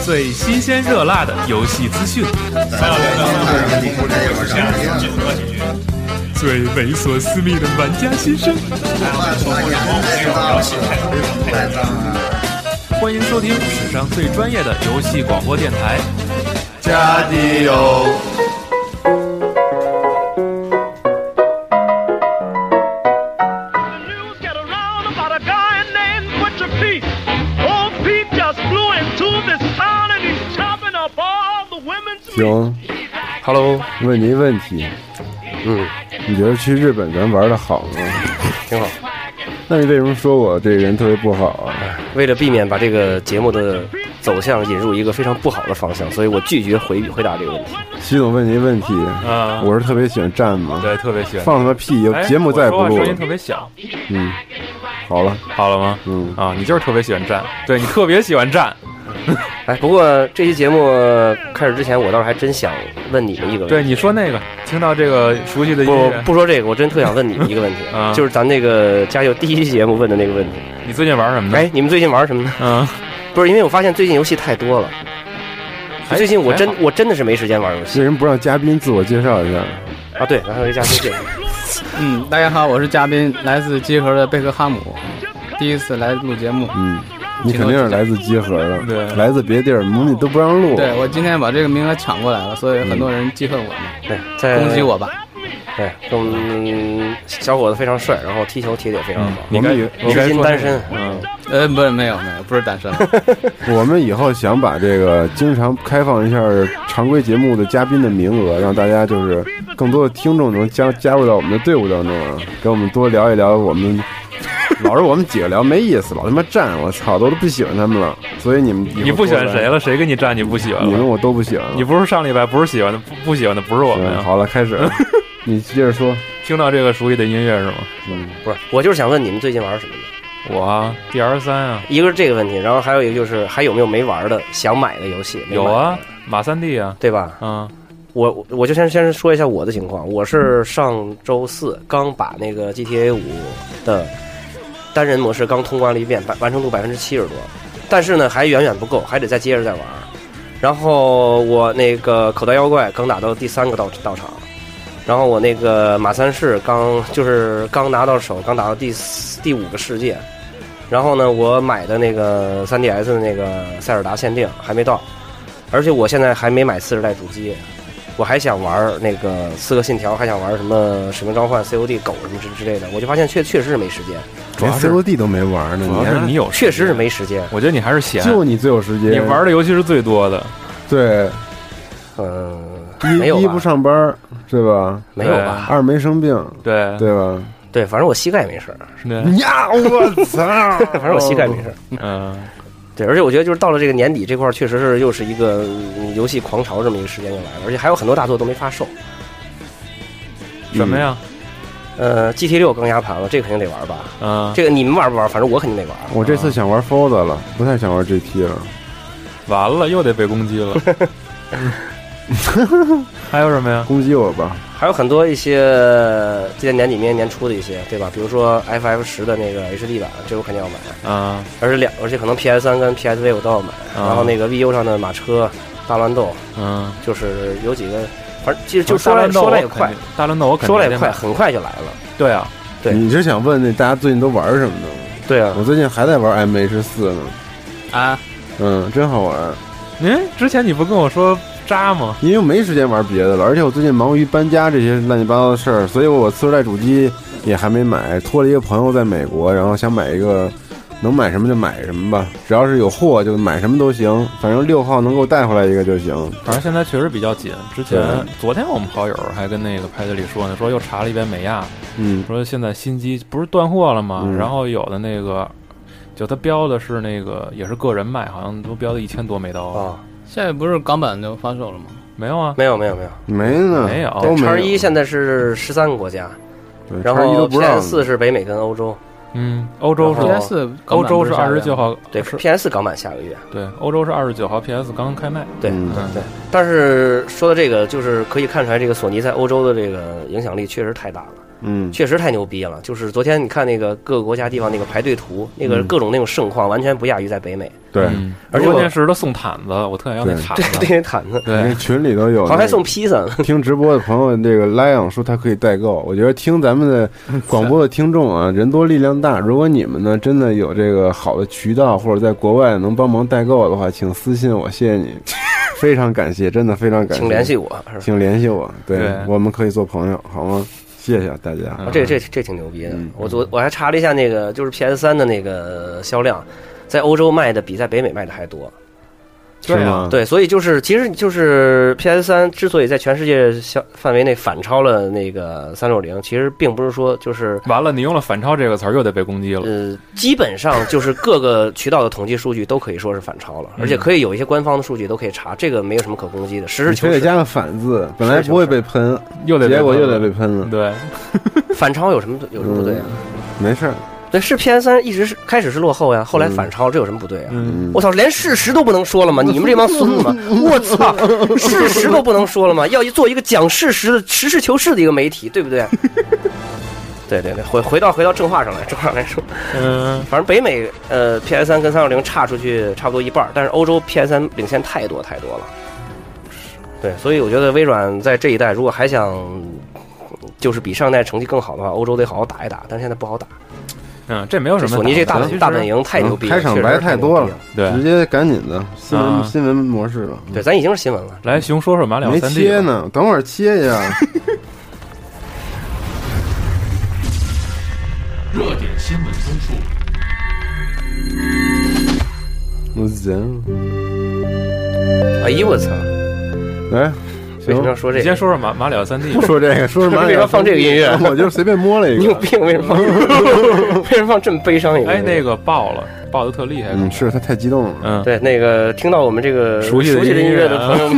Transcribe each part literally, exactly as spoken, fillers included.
最新鲜热辣的游戏资讯，最猥琐私密的玩家心声。欢迎收听史上最专业的游戏广播电台， 加迪欧。 行 ，Hello， 问你一问题， 嗯， 你觉得去日本咱玩的好吗？ 挺好。 那你为什么说我这个人特别不好啊？ 为了避免把这个节目的走向引入一个非常不好的方向，所以我拒绝回回答这个问题。 习总问你一问题啊， 我是特别喜欢站吗？ 对，特别喜欢。 放他妈屁！有节目再不录， 声音特别小。 嗯，好了， 好了吗？ 嗯啊，你就是特别喜欢站，对你特别喜欢站。 哎，不过这期节目开始之前，我倒是还真想问你们一个问题。 对，你说那个，听到这个熟悉的音乐， 不不说这个，我真特想问你们一个问题， 啊、 就是咱那个加油第一期节目问的那个问题。 你最近玩什么呢？ 哎，你们最近玩什么呢？ 嗯， 不是，因为我发现最近游戏太多了，最近我真我真的是没时间玩游戏。 为什么不让嘉宾自我介绍一下？ 啊，对，然后有嘉宾介绍。 嗯，大家好，我是嘉宾，来自集合的贝克汉姆，第一次来录节目。 嗯。你肯定是来自集合的， 对， 来自别地儿，你都不让录。 对，我今天把这个名额抢过来了，所以很多人记恨我们， 对、嗯，在攻击我吧。 对，嗯，小伙子非常帅，然后踢球踢得也非常好。 嗯、我们以你至今单身， 嗯，呃，不，没有没有，不是单身。 我们以后想把这个经常开放一下常规节目的嘉宾的名额，让大家就是更多的听众能加加入到我们的队伍当中啊，跟我们多聊一聊我们。老是我们几个聊没意思，老他妈站，我操，都都不喜欢他们了。所以你们你不喜欢谁了？谁跟你站你不喜欢了？ 你们我都不喜欢了。 你不是上礼拜不是喜欢的，不不喜欢的不是我们、啊。 好了，开始，你接着说。 听到这个熟悉的音乐是吗？ 嗯，不是，我就是想问你们最近玩什么的。 我啊 D R 三啊， 一个是这个问题，然后还有一个就是还有没有没玩的想买的游戏？ 有啊，马三 D 啊， 对吧？ 嗯。 我我就先先说一下我的情况，我是上周四刚把那个 G T A 五的单人模式刚通关了一遍，完成度百分之七十多，但是呢还远远不够，还得再接着再玩。然后我那个口袋妖怪刚打到第三个道道场，然后我那个马三世刚就是刚拿到手，刚打到第第五个世界。然后呢，我买的那个 三 D S 的那个塞尔达限定还没到，而且我现在还没买次世代主机。我还想玩那个刺客信条，还想玩什么使命召唤 C O D 狗什么之之类的，我就发现确确实是没时间， 连 C O D 都没玩呢。 主要是你有， 确实是没时间。 我觉得你还是闲， 就你最有时间， 你玩的游戏是最多的。 对， 嗯， 一没有一不上班，对吧？ 没有吧？ 二没生病， 对对吧？ 对，反正我膝盖没事儿。 呀，我操！ 反正我膝盖没事儿。 嗯。 对，而且我觉得就是到了这个年底这块，确实是又是一个游戏狂潮这么一个时间就来了，而且还有很多大作都没发售。 什么呀？ 呃 ，G T 六刚压盘了，这个肯定得玩吧？ 嗯， 这个你们玩不玩？反正我肯定得玩。 我这次想玩 Forza 了，不太想玩 G T 了。 完了，又得被攻击了。还有什么呀？ 攻击我吧。 还有很多一些今年年底、明年年初的一些，对吧？比如说 F F 十的那个 H D 版，这我肯定要买啊。 而且两，而且可能 P S 三跟 P S V 我都要买。 啊、 然后那个 V U 上的马车、大乱斗， 嗯， 就是有几个，反正就就说来说来也快， 大乱斗我说来也快，很快就来了。 对啊， 对。 你是想问那大家最近都玩什么呢？ 对啊， 我最近还在玩 M H 四呢。 啊， 嗯，真好玩。 嗯，之前你不跟我说渣吗？ 因为我没时间玩别的了，而且我最近忙于搬家这些乱七八糟的事儿，所以我次世代主机也还没买。托了一个朋友在美国，然后想买一个，能买什么就买什么吧，只要是有货就买什么都行，反正六号能够带回来一个就行。 反正现在确实比较紧。之前昨天我们好友还跟那个派德里说呢，说又查了一遍美亚， 嗯， 说现在新机不是断货了吗？ 嗯、 然后有的那个。就他标的是那个也是个人卖，好像都标的一千多美刀啊。 现在不是港版就发售了吗？ 没有啊， 没有没有没有没呢， 没有。 都没有。 叉一现在是十三个国家， 对， 然后 P S 四是北美跟欧洲。 嗯，欧洲是 P S 四， 欧洲是二十九号， 对 ，P S 四港版下个月。 对，欧洲是二十九号 ，P S 刚刚开卖。 对， 嗯对。但是说的这个，就是可以看出来，这个索尼在欧洲的这个影响力确实太大了。 嗯， 确实太牛逼了。就是昨天你看那个各个国家地方那个排队图，那个各种那种盛况，完全不亚于在北美。 对， 嗯、 而且关键是他送毯子，我特想要那毯子。 对，那毯子， 对， 群里都有， 好像还送披萨。 听直播的朋友，这个莱昂说他可以代购。我觉得听咱们的广播的听众啊，人多力量大。如果你们呢真的有这个好的渠道，或者在国外能帮忙代购的话，请私信我，谢谢你，非常感谢，真的非常感谢。 请联系我， 请联系我，对， 对我们可以做朋友，好吗？谢谢大家。 啊、这这这挺牛逼的。 嗯、 我昨我还查了一下那个，就是 P S 三 的那个销量，在欧洲卖的比在北美卖的还多。 是吗？ 对，所以就是其实就是 P S 三 之所以在全世界销范围内反超了那个三六零，其实并不是说就是完了，你用了反超这个词儿又得被攻击了。 呃，基本上就是各个渠道的统计数据都可以说是反超了，而且可以有一些官方的数据都可以查，这个没有什么可攻击的。实事求是， 非得加个反字，本来不会被喷， 又得结果又得被喷了。 对， 反超有什么有什么不对啊？ 嗯、没事儿。 对，是 P S 三 一直是开始是落后呀，后来反超，这有什么不对啊？ 嗯， 我操，连事实都不能说了吗？你们这帮孙子们，我操，事实都不能说了吗？要做一个讲事实的、实事求是的一个媒体，对不对？对对对，回回到回到正话上来，正话上来说，嗯，反正北美呃 P S 三 跟三六零差出去差不多一半，但是欧洲 P S 三 领先太多太多了。对，所以我觉得微软在这一代如果还想就是比上一代成绩更好的话，欧洲得好好打一打，但是现在不好打。 嗯，这没有什么。 索尼这大大本营太牛逼了， 开场白太多了， 对， 直接赶紧的新闻、 啊、 新闻模式了。 对，咱已经是新闻了。 来，熊说说马里奥三 D。 没切呢，等会儿切呀。 热点新闻综述。 我行。 哎呦我操！ 来。 为什么要说这个？ 你先说说马马里奥三 D， 不说这个，说说马里奥。 为什么放这个音乐？ 我就随便摸了一个。 你有病？为什么放？为什么放这么悲伤一个？ 哎，那个爆了，爆的特厉害。 嗯，是他太激动了。 嗯，对，那个听到我们这个熟悉的音乐的朋友们。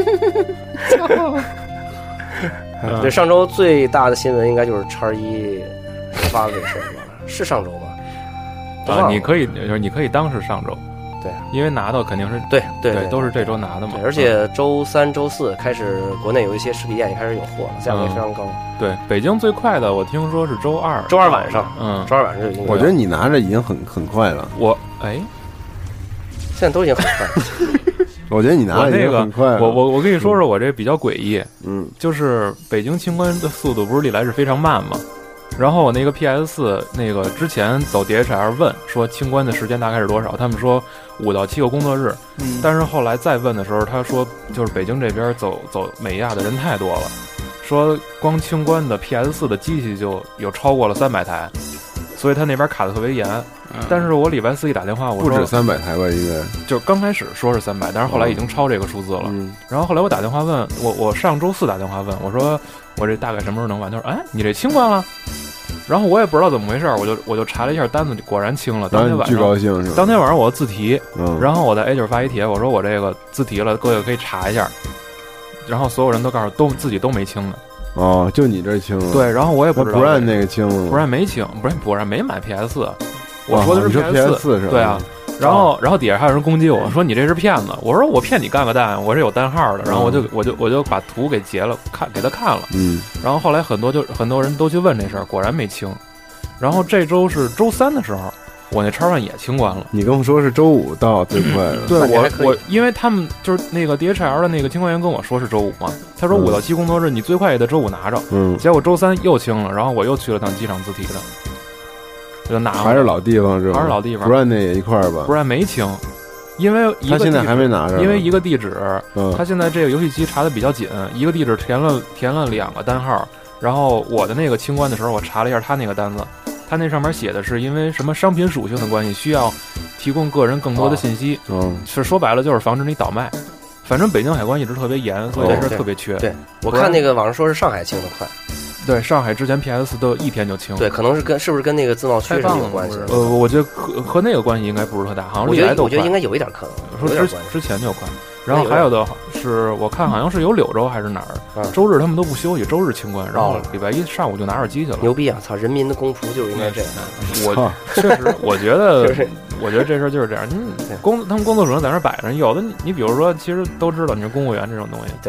嗯、 对，上周最大的新闻应该就是叉一发的这事儿吧？是上周吧？ 啊，你可以，就是你可以当是上周。 对， 因为拿到肯定是对对对, 对，都是这周拿的嘛。 而且周三、周四开始，国内有一些实体店也开始有货了，价格也非常高。 嗯、对，北京最快的我听说是周二， 周二晚上， 嗯， 周二晚上就已经。 我觉得你拿着已经很很快了。 我哎， 现在都已经很快了。 我觉得你拿着已经很快了。 我我我跟你说说，我这比较诡异， 嗯， 就是北京清关的速度不是历来是非常慢吗？然后我那个 P S 四 那个之前走 D H L 问说清关的时间大概是多少，他们说五到七个工作日，嗯，但是后来再问的时候，他说就是北京这边走走美亚的人太多了，说光清关的 P S 四 的机器就有超过了三百台，所以他那边卡的特别严。嗯、但是我礼拜四一打电话，我说不止三百台吧，应该就刚开始说是三百，但是后来已经超这个数字了。嗯，然后后来我打电话问我，我上周四打电话问我说我这大概什么时候能完？他说哎，你这清关了。然后我也不知道怎么回事，我就我就查了一下单子，果然清了。当天晚上， 巨高兴是吧？ 当天晚上我自提， 嗯， 然后我在 A 九发一帖，我说我这个自提了，各位可以查一下。然后所有人都告诉都自己都没清呢。 哦，就你这清了。 对，然后我也不知道。 不让那个清了， 不让没清，不是不让没买 P S 四。我说的是 P S 四，是吧？ 对啊。然后，然后底下还有人攻击我说你这是骗子。我说我骗你干个蛋，我是有单号的。然后我就我就我就把图给截了，看给他看了。 嗯。 然后后来很多就很多人都去问这事儿，果然没清。然后这周是周三的时候，我那叉 One 也清关了。 你跟我说是周五到最快的。 对我我因为他们就是那个 D H L 的那个清关员跟我说是周五嘛，他说五到七工作日你最快也得周五拿着。 嗯。 结果周三又清了，然后我又去了趟机场自提的。就拿还是老地方是吧？ 还是老地方， 不然那也一块儿吧。 不然没清，因为一个他现在还没拿着， 因为一个地址， 嗯， 他现在这个游戏机查的比较紧，一个地址填了填了两个单号，然后我的那个清关的时候，我查了一下他那个单子，他那上面写的是因为什么商品属性的关系，需要提供个人更多的信息， 嗯， 是说白了就是防止你倒卖。反正北京海关一直特别严，所以这事特别缺。 对，我看那个网上说是上海清的快。 对，上海之前 P S 都一天就清。 对，可能是跟是不是跟那个自贸区有关系？ 呃，我觉得和和那个关系应该不是特大，好像历来都快。我觉得应该有一点可能， 说之之前就快。然后还有的是，我看好像是有柳州还是哪儿， 嗯、 周日他们都不休息，周日清关，然后礼拜一上午就拿着机去了。 牛逼啊！操，人民的公仆就是应该这样。 我确实，我觉得，我觉得这事儿就是这样。你工他们工作水平在那摆着，有的你你比如说，其实都知道你是公务员这种东西， 对。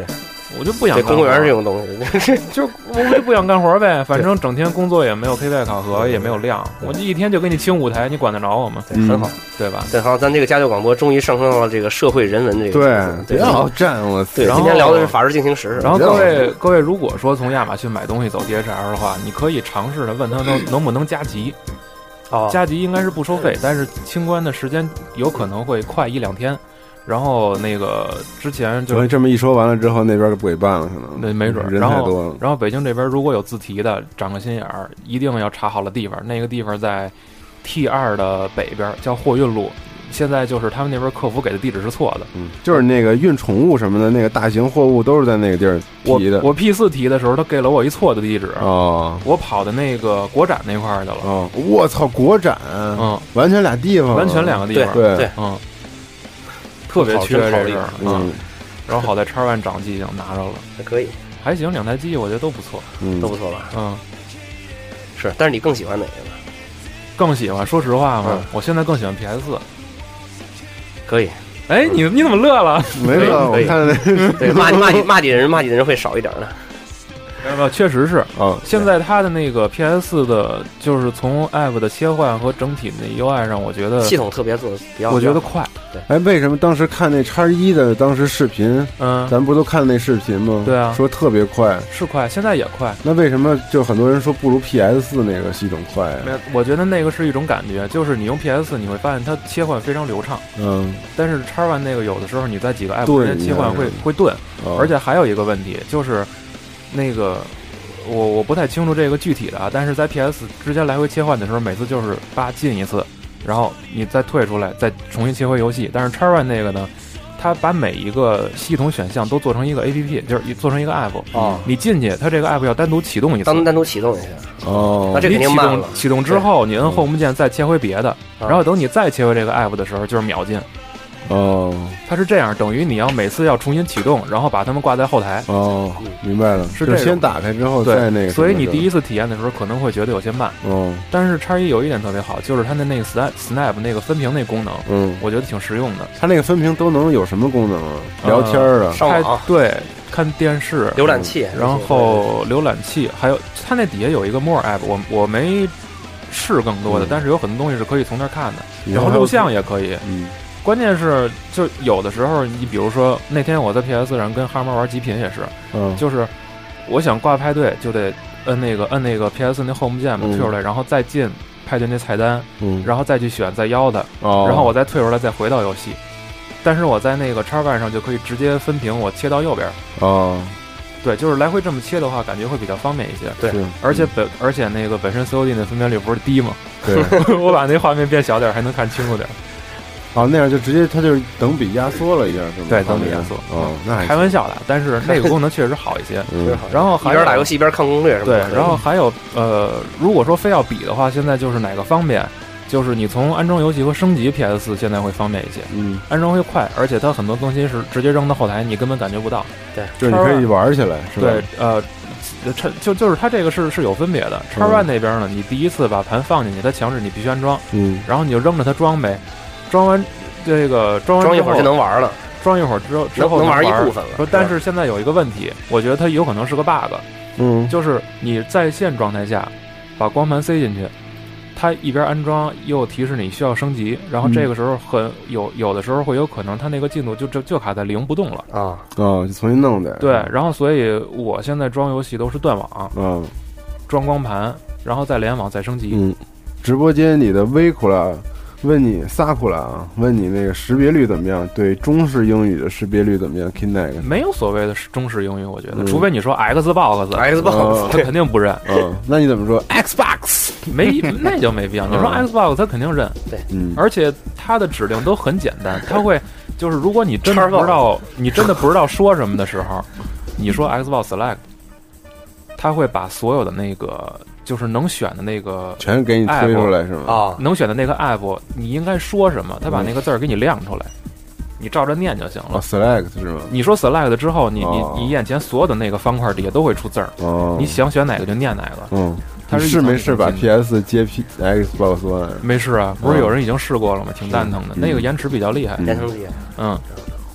我就不想干活。 公务员这种东西， 就是我就不想干活呗，反正整天工作也没有 K P I 考核，也没有量，我一天就给你清舞台，你管得着我吗？ 对，很好， 对吧？ 对，好，咱这个家教广播终于上升到了这个社会人文这个。 对，不要站我。 对，今天聊的是法制进行时。 然后各位各位，如果说从亚马逊买东西走 D H L 的话，你可以尝试的问他能能不能加急。 哦， 加急应该是不收费，但是清关的时间有可能会快一两天。然后那个之前就这么一说完了之后，那边不给办了，可能对，没准人太多了。 然后北京这边如果有自提的，长个心眼儿，一定要查好了地方。那个地方在 T 二的北边，叫货运路。现在就是他们那边客服给的地址是错的， 嗯，就是那个运宠物什么的，那个大型货物都是在那个地儿提的。 我我 P 四提的时候，他给了我一错的地址哦， 我跑的那个国展那块儿去了。 哦，我操，国展， 嗯， 完全俩地方， 完全两个地方， 对对， 嗯，特别缺这事儿， 嗯， 然后好在叉 one 掌机已经拿着了， 还可以， 还行，两台机我觉得都不错， 嗯， 都不错吧， 嗯， 是，但是你更喜欢哪个呢？ 更喜欢，说实话嘛， 嗯、 我现在更喜欢 P S 四。 可以， 哎，你你怎么乐了？ 没乐，我看那对骂骂你骂你的人骂你的人会少一点的。 呃，确实是啊。 现在它的那个 P S 四的，就是从 App 的切换和整体的 U I 上，我觉得系统特别做的比较， 我觉得快。 对， 哎，为什么当时看那叉一的当时视频， 嗯， 咱不都看那视频吗？ 对啊， 说特别快， 是快，现在也快。 那为什么就很多人说不如 P S 四那个系统快啊？ 没有，我觉得那个是一种感觉，就是你用 P S 四，你会发现它切换非常流畅。 嗯， 但是叉 one 那个有的时候你在几个 App 之间切换会会顿， 哦、 而且还有一个问题就是那个。我我不太清楚这个具体的啊，但是在 P S 之间来回切换的时候，每次就是叭进一次，然后你再退出来，再重新切回游戏。但是叉 one 那个呢，它把每一个系统选项都做成一个 A P P， 就是做成一个 App。 哦， 你进去，它这个 App 要单独启动一次， 单单独启动一下。 哦， 那这肯定慢了。 启动之后，你摁 Home 键再切回别的， 啊、 然后等你再切回这个 App 的时候，就是秒进。 哦， 它是这样，等于你要每次要重新启动，然后把它们挂在后台。 哦，明白了， 是这先打开之后再那个。 所以你第一次体验的时候可能会觉得有些慢。 哦， 但是叉一有一点特别好，就是它的那个 snap snap 那个分屏那功能， 嗯， 我觉得挺实用的。 它那个分屏都能有什么功能啊？聊天啊， 上网， 对，看电视、 浏览器， 然后浏览器，还有它那底下有一个 More App， 我我没试更多的， 嗯、 但是有很多东西是可以从那儿看的，然后录像也可以。 嗯。 关键是，就有的时候，你比如说那天我在 P S 上跟哈猫玩极品也是， 嗯， 就是我想挂派对，就得摁那个摁那个 P S 那 Home 键嘛，退出来，然后再进派对那菜单， 嗯， 然后再去选再邀的， 哦， 然后我再退出来再回到游戏。但是我在那个叉 one 上就可以直接分屏，我切到右边。 哦， 对，就是来回这么切的话，感觉会比较方便一些。 对， 而且本而且那个本身 C O D 的分辨率不是低嘛， 对， 我把那画面变小点，还能看清楚点。 哦，那样就直接它就是等比压缩了一下，是吗？ 对，等比压缩。 哦，那还开玩笑的，但是那个功能确实好一些。 嗯， 然后还一边打游戏一边看攻略，是吧？ 对，然后还有呃，如果说非要比的话，现在就是哪个方便？就是你从安装游戏和升级 P S 四现在会方便一些。 嗯， 安装会快，而且它很多更新是直接扔到后台，你根本感觉不到。 对， 就是你可以玩起来，是吧？ 对，呃。叉就就是它这个是是有分别的。叉 one 那边呢，你第一次把盘放进去，它强制你必须安装， 嗯， 然后你就扔着它装呗，装完这个装完装一会儿就能玩了， 装一会儿之后之后能玩一部分了。 说但是现在有一个问题，我觉得它有可能是个 bug， 嗯， 就是你在线状态下把光盘塞进去，它一边安装又提示你需要升级，然后这个时候很有有的时候会有可能它那个进度就就就卡在零不动了啊啊，就重新弄的。 对，然后所以我现在装游戏都是断网， 嗯， 装光盘，然后再联网再升级。 嗯，直播间里的微库拉问你萨库拉啊，问你那个识别率怎么样？对中式英语的识别率怎么样 ？Kinect 没有所谓的中式英语，我觉得， 嗯、 除非你说 Xbox，Xbox， 他肯定不认。 嗯，那你怎么说 Xbox？ 没，那就没必要。你说 Xbox， 他肯定认。 对， 嗯， 而且它的指令都很简单，它会就是如果你真的不知道，你真的不知道说什么的时候，你说 Xbox Select， 它会把所有的那个。就是能选的那个全给你推出来是吗？ 啊，能选的那个 app， 你应该说什么？他把那个字儿给你亮出来，你照着念就行了。 哦 select 是吗？ 你说 select 之后，你哦、 你你眼前所有的那个方块底下都会出字儿。 哦， 你想选哪个就念哪个。 嗯， 他是没试把 P S 接 P Xbox One？ 没试啊，不是有人已经试过了吗？挺蛋疼的， 嗯、 那个延迟比较厉害， 延迟厉害。 嗯。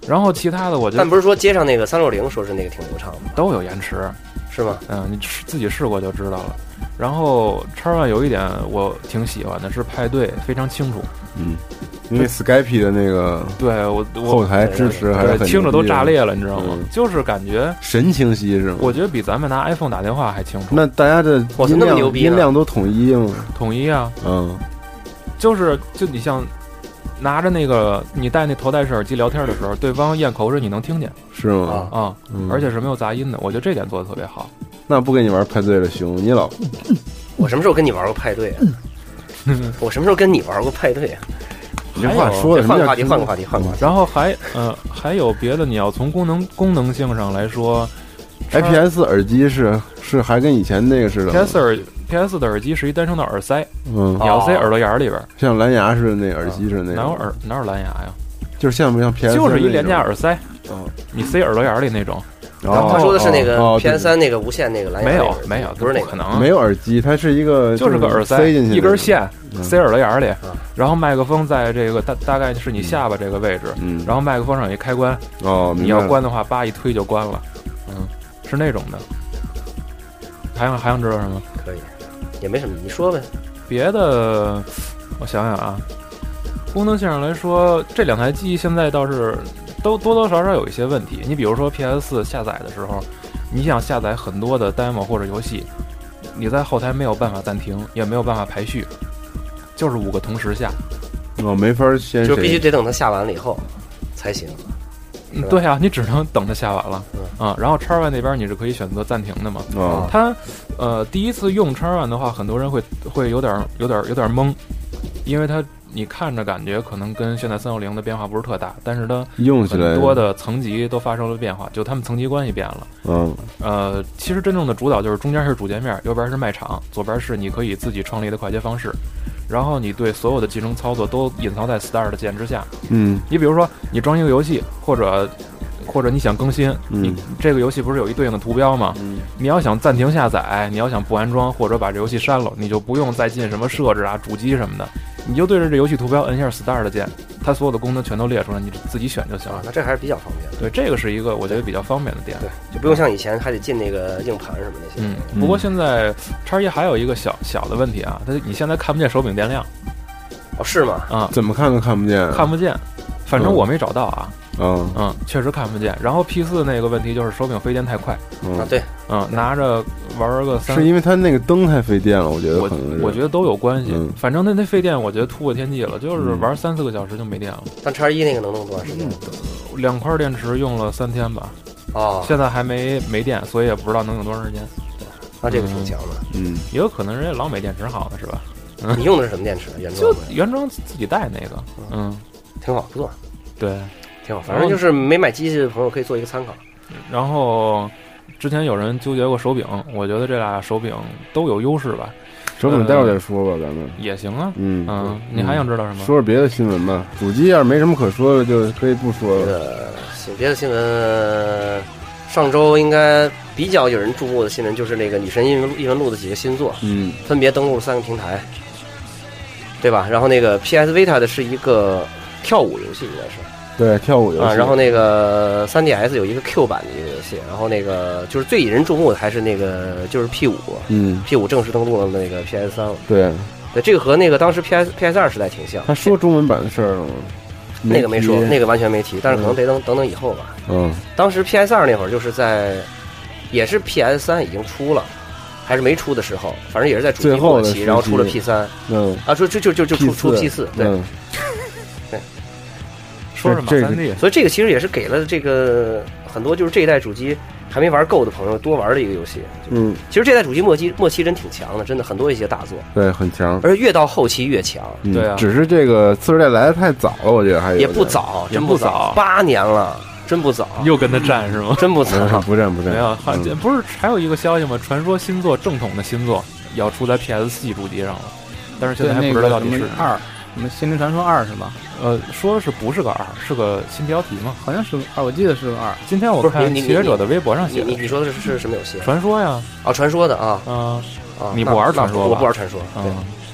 然后其他的我觉得， 但不是说接上那个三六零说是那个挺流畅的， 都有延迟， 是吗？ 嗯，你自己试过就知道了。然后叉 One 有一点我挺喜欢的是派对非常清楚， 嗯，因为 Skype 的那个对我我后台支持还是很听着都炸裂了，你知道吗？ 嗯、 就是感觉神清晰是吗？ 我觉得比咱们拿 iPhone 打电话还清楚。 那大家的音量音量都统一吗？ 统一啊， 嗯， 就是就你像。拿着那个你戴那头戴式耳机聊天的时候，对方咽口水你能听见， 是吗？ 啊、嗯，而且是没有杂音的，我觉得这点做的特别好。 那不跟你玩派对了，熊，你老， 我什么时候跟你玩过派对啊？我什么时候跟你玩过派对啊？ 你这话说的， 换个话题，换个话题，换个话题。 然后还呃还有别的，你要从功能功能性上来说 ，I P S 耳机是是还跟以前那个似的 ，P S 耳 P S 的耳机是一单声道耳塞， 嗯， 你要塞耳朵眼里边， 像蓝牙似的那耳机似的那哪有耳哪有蓝牙呀？ 就是像不像 P S？ 就是一廉价耳塞，嗯，你塞耳朵眼里那种。 然后他说的是那个 P S 三那个无线那个蓝牙， 没有没有， 不是那可能， 没有耳机，它是一个就是个耳塞， 塞进去一根线塞耳朵眼里，然后麦克风在这个大大概是你下巴这个位置，嗯，然后麦克风上有一开关， 哦， 你要关的话，叭一推就关了，嗯，是那种的。还想还想知道什么？ 可以。也没什么，你说呗。 别的，我想想啊，功能性上来说，这两台机现在倒是都多多少少有一些问题。你比如说 P S 四下载的时候，你想下载很多的 demo 或者游戏，你在后台没有办法暂停，也没有办法排序，就是五个同时下。 哦，没法先， 就必须得等它下完了以后才行。 对啊，你只能等它下完了，嗯啊。然后叉 One 那边你是可以选择暂停的嘛？ 哦， 它呃第一次用叉 One 的话，很多人会会有点有点有点懵，因为它你看着感觉可能跟现在三六零的变化不是特大，但是它用起来很多的层级都发生了变化，就它们层级关系变了。 嗯， 呃，其实真正的主导就是中间是主界面，右边是卖场，左边是你可以自己创立的快捷方式。然后你对所有的集成操作都隐藏在 Start 键之下。 嗯， 你比如说你装一个游戏，或者或者你想更新， 嗯、 你这个游戏不是有一对应的图标吗？ 嗯， 你要想暂停下载，你要想不安装或者把这游戏删了，你就不用再进什么设置啊、主机什么的，你就对着这游戏图标摁一下 Start 键，它所有的功能全都列出来，你自己选就行了。 啊，那这还是比较方便的。 对，这个是一个我觉得比较方便的点。 对，就不用像以前还得进那个硬盘什么那些。 嗯，不过现在叉一还有一个小小的问题啊，它你现在看不见手柄电量。 哦，是吗？ 啊、嗯， 怎么看都看不见， 看不见，反正我没找到啊。 嗯嗯，确实看不见。然后 P 四那个问题就是手柄费电太快。 嗯，啊对， 嗯，拿着玩个三， 是因为它那个灯太费电了，我觉得可能是。 我我觉得都有关系。 嗯、 反正那那费电，我觉得突破天际了，就是玩三四个小时就没电了。 但叉一那个能弄多长时间？ 嗯、两块电池用了三天吧。 哦， 现在还没没电，所以也不知道能用多长时间。 那这个挺强的。 嗯， 也有可能人家老美电池好呢，是吧？ 嗯、你用的是什么电池？原装就原装自己带那个，嗯， 挺好，不错， 对， 挺好。反正就是没买机器的朋友可以做一个参考。 然后之前有人纠结过手柄，我觉得这俩手柄都有优势吧。 手柄待会儿再说吧，咱们也行啊。 嗯嗯，你还想知道什么？ 说说别的新闻吧。主机要是没什么可说的，就可以不说了。 这个别的新闻，上周应该比较有人注目的新闻就是那个《女神异闻异闻录》的几个新作， 嗯， 分别登陆了三个平台。对吧？然后那个 P S Vita 的是一个跳舞游戏，应该是对跳舞游戏啊。然后那个 三 D S 有一个 Q 版的一个游戏，然后那个就是最引人注目的还是那个就是 P 五， 嗯 ，P 五正式登陆了那个 P S 三了。 对， 对，这个和那个当时 P S P S 二时代挺像。 他说中文版的事儿了吗？ 那个没说，那个完全没提，但是可能得等、嗯、等等以后吧。 嗯， 当时 P S 二那会儿就是在，也是 P S 三已经出了。还是没出的时候，反正也是在主机末期，然后出了 P 三， 嗯， 啊，就就就就就出出 P 四，对， 嗯、 对， 说是马三 D， 所以这个其实也是给了这个很多就是这一代主机还没玩够的朋友多玩的一个游戏。 嗯， 其实这代主机末期末期真挺强的，真的很多一些大作， 对，很强， 而越到后期越强。 嗯、 对啊， 只是这个次世代来的太早了，我觉得还有也不早，真不早，八年了。真不早， 又跟他战是吗？ 真不早， 不战不战。 没有， 嗯、 不是还有一个消息吗？传说新作正统的新作要出在 P S 四 主机上了，但是现在还不知道到底是二，什么《心灵传说二》是吧？ 呃，说是不是个二，是个新标题嘛？ 好像是个二，我记得是个二。 今天我看企业者的微博上写的， 你你说的是是什么游戏？ 传说呀， 哦，传说的啊啊啊！ 你不玩传说？ 我不玩传说。对，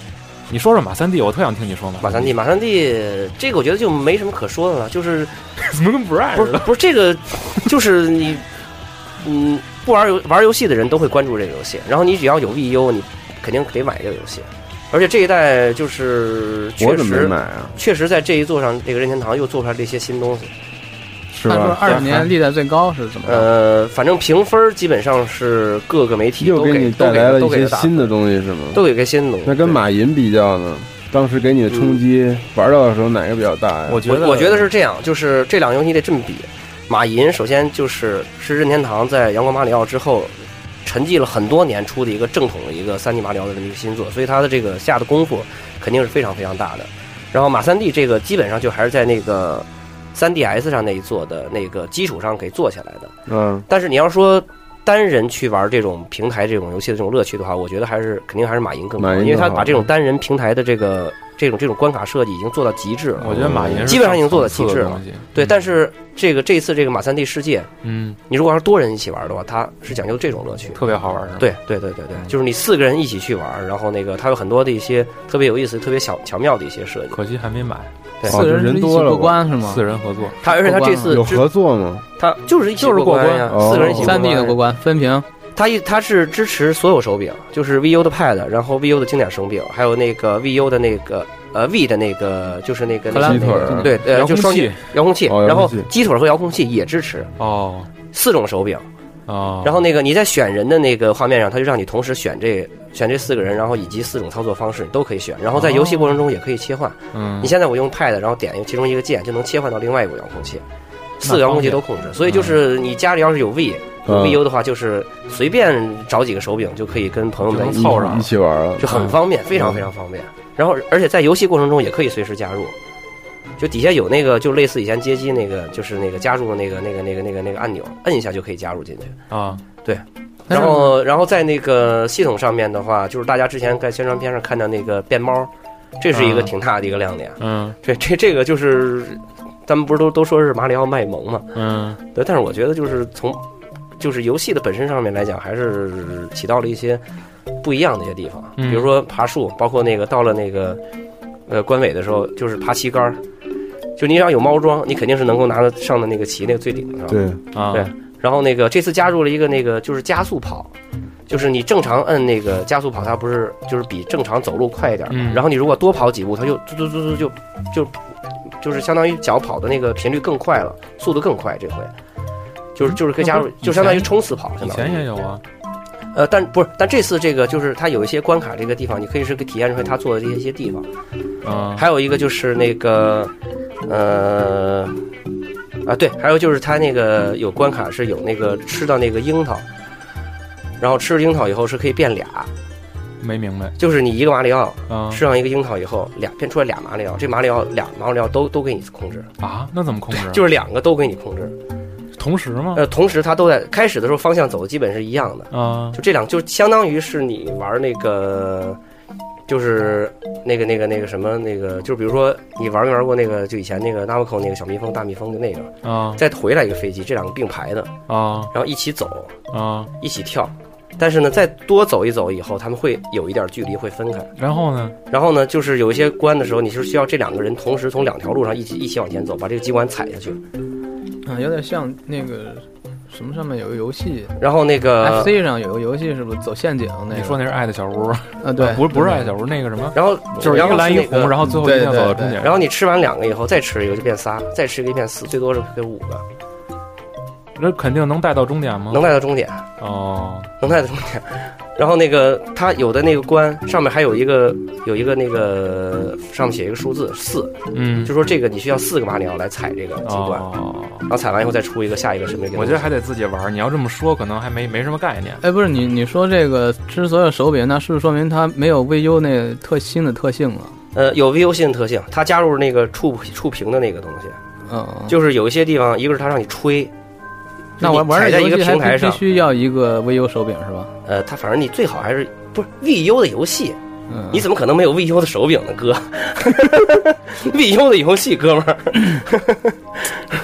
你说说马三 D， 我特想听你说马三 D。马三 D 这个我觉得就没什么可说的了，就是怎么跟不认识的？不是这个，就是你，嗯，不玩游玩游戏的人都会关注这个游戏，然后你只要有 V U， 你肯定得买这个游戏。而且这一代就是确实， 买啊、 确实在这一座上，这个任天堂又做出来了一些新东西。 是吧？ 他说二十年历代最高是怎么？ 呃，反正评分基本上是各个媒体又给你带来了一些新的东西，是吗？ 都给个新的东西。 那跟马银比较呢？当时给你的冲击，嗯、玩到的时候哪个比较大呀？ 我觉得，我觉得是这样，就是这两个游戏得这么比。马银首先就是是任天堂在《阳光马里奥》之后沉寂了很多年出的一个正统的一个三 D 马里奥的这么一个新作，所以它的这个下的功夫肯定是非常非常大的。然后马三 D 这个基本上就还是在那个。三 D S 上那一座的那个基础上给做起来的， 嗯， 但是你要说单人去玩这种平台这种游戏的这种乐趣的话，我觉得还是肯定还是马银更好，因为他把这种单人平台的这个这种这种关卡设计已经做到极致了。 我觉得马银基本上已经做到极致了。对，但是这个这次这个马三 D 世界， 嗯， 你如果要是多人一起玩的话，它是讲究这种乐趣， 特别好玩。 对对对对对，就是你四个人一起去玩，然后那个它有很多的一些特别有意思、特别巧巧妙的一些设计。 可惜还没买。 对， 四人人多了过关是吗？ 四人合作， 他而且他这次有合作吗？ 他就是一起过关呀，四个人一起过关。 三 D 的过关分屏， 他一他是支持所有手柄，就是 V U 的 Pad， 然后 V U 的经典手柄，还有那个 V U 的那个呃 V 的那个就是那个鸡腿， 对呃就双击遥控器， 哦、 然后鸡腿和遥控器也支持哦， 四种手柄。 哦， 然后那个你在选人的那个画面上，他就让你同时选这选这四个人，然后以及四种操作方式你都可以选，然后在游戏过程中也可以切换。 嗯， 你现在我用 Pad， 然后点其中一个键就能切换到另外一个遥控器，四个遥控器都控制。所以就是你家里要是有 V 有 V U 的话，就是随便找几个手柄就可以跟朋友们凑上一起玩了， 就很方便，非常非常方便。然后而且在游戏过程中也可以随时加入。就底下有那个，就类似以前街机那个，就是那个加入的那个、那个、那个、那个、那个按钮，摁一下就可以加入进去啊。 对，然后，然后在那个系统上面的话，就是大家之前在宣传片上看到那个变猫，这是一个挺大的一个亮点。 嗯， 对，这这个就是咱们不是都都说是马里奥卖萌嘛？ 嗯， 对，但是我觉得就是从就是游戏的本身上面来讲，还是起到了一些不一样的一些地方， 嗯、 比如说爬树，包括那个到了那个呃关尾的时候，就是爬旗杆。就你只要有猫桩，你肯定是能够拿得上的那个旗那个最顶上。 对啊， 对。然后那个这次加入了一个那个就是加速跑，就是你正常摁那个加速跑，它不是就是比正常走路快一点嘛。 嗯、 然后你如果多跑几步，它就嘟嘟嘟嘟就就就是相当于脚跑的那个频率更快了，速度更快。这回就是就是可以加入，就相当于冲刺跑。 以前也有啊。 呃，但不是，但这次这个就是它有一些关卡这个地方，你可以是给体验出来它做的这些些地方。 嗯。 还有一个就是那个。呃，啊对，还有就是它那个有关卡是有那个吃到那个樱桃，然后吃了樱桃以后是可以变俩。 没明白， 就是你一个马里奥， 嗯， 吃上一个樱桃以后，俩变出来俩马里奥，这马里奥俩马里奥都都给你控制啊？那怎么控制？ 就是两个都给你控制， 同时吗？ 呃，同时它都在开始的时候方向走的基本是一样的啊， 就这两就相当于是你玩那个。就是那个那个那个什么那个，就比如说你玩没玩过那个，就以前那个 Navaco 那个小蜜蜂大蜜蜂的那个啊， 再回来一个飞机，这两个并排的啊， 然后一起走啊， 一起跳，但是呢，再多走一走以后，他们会有一点距离会分开。 然后呢？ 然后呢，就是有一些关的时候，你是需要这两个人同时从两条路上一起一起往前走，把这个机关踩下去。 啊，有点像那个。什么上面有个游戏， 然后那个 F C 上有个游戏，是不是走陷阱？那个、 你说那是爱的小屋啊？对， 不是不是爱的小屋，那个什么？ 然后就是一个蓝一红， 那个、 然后最后一定要走到终点。 然后你吃完两个以后，再吃一个就变仨，再吃一个变四，最多是给五个。 那肯定能带到终点吗？ 能带到终点哦， 能带到终点。然后那个它有的那个关上面还有一个有一个那个上面写一个数字四， 嗯， 就说这个你需要四个马里奥来踩这个机关， 哦， 然后踩完以后再出一个下一个什么。 我觉得还得自己玩，你要这么说可能还没没什么概念。 哎，不是你你说这个吃所有手柄，那是不是说明它没有 V U 那特新的特性了？ 呃，有 V U 新的特性，它加入那个触触屏的那个东西， 嗯， 就是有一些地方，一个是它让你吹。 那我玩在一个平台上必须要一个 V U 手柄是吧？ 呃，它反正你最好还是不是 V U 的游戏， 嗯， 你怎么可能没有 V U 的手柄呢，哥？V U 的游戏，哥们儿。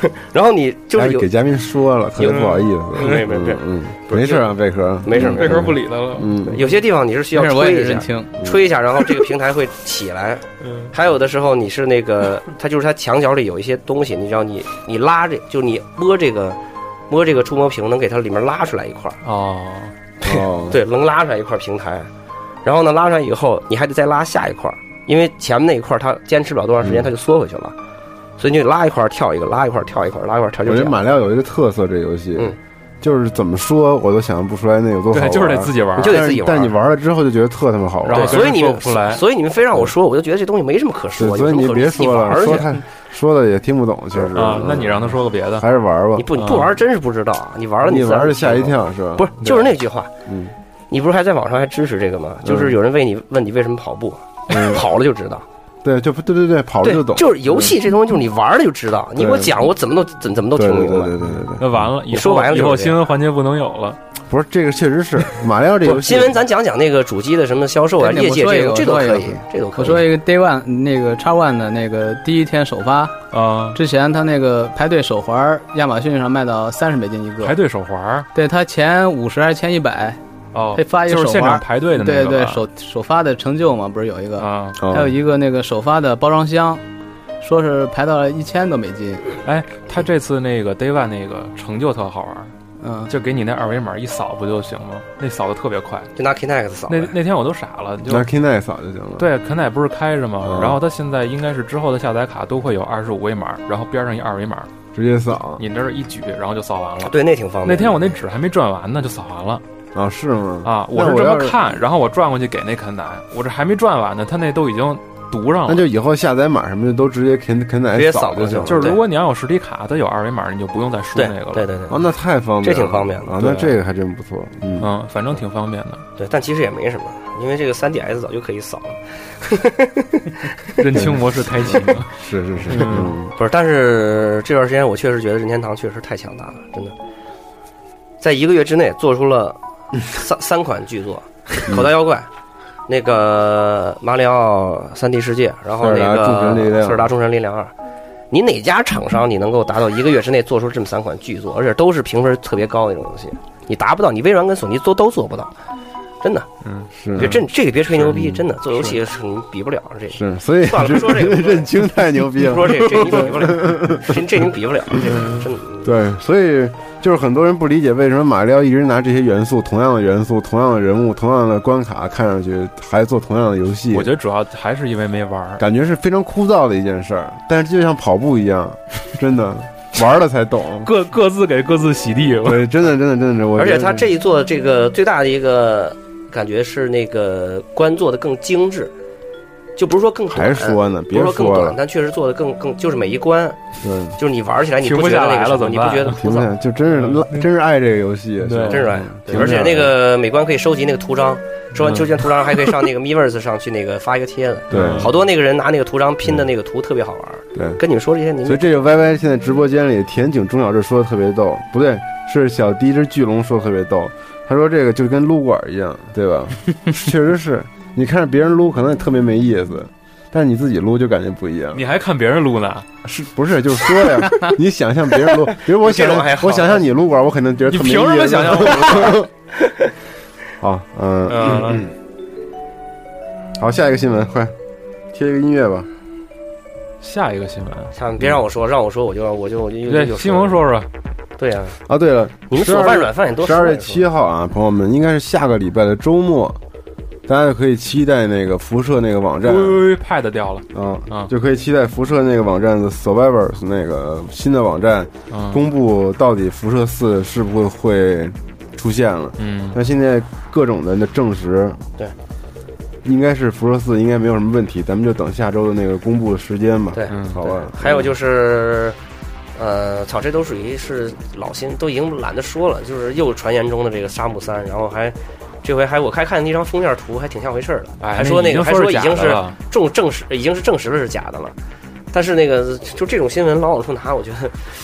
然后你就是有给嘉宾说了，特别不好意思。 没没没， 嗯，没事啊，贝壳， 没事， 贝壳不理他了。 嗯，有些地方你是需要吹一下，吹一下，然后这个平台会起来。嗯，还有的时候你是那个，它就是它墙角里有一些东西，你知道你你拉这，就是你摸这个摸这个触摸屏，能给它里面拉出来一块哦。 哦， 对，能拉出来一块平台，然后呢，拉出来以后，你还得再拉下一块，因为前面那一块它坚持不了多长时间，它就缩回去了，所以你就拉一块跳一个，拉一块跳一块，拉一块跳。 我觉得马里奥有一个特色，这游戏，嗯，就是怎么说我都想象不出来那有多好玩， 对，就是得自己玩， 你就得自己玩。 但你玩了之后就觉得特他妈好玩， 对，所以你们出来， 所以你们非让我说，我就觉得这东西没什么可说。 所以你别说了，说太说的也听不懂，确实啊。那你让他说个别的， 还是玩吧。 你不你不玩真是不知道，你玩了你玩就吓一跳是吧？ 不是，就是那句话， 嗯。 你不是还在网上还支持这个吗？就是有人问你问你为什么跑步，嗯、跑了就知道。 对，就对对对，跑了就懂。 就是游戏这东西，就是你玩了就知道。你给我讲，我怎么都怎怎么都听明白。 对对对对对。 那完了， 你说完了以后新闻环节不能有了。 不是这个，确实是马里奥这个新闻，咱讲讲那个主机的什么销售啊，业界这个这都可以，这都可以。 我说一个 Day One 那个 X One 的那个第一天首发啊， 之前他那个排队手环，亚马逊上卖到三十美金一个。 排队手环？ 对，他前五十还是前一百？ 哦， 可以发一个手就是现场排队的那个，对对，首首发的成就嘛，不是有一个啊？ 还有一个那个首发的包装箱，说是排到了一千多美金。 哎，他这次那个 Day One 那个成就特好玩， 嗯， 就给你那二维码一扫不就行吗？那扫的特别快， 就拿 Kinect 扫。 那那天我都傻了，就拿 Kinect 扫就行了。 对 ，Kinect 不是开着吗？ 嗯、 然后它现在应该是之后的下载卡都会有二十五维码，然后边上一二维码。 直接扫， 你这一举，然后就扫完了。 对，那挺方便。 那天我那纸还没转完呢，就扫完了。 啊，是吗？ 啊，我是这么看，然后我转过去给那肯奶，我这还没转完呢，他那都已经读上了。 那就以后下载码什么的都直接肯肯奶扫就行。 就是如果你要有实体卡，它有二维码，你就不用再输那个了。 对对对。 哦，那太方便了， 这挺方便的啊。那这个还真不错。 嗯嗯，反正挺方便的。 对，但其实也没什么，因为这个 三 D S 早就可以扫了。 认清模式开启了。 是是是。 嗯，不是，但是这段时间我确实觉得任天堂确实太强大了，真的，在一个月之内做出了。三三款巨作，口袋妖怪，那个马里奥三 D 世界，然后那个塞尔达众神力量二，你哪家厂商你能够达到一个月之内做出这么三款巨作，而且都是评分特别高的那种游戏？你达不到，你微软跟索尼做都做不到，真的。 嗯，是。 这这个别吹牛逼，真的做游戏你比不了这。 是，所以算了，不说这个， 认清太牛逼了。 说这个，这你比不了，这这你比不了，这个真的。 对，所以就是很多人不理解为什么马里奥一直拿这些元素，同样的元素，同样的人物，同样的关卡，看上去还做同样的游戏。 我觉得主要还是因为没玩， 感觉是非常枯燥的一件事儿。但是就像跑步一样，真的玩了才懂， 各各自给各自洗地。 对，真的真的真的。我而且他这一做这个最大的一个感觉是那个关做的更精致。就不是说更短， 还说呢，别说更短，但确实做的更更，就是每一关， 对， 就是你玩起来你不觉得那个，你不觉得枯燥， 就真是真是爱这个游戏， 对， 真是爱。而且那个每关可以收集那个图章，收完收集图章还可以上那个 Miiverse 上去那个发一个帖子， 对， 好多那个人拿那个图章拼的那个图特别好玩。 对， 跟你们说这些，你所以这个 Y Y 现在直播间里田井中小志说的特别逗，不对，是小第一只巨龙说的特别逗，他说这个就跟撸管一样，对吧？确实是，你看着别人撸可能也特别没意思。但是你自己撸就感觉不一样。 你还看别人撸呢？ 是不是？就是说呀，你想象别人撸，比如我想，我想象你撸管，我肯定觉得特没意思。 你凭什么想象我？ 好，嗯嗯嗯。好，下一个新闻，快贴一个音乐吧。 下一个新闻， 他们别让我说，让我说我就我就我就对新闻说说。 对呀、 啊，啊对了， 你们做饭软饭也多。 十二月七号啊，朋友们，应该是下个礼拜的周末。大家就可以期待那个辐射那个网站， 喂 pad 掉了， 啊啊，就可以期待辐射那个网站的 Survivors 那个新的网站、嗯、公布到底辐射四是不是会出现了。 嗯， 但现在各种的证实， 对， 应该是辐射四应该没有什么问题，咱们就等下周的那个公布的时间吧。 对， 嗯，好吧。 还有就是。呃，操，这都属于是老新，都已经懒得说了，就是又传言中的这个沙漠三，然后还这回还我还看那张封面图，还挺像回事的， 哎、 还说那个还说已经是证证实，已经是证实了是假的了。但是那个就这种新闻老往出拿，我觉得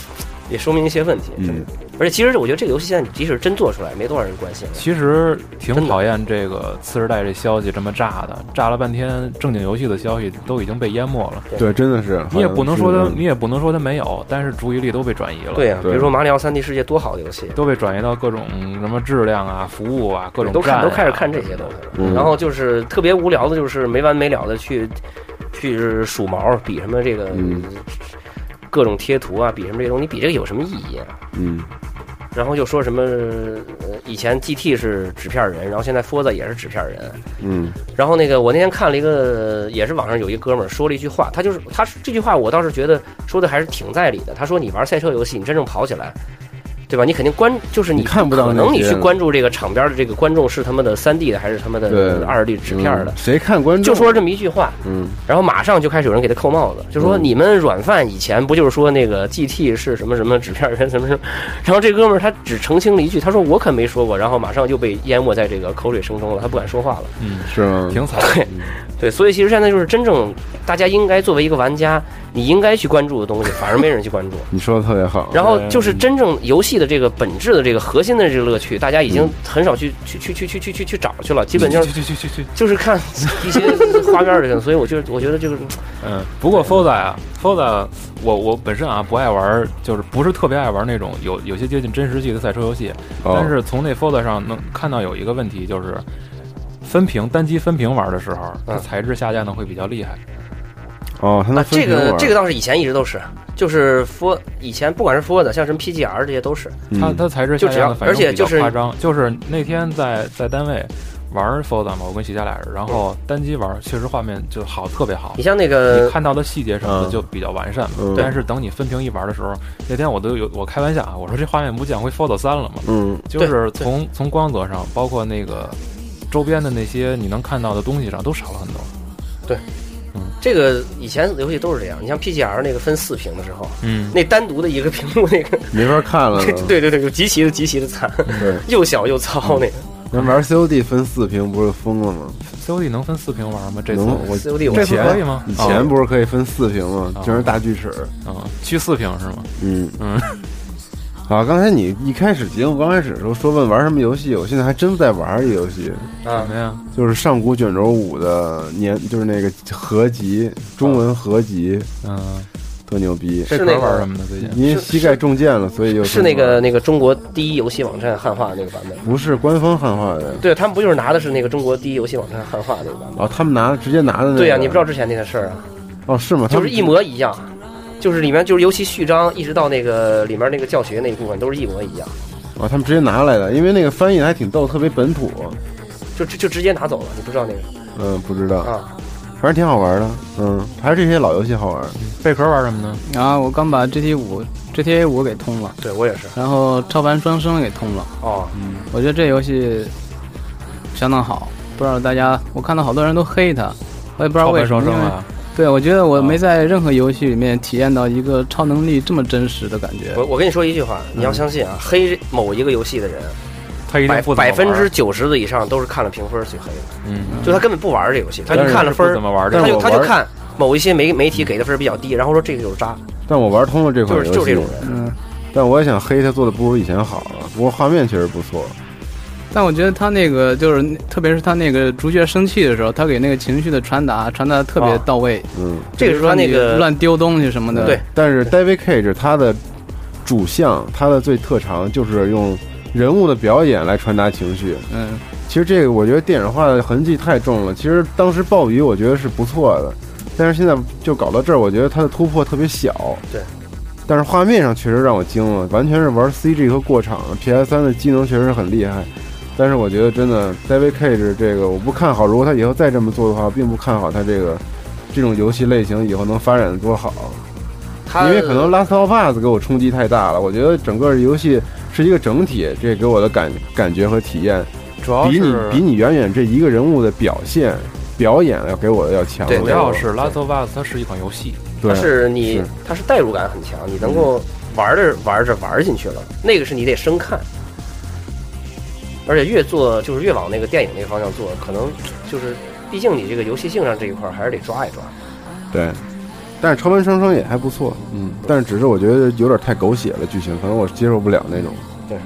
也说明一些问题。 嗯， 而且其实我觉得这个游戏现在即使真做出来，没多少人关心了。 其实挺讨厌这个次世代这消息这么炸的，炸了半天正经游戏的消息都已经被淹没了。 对，真的是。 你也不能说它，你也不能说它没有，但是注意力都被转移了。 对呀、啊，比如说《马里奥三 D 世界》多好的游戏， 都被转移到各种什么质量啊、服务啊、各种、啊、 都看都开始看这些东西了。嗯、然后就是特别无聊的，就是没完没了的去去数毛，比什么这个。嗯各种贴图啊，比什么这些东西，你比这个有什么意义啊？ 嗯， 然后又说什么，呃，以前 G T 是纸片人，然后现在 Forza 也是纸片人。 嗯， 然后那个我那天看了一个，也是网上有一个哥们儿说了一句话，他就是他这句话我倒是觉得说的还是挺在理的。他说你玩赛车游戏，你真正跑起来。对吧？你肯定关，就是你看不到， 可能你去关注这个场边的这个观众是他们的三 D 的还是他们的二 D 纸片的？ 嗯、谁看观众？ 就说这么一句话， 嗯， 然后马上就开始有人给他扣帽子，就说你们软饭以前不就是说那个 G T 是什么什么纸片人什么什么？然后这哥们儿他只澄清了一句，他说我可没说过，然后马上就被淹没在这个口水声中了，他不敢说话了。 嗯， 是吗？ 挺惨。 对，对，所以其实现在就是真正大家应该作为一个玩家，你应该去关注的东西，反而没人去关注。 你说的特别好。 然后就是真正游戏的这个本质的这个核心的这个乐趣，大家已经很少去去去去去去去去找去了，基本就是去去去去就是看一些花边的，所以我就我觉得这个嗯，不过 Forza 啊 ，Forza 我我本身啊不爱玩，就是不是特别爱玩那种有有些接近真实系的赛车游戏， 哦、 但是从那 Forza 上能看到有一个问题，就是分屏单机分屏玩的时候，它材质下降的会比较厉害。 哦，它那、 啊、这个这个倒是以前一直都是，就是 For 以前不管是 For 的，像什么 P G R 这些都是， 它它材质下降的反应比较夸张。 就就是那天在在单位玩 Forza 嘛，我跟喜佳俩人，然后单机玩，确实画面就好，特别好。 你像那个你看到的细节什么的就比较完善嘛。 嗯、 但是等你分屏一玩的时候，那天我都有我开玩笑啊，我说这画面不降回 Forza 三了吗？ 嗯， 就是从从光泽上，包括那个周边的那些你能看到的东西上都少了很多。 对。这个以前游戏都是这样，你像 P G R 那个分四屏的时候， 嗯， 那单独的一个屏幕那个没法看了， 对对对，就极其的极其的惨， 对， 又小又糙那个。 那玩 C O D 分四屏不是疯了吗 ？C O D 能分四屏玩吗？这次我 C O D 这次可以吗？ 以前不是可以分四屏吗？竟然大锯齿啊，去四屏是吗？ 嗯嗯。 好，刚才你一开始节目刚开始的时候说问玩什么游戏，我现在还真在玩一个游戏， 什么呀？ 就是上古卷轴五的年，就是那个合集，中文合集， 嗯， 特牛逼。 这那玩什么的？最近因为膝盖中箭了，所以就是那个那个中国第一游戏网站汉化那个版本， 不是官方汉化的。 对他们不就是拿的是那个中国第一游戏网站汉化那个版本？ 哦，他们拿直接拿的那个。 对呀、啊，你不知道之前那个事儿啊？ 哦，是吗？ 就是一模一样。就是里面就是游戏序章一直到那个里面那个教学那一部分都是一模一样。 啊，他们直接拿来的，因为那个翻译还挺逗，特别本土， 就就直接拿走了。你不知道那个？ 嗯，不知道啊， 反正挺好玩的。嗯，还是这些老游戏好玩。 贝壳玩什么呢？ 啊，我刚把 G T 五 G T A 五给通了， 对我也是。 然后超凡双生给通了。 哦， 嗯，我觉得这游戏相当好，不知道大家，我看到好多人都黑它，我也不知道为什么。 超凡双生啊。 对，我觉得我没在任何游戏里面体验到一个超能力这么真实的感觉。 我我跟你说一句话，你要相信啊，嗯、黑某一个游戏的人， 他一定不百分之九十的以上都是看了评分去黑的。 嗯， 就他根本不玩这游戏，他就看了分， 怎么玩他就他就看某一些媒媒体给的分比较低，然后说这个就是渣。 但我玩通了这款游戏， 就是就是这种人。 嗯， 但我也想黑他做的不如以前好了，不过画面确实不错。 但我觉得他那个就是，特别是他那个主角生气的时候，他给那个情绪的传达传达特别到位。 哦、嗯， 这个是他那个乱丢东西什么的。 对， 但是 David Cage 他的主项，他的最特长就是用人物的表演来传达情绪。 嗯， 其实这个我觉得电影化的痕迹太重了。其实当时暴雨我觉得是不错的，但是现在就搞到这儿，我觉得它的突破特别小。 对。 但是画面上确实让我惊了，完全是玩 C G 和过场。P S 三 的机能确实很厉害。但是我觉得真的 David Cage 这个我不看好，如果他以后再这么做的话，并不看好他这个这种游戏类型以后能发展的多好。因为可能 Last of Us 给我冲击太大了，我觉得整个游戏是一个整体，这给我的感感觉和体验， 主要比你比你远远这一个人物的表现表演要给我的要强。 主要是 Last of Us 它是一款游戏， 对， 它是你它是代入感很强，你能够玩着玩着玩进去了，那个是你得生看。而且越做就是越往那个电影那个方向做，可能就是毕竟你这个游戏性上这一块还是得抓一抓。 对， 但是超凡生生也还不错，嗯，但是只是我觉得有点太狗血了剧情，可能我接受不了那种。 对，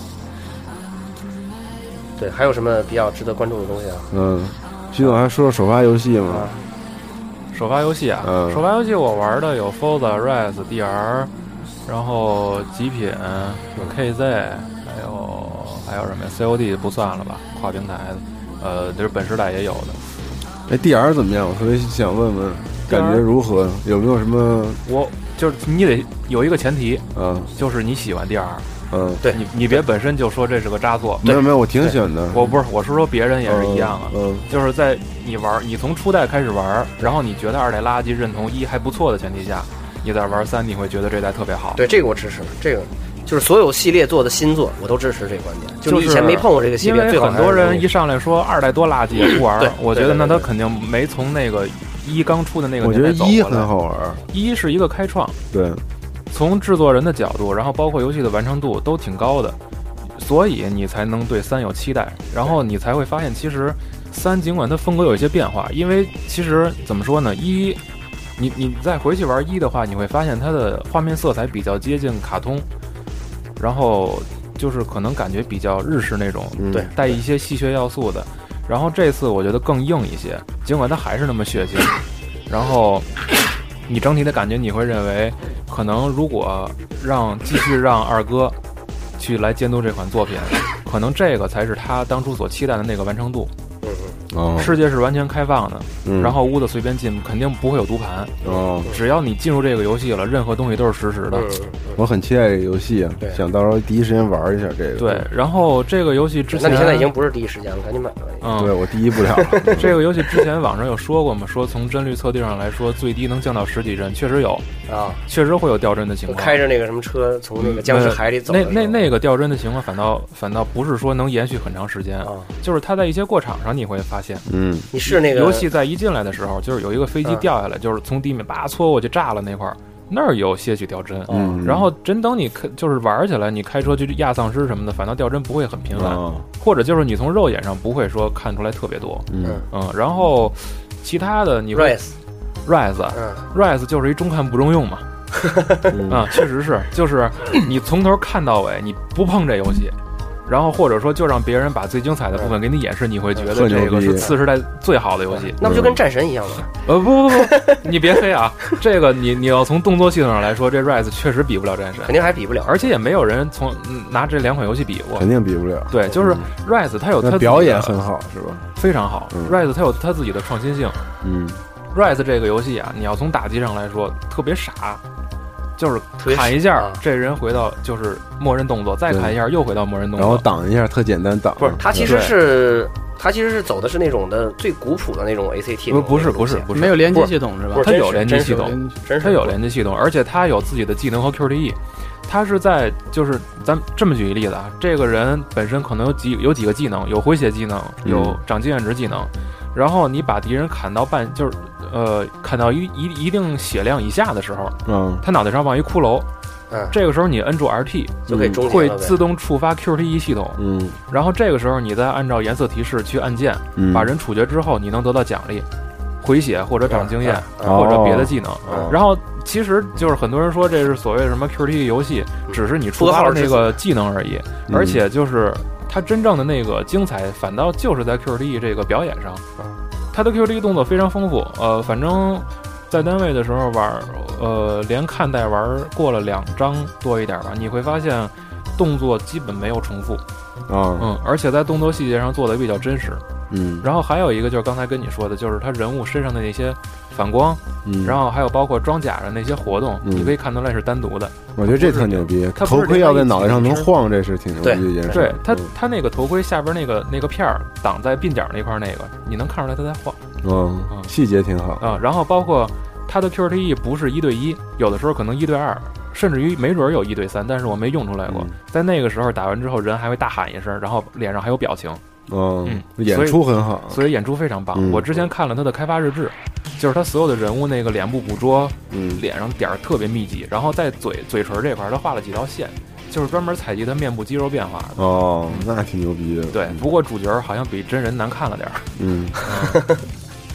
对，还有什么比较值得关注的东西啊？ 嗯，徐总还说说首发游戏吗？ 啊、首发游戏啊， 嗯、 首发游戏我玩的有 Forza、Rise、D R， 然后极品、K Z， 还有还有什么呀 ？C O D 不算了吧，跨平台的，呃，就是本时代也有的。 哎 ，D R 怎么样？我特别想问问，感觉如何？有没有什么？ 我就是你得有一个前提， 嗯， 就是你喜欢 D R， 嗯， 对你你别本身就说这是个渣作， 没有没有，我挺喜欢的。 我不是，我是说别人也是一样啊， 嗯， 就是在你玩，你从初代开始玩，然后你觉得二代垃圾，认同一还不错的前提下，你在玩三，你会觉得这代特别好。 对，这个我支持，这个。就是所有系列做的新作，我都支持这个观点。就是以前没碰过这个系列， 因为很多人一上来说二代多垃圾也不玩，我觉得那他肯定没从那个一刚出的那个年代走过来。 我觉得一很好玩， 一是一个开创， 对， 从制作人的角度，然后包括游戏的完成度都挺高的，所以你才能对三有期待，然后你才会发现其实三尽管它风格有一些变化，因为其实怎么说呢，一你你再回去玩一的话，你会发现它的画面色彩比较接近卡通。然后就是可能感觉比较日式那种， 对， 带一些戏谑要素的。然后这次我觉得更硬一些，尽管它还是那么血腥。然后你整体的感觉，你会认为可能如果让继续让二哥去来监督这款作品，可能这个才是他当初所期待的那个完成度。 哦， 世界是完全开放的， 嗯、 然后屋子随便进，肯定不会有读盘。 哦， 只要你进入这个游戏了，任何东西都是实时的。 嗯、 我很期待这个游戏啊，想到时候第一时间玩一下这个。 对，然后这个游戏之前， 那你现在已经不是第一时间了，赶紧买吧。 嗯， 对我第一不了了。 这个游戏之前网上有说过嘛，说从帧率测定上来说，最低能降到十几帧，确实有啊， 确实会有掉帧的情况。 开着那个什么车从那个僵尸海里走、 嗯，那那那个掉帧的情况，反倒反倒不是说能延续很长时间， 啊、 就是它在一些过场上你会发现， 嗯。 你是那个游戏在一进来的时候，就是有一个飞机掉下来，嗯、就是从地面叭戳过去炸了那块儿，那儿有些许掉帧。 嗯， 然后真等你开就是玩起来，你开车去压丧尸什么的，反倒掉帧不会很频繁， 哦、 或者就是你从肉眼上不会说看出来特别多。 嗯嗯，然后其他的你会 Rise Rise 嗯 Rise 就是一中看不中用嘛。 嗯、 啊，确实是，就是你从头看到尾，你不碰这游戏。然后或者说就让别人把最精彩的部分给你演示，你会觉得这个是次时代最好的游戏。 那不就跟战神一样吗？ 呃，不不不，你别黑啊！这个你你要从动作系统上来说，这 Rise 确实比不了战神， 肯定还比不了， 而且也没有人从拿这两款游戏比过， 肯定比不了。 对，就是 Rise 它有它表演很好，是吧？ 非常好。 嗯、 Rise 它有它自己的创新性。 嗯 ，Rise 这个游戏啊，你要从打击上来说特别傻。就是砍一下，这人回到就是默认动作，再砍一下又回到默认动作， 然后挡一下特简单挡。 不是，它其实是它其实是走的是那种的最古朴的那种 A C T。 不不是不是不是没有联机系统是吧？ 它有联机系统，它有联机系统，而且它有自己的技能和 Q T E。它是在就是咱这么举一个例子啊，这个人本身可能有几有几个技能，有回血技能，有长经验值技能，然后你把敌人砍到半就是。呃，砍到一一一定血量以下的时候， 嗯， 他脑袋上放一骷髅， 嗯， 这个时候你摁住 R T 就可以终结了， 会自动触发 Q T E 系统， 嗯， 然后这个时候你再按照颜色提示去按键， 嗯， 把人处决之后，你能得到奖励，回血或者长经验、 嗯、 或者别的技能， 哦、 然后其实就是很多人说这是所谓什么 Q T E 游戏，只是你触发了那个技能而已， 嗯、 而且就是它真正的那个精彩，反倒就是在 Q T E 这个表演上。他的 Q T E 动作非常丰富，呃，反正在单位的时候玩，呃，连看带玩过了两章多一点吧，你会发现动作基本没有重复， 啊， 嗯，而且在动作细节上做的比较真实， 嗯， 然后还有一个就是刚才跟你说的，就是他人物身上的那些反光， 嗯， 然后还有包括装甲的那些活动， 嗯、 你可以看出来是单独的。 我觉得这特牛逼，头盔要在脑袋上能晃，这是挺牛逼的一件事。 对他，他那个头盔下边那个那个片儿挡在鬓角那块那个，你能看出来他在晃。 嗯，细节挺好啊、嗯。然后包括他的 Q T E 不是一对一，有的时候可能一对二，甚至于没准有一对三，但是我没用出来过。 嗯、 在那个时候打完之后，人还会大喊一声，然后脸上还有表情。 嗯， 嗯演出很好， 所以，所以演出非常棒。 嗯、 我之前看了他的开发日志，就是他所有的人物那个脸部捕捉， 嗯， 脸上点儿特别密集，然后在嘴嘴唇这块他画了几条线，就是专门采集他面部肌肉变化的。 哦，那挺牛逼的。 对，不过主角好像比真人难看了点儿。 嗯。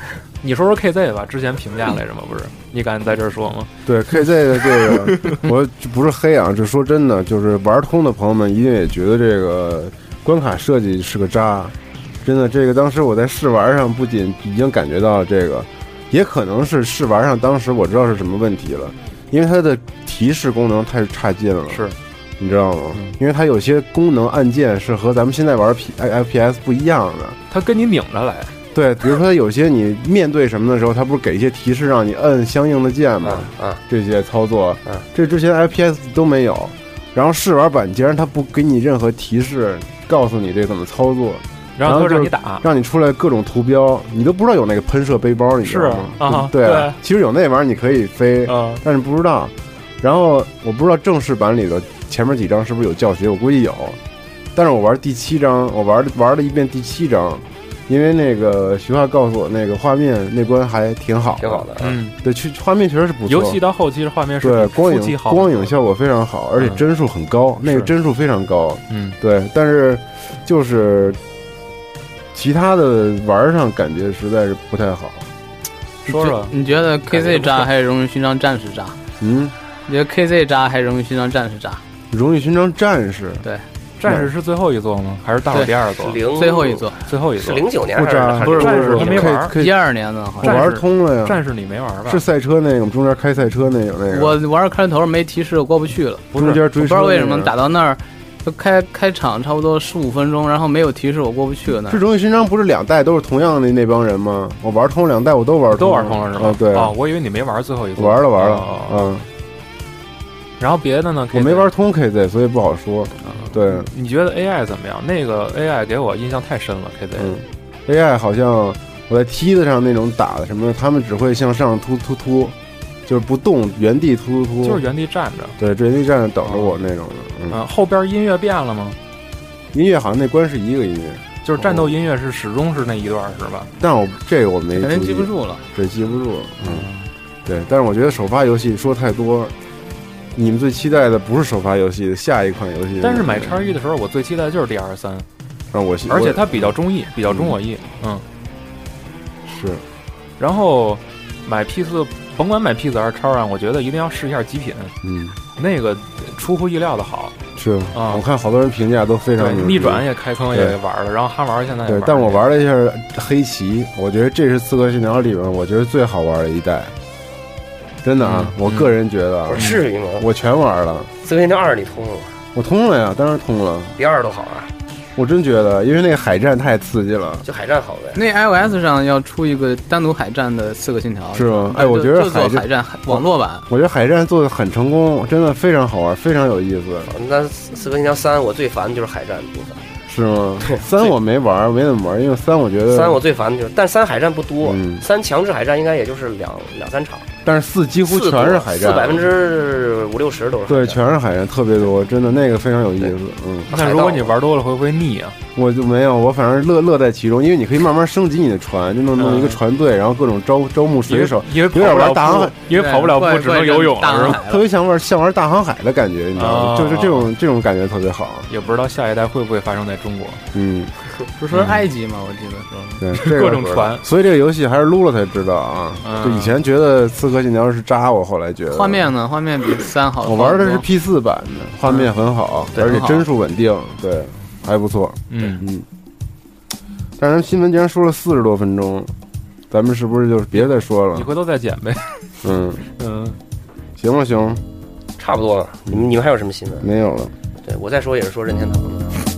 你说说 K Z 吧，之前评价来着吗？不是，你敢在这儿说吗？ 对 K Z 的这个，我不是黑啊，这说真的，就是玩通的朋友们一定也觉得这个关卡设计是个渣。真的，这个当时我在试玩上不仅已经感觉到这个，也可能是试玩上当时我知道是什么问题了，因为它的提示功能太差劲了。 是。 你知道吗？因为它有些功能按键是和咱们现在玩 P F P S 不一样的， 它跟你拧着来。 对，比如说有些你面对什么的时候，它不是给一些提示让你摁相应的键吗？ 啊，啊这些操作， 啊， 这之前 F P S 都没有。然后试玩版竟然它不给你任何提示，告诉你这怎么操作， 然后就让你打， 让你出来各种图标，你都不知道有那个喷射背包，你知道吗？ 是啊， 对， 对其实有那玩意儿你可以飞， 啊， 但是不知道。然后我不知道正式版里的前面几章是不是有教学，我估计有。但是我玩第七章，我玩玩了一遍第七章，因为那个徐化告诉我，那个画面那关还挺好， 挺好的。 嗯， 对，去画面确实是不错。 游戏到后期的画面是对光影好光影效果非常好，而且帧数很高， 嗯、 那个帧数非常高。 嗯， 对，但是就是其他的玩上感觉实在是不太好。 说说， 你觉得 K Z 渣还是荣誉勋章战士渣？ 嗯。 你觉得 K Z 渣还是荣誉勋章战士渣？ 荣誉勋章战士， 对， 战士是最后一座吗？还是大伙第二座？ 最后一座， 最后一座是零九年还是？ 不是， 战士他没玩， 一二年的， 我玩通了呀。 战士你没玩吧？ 是赛车那个，我们中间开赛车那个那个。 我玩开头没提示，我过不去了。 中间追车， 不知道为什么打到那儿。就开开场差不多十五分钟，然后没有提示，我过不去了呢。 这荣誉勋章不是两代都是同样的那帮人吗？我玩通两代，我都玩通都玩通了是吗？ 啊，对啊，我以为你没玩最后一座。 玩了玩了，嗯。 然后别的呢？ 我没玩通 K Z， 所以不好说。对， 你觉得 A I 怎么样？那个 A I 给我印象太深了 ，K Z。 嗯 ，A I 好像我在梯子上那种打的什么，他们只会向上突突突。就是不动，原地突突突， 就是原地站着， 对，原地站着等着我那种的。嗯， 啊、后边音乐变了吗？ 音乐好像那关是一个音乐， 就是战斗音乐是始终是那一段是吧？ 但我这个我没肯定记不住了， 对，记不住了。嗯，对，但是我觉得首发游戏说太多，你们最期待的不是首发游戏的下一款游戏。 但是买叉一的时候，我最期待的就是 D R 三， 啊，我而且它比较中意，比较中我意，嗯， 是。 然后买 P 四。甭管买 P 四还是超啊，我觉得一定要试一下极品。 嗯， 那个出乎意料的好。 是啊、嗯， 我看好多人评价都非常逆转也开坑也玩了，然后哈玩现在也对，但我玩了一下黑旗，我觉得这是刺客信条里面我觉得最好玩的一代。真的啊， 嗯、 我个人觉得， 我至于吗？ 我全玩了。 刺客信条二你通了吗？ 我通了呀，当然通了。 比二都好啊。 我真觉得，因为那个海战太刺激了， 就海战好呗。 那 iOS 上要出一个单独海战的刺客信条， 是吗？哎，我觉得海战海战网络版， 我觉得海战做的很成功，真的非常好玩，非常有意思。 那刺客信条三我最烦的就是海战部分。 是吗？三我没玩，没怎么玩，因为三我觉得三我最烦的就是，但三海战不多， 嗯、 三强制海战应该也就是两两三场。 但是四几乎全是海战， 四百分之五六十都是。 对，全是海战，特别多，真的那个非常有意思。嗯， 那如果你玩多了，会不会腻啊？ 我就没有，我反正乐乐在其中，因为你可以慢慢升级你的船，就弄弄一个船队，然后各种招招募水手， 因为有点玩大航海， 因为跑不了步，只能游泳了，是吧？ 特别想玩像玩大航海的感觉，你知道吗？就是这种这种感觉特别好。 也不知道下一代会不会发生在中国。 嗯， 不是埃及吗？我记得是。对， 各种船， 所以这个游戏还是撸了才知道啊。就以前觉得《刺客信条》是渣，我后来觉得画面呢，画面比三好。 我玩的是 P 四版的，画面很好，而且帧数稳定，对，还不错。 嗯嗯。但是新闻竟然说了四十多分钟，咱们是不是就是别再说了？ 你回头再剪呗。 嗯嗯， 行吧行， 差不多了。你们你们还有什么新闻？ 没有了。 对我再说也是说任天堂的。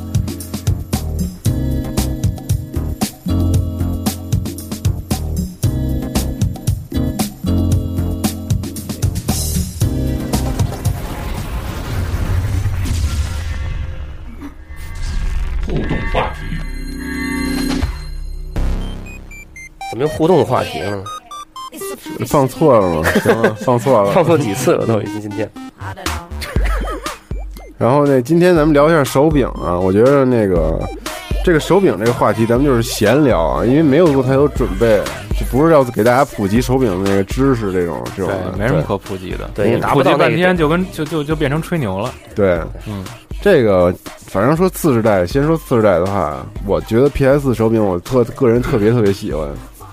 互动话题。 怎么又互动话题了呢？ 放错了吗？行了，放错了， 放错几次了都已经今天。 然后呢，今天咱们聊一下手柄啊，我觉得那个这个手柄这个话题，咱们就是闲聊啊，因为没有做太多准备，就不是要给大家普及手柄的那个知识这种这种的， 对，没什么可普及的， 对，也达不到那半天就跟就就就变成吹牛了。 对， 嗯， 这个反正说次世代，先说次世代的话，我觉得 P S 手柄我特个人特别特别喜欢。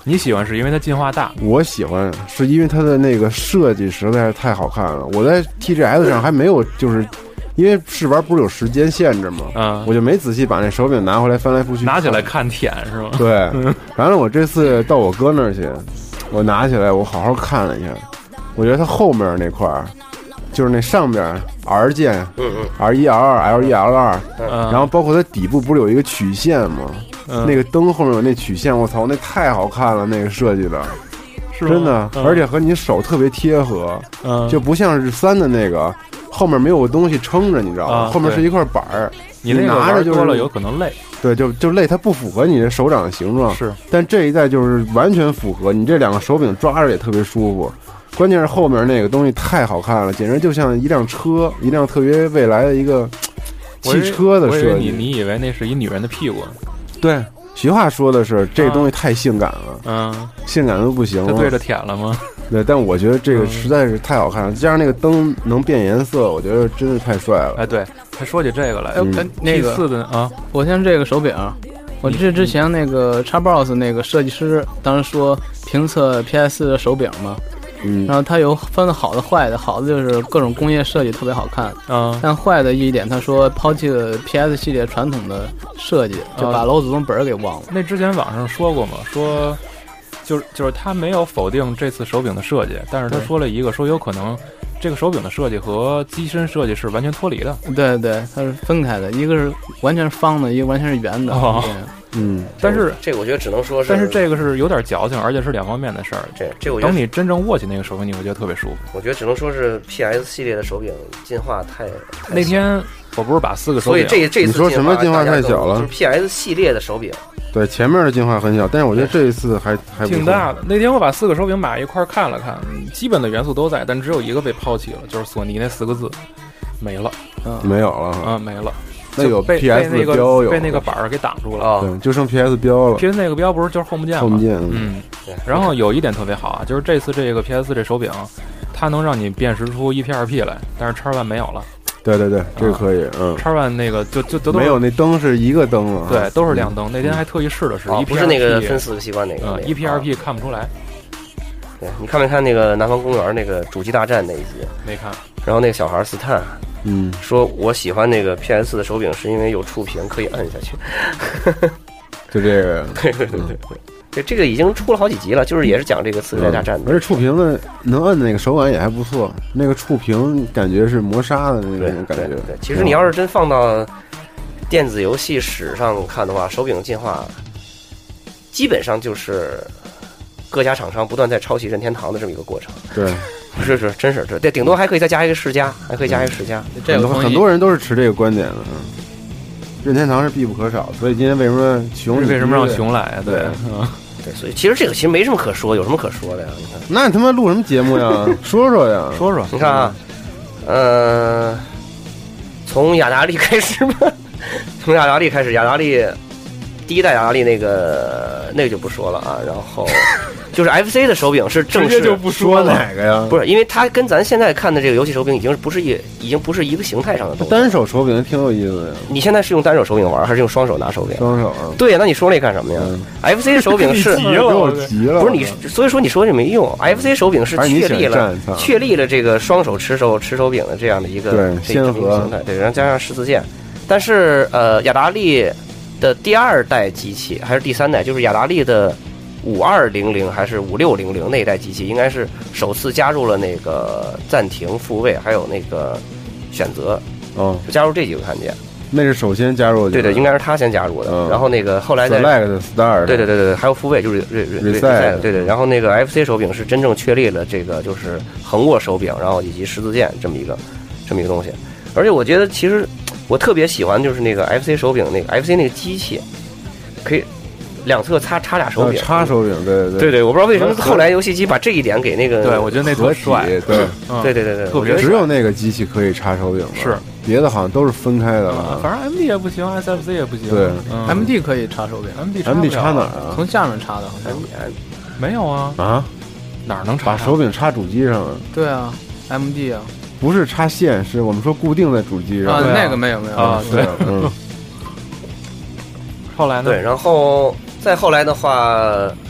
你喜欢是因为它进化大， 我喜欢是因为它的那个设计实在是太好看了。我在 T G S 上还没有，就是因为试玩不是有时间限制嘛， 嗯， 我就没仔细把那手柄拿回来翻来覆去拿起来看舔是吗？ 对，然后我这次到我哥那儿去，我拿起来我好好看了一下，我觉得它后面那块儿。就是那上边 R 键，嗯嗯 ，R 一 R 二 L 一 L 二， 嗯， 然后包括它底部不是有一个曲线吗？ 嗯， 那个灯后面有那曲线，我操，那太好看了，那个设计的， 是真的， 嗯、 而且和你手特别贴合， 嗯， 就不像是三的那个后面没有个东西撑着，你知道吗？ 啊、 后面是一块板儿， 你那个拿着就是了有可能累， 对，就就累，它不符合你的手掌的形状， 是， 但这一代就是完全符合，你这两个手柄抓着也特别舒服。关键是后面那个东西太好看了，简直就像一辆车，一辆特别未来的一个汽车的设计。 你你以为那是一女人的屁股？ 对，徐话说的是这东西太性感了， 嗯， 性感都不行了。 就对着舔了吗？ 对，但我觉得这个实在是太好看了，加上那个灯能变颜色，我觉得真是太帅了。 哎，对，还说起这个来， 哎，嗯、那个四的啊， 我像这个手柄。我这之前那个 Xbox 那个设计师当时说评测 P S 的手柄嘛， 嗯， 然后它有分了好的坏的，好的就是各种工业设计特别好看， 嗯， 但坏的一点他说抛弃了 P S 系列传统的设计，就把楼子中本给忘了。 那之前网上说过嘛，说就是就是他没有否定这次手柄的设计，但是他说了一个说有可能这个手柄的设计和机身设计是完全脱离的。 对对，它是分开的，一个是完全是方的，一个完全是圆的。 哦、 嗯， 但是这个我觉得只能说是， 但是这个是有点矫情，而且是两方面的事儿。 这这我觉得等你真正握起那个手柄，你会觉得特别舒服。 我觉得只能说是 P S 系列的手柄进化太。太那天我不是把四个手柄， 所以这这次你说什么进化太小了？ 就是 P S 系列的手柄。 对，前面的进化很小，但是我觉得这一次还还挺大的。那天我把四个手柄码一块看了看，基本的元素都在，但只有一个被抛弃了，就是索尼那四个字没了， 嗯，没有了， 嗯，没了。 那有 P S 的标有被那个板儿给挡住了啊，对，就剩 P S 标了。 P S 那个标不是就是 Home 键吗 ？Home 键， 嗯。然后有一点特别好啊，就是这次这个 P S 这手柄，它能让你辨识出 E P 二 P 来，但是 X One 没有了。 对对对，这个可以，嗯。 X One 那个就就都没有那灯是一个灯了， 对，都是亮灯。那天还特意试了试， 不是那个分四个器官那个 ，E P 二 P 看不出来。 对，你看没看那个南方公园那个主机大战那一集？ 没看。 然后那个小孩斯坦， 嗯， 说我喜欢那个 P S 的手柄是因为有触屏可以摁下去。 就这个， 对对对对对。这这个已经出了好几集了，就是也是讲这个次世代大战的、 嗯，而且触屏的能摁的那个手感也还不错，那个触屏感觉是磨砂的那种感觉。 对对对，其实你要是真放到电子游戏史上看的话，手柄进化基本上就是各家厂商不断在抄袭任天堂的这么一个过程。 对， 是是，真是这，对，顶多还可以再加一个世嘉，还可以加一个世嘉。 这个很多人都是持这个观点的，嗯。任天堂是必不可少，所以今天为什么熊为什么让熊来啊？ 对， 嗯，对，所以其实这个其实没什么可说，有什么可说的呀？你看， 那你他妈录什么节目呀？说说呀， 说说。 你看啊，呃，从雅达利开始吧，从雅达利开始，雅达利第一代雅达利那个那个就不说了啊，然后就是 F C 的手柄是正式， 就不说哪个呀？ 不是，因为它跟咱现在看的这个游戏手柄已经不是一已经不是一个形态上的东西。 单手手柄挺有意思的。 你现在是用单手手柄玩，还是用双手拿手柄？ 双手啊。 对呀，那你说那干什么呀、嗯、？F C 手柄是急了，我急了。 不是你，所以说你说这没用。F C 手柄是确立了确立了这个双手持手持手柄的这样的一个对先河形态，对，然后加上十字键。但是呃，雅达利的第二代机器还是第三代，就是雅达利的五二零零还是五六零零那一代机器，应该是首次加入了那个暂停复位，还有那个选择， 哦， 就加入这几个看键。 那是首先加入的， 对对，应该是他先加入的。嗯、然后那个后来在 Select Star， 对对对对，还有复位，就是 Reset， 对对。然后那个 F C 手柄是真正确立了这个就是横握手柄，然后以及十字键这么一个这么一个东西。而且我觉得其实我特别喜欢就是那个 F C 手柄，那个 F C 那个机器可以两侧插插俩手柄， 插手柄，对对对对，我不知道为什么后来游戏机把这一点给那个， 对我觉得那特帅， 对对对对对， 特别只有那个机器可以插手柄， 是别的好像都是分开的了。 反正 M D 也不行 ，S F C 也不行。 对 ，M D 可以插手柄 ，M D M D 插哪儿啊？ 从下面插的，好像没有啊啊， 哪儿能插？ 把手柄插主机上了？ 对啊 ，M D 啊， 不是插线，是我们说固定在主机上。 啊，那个没有没有啊，对， 嗯。 后来呢？ 对，然后再后来的话，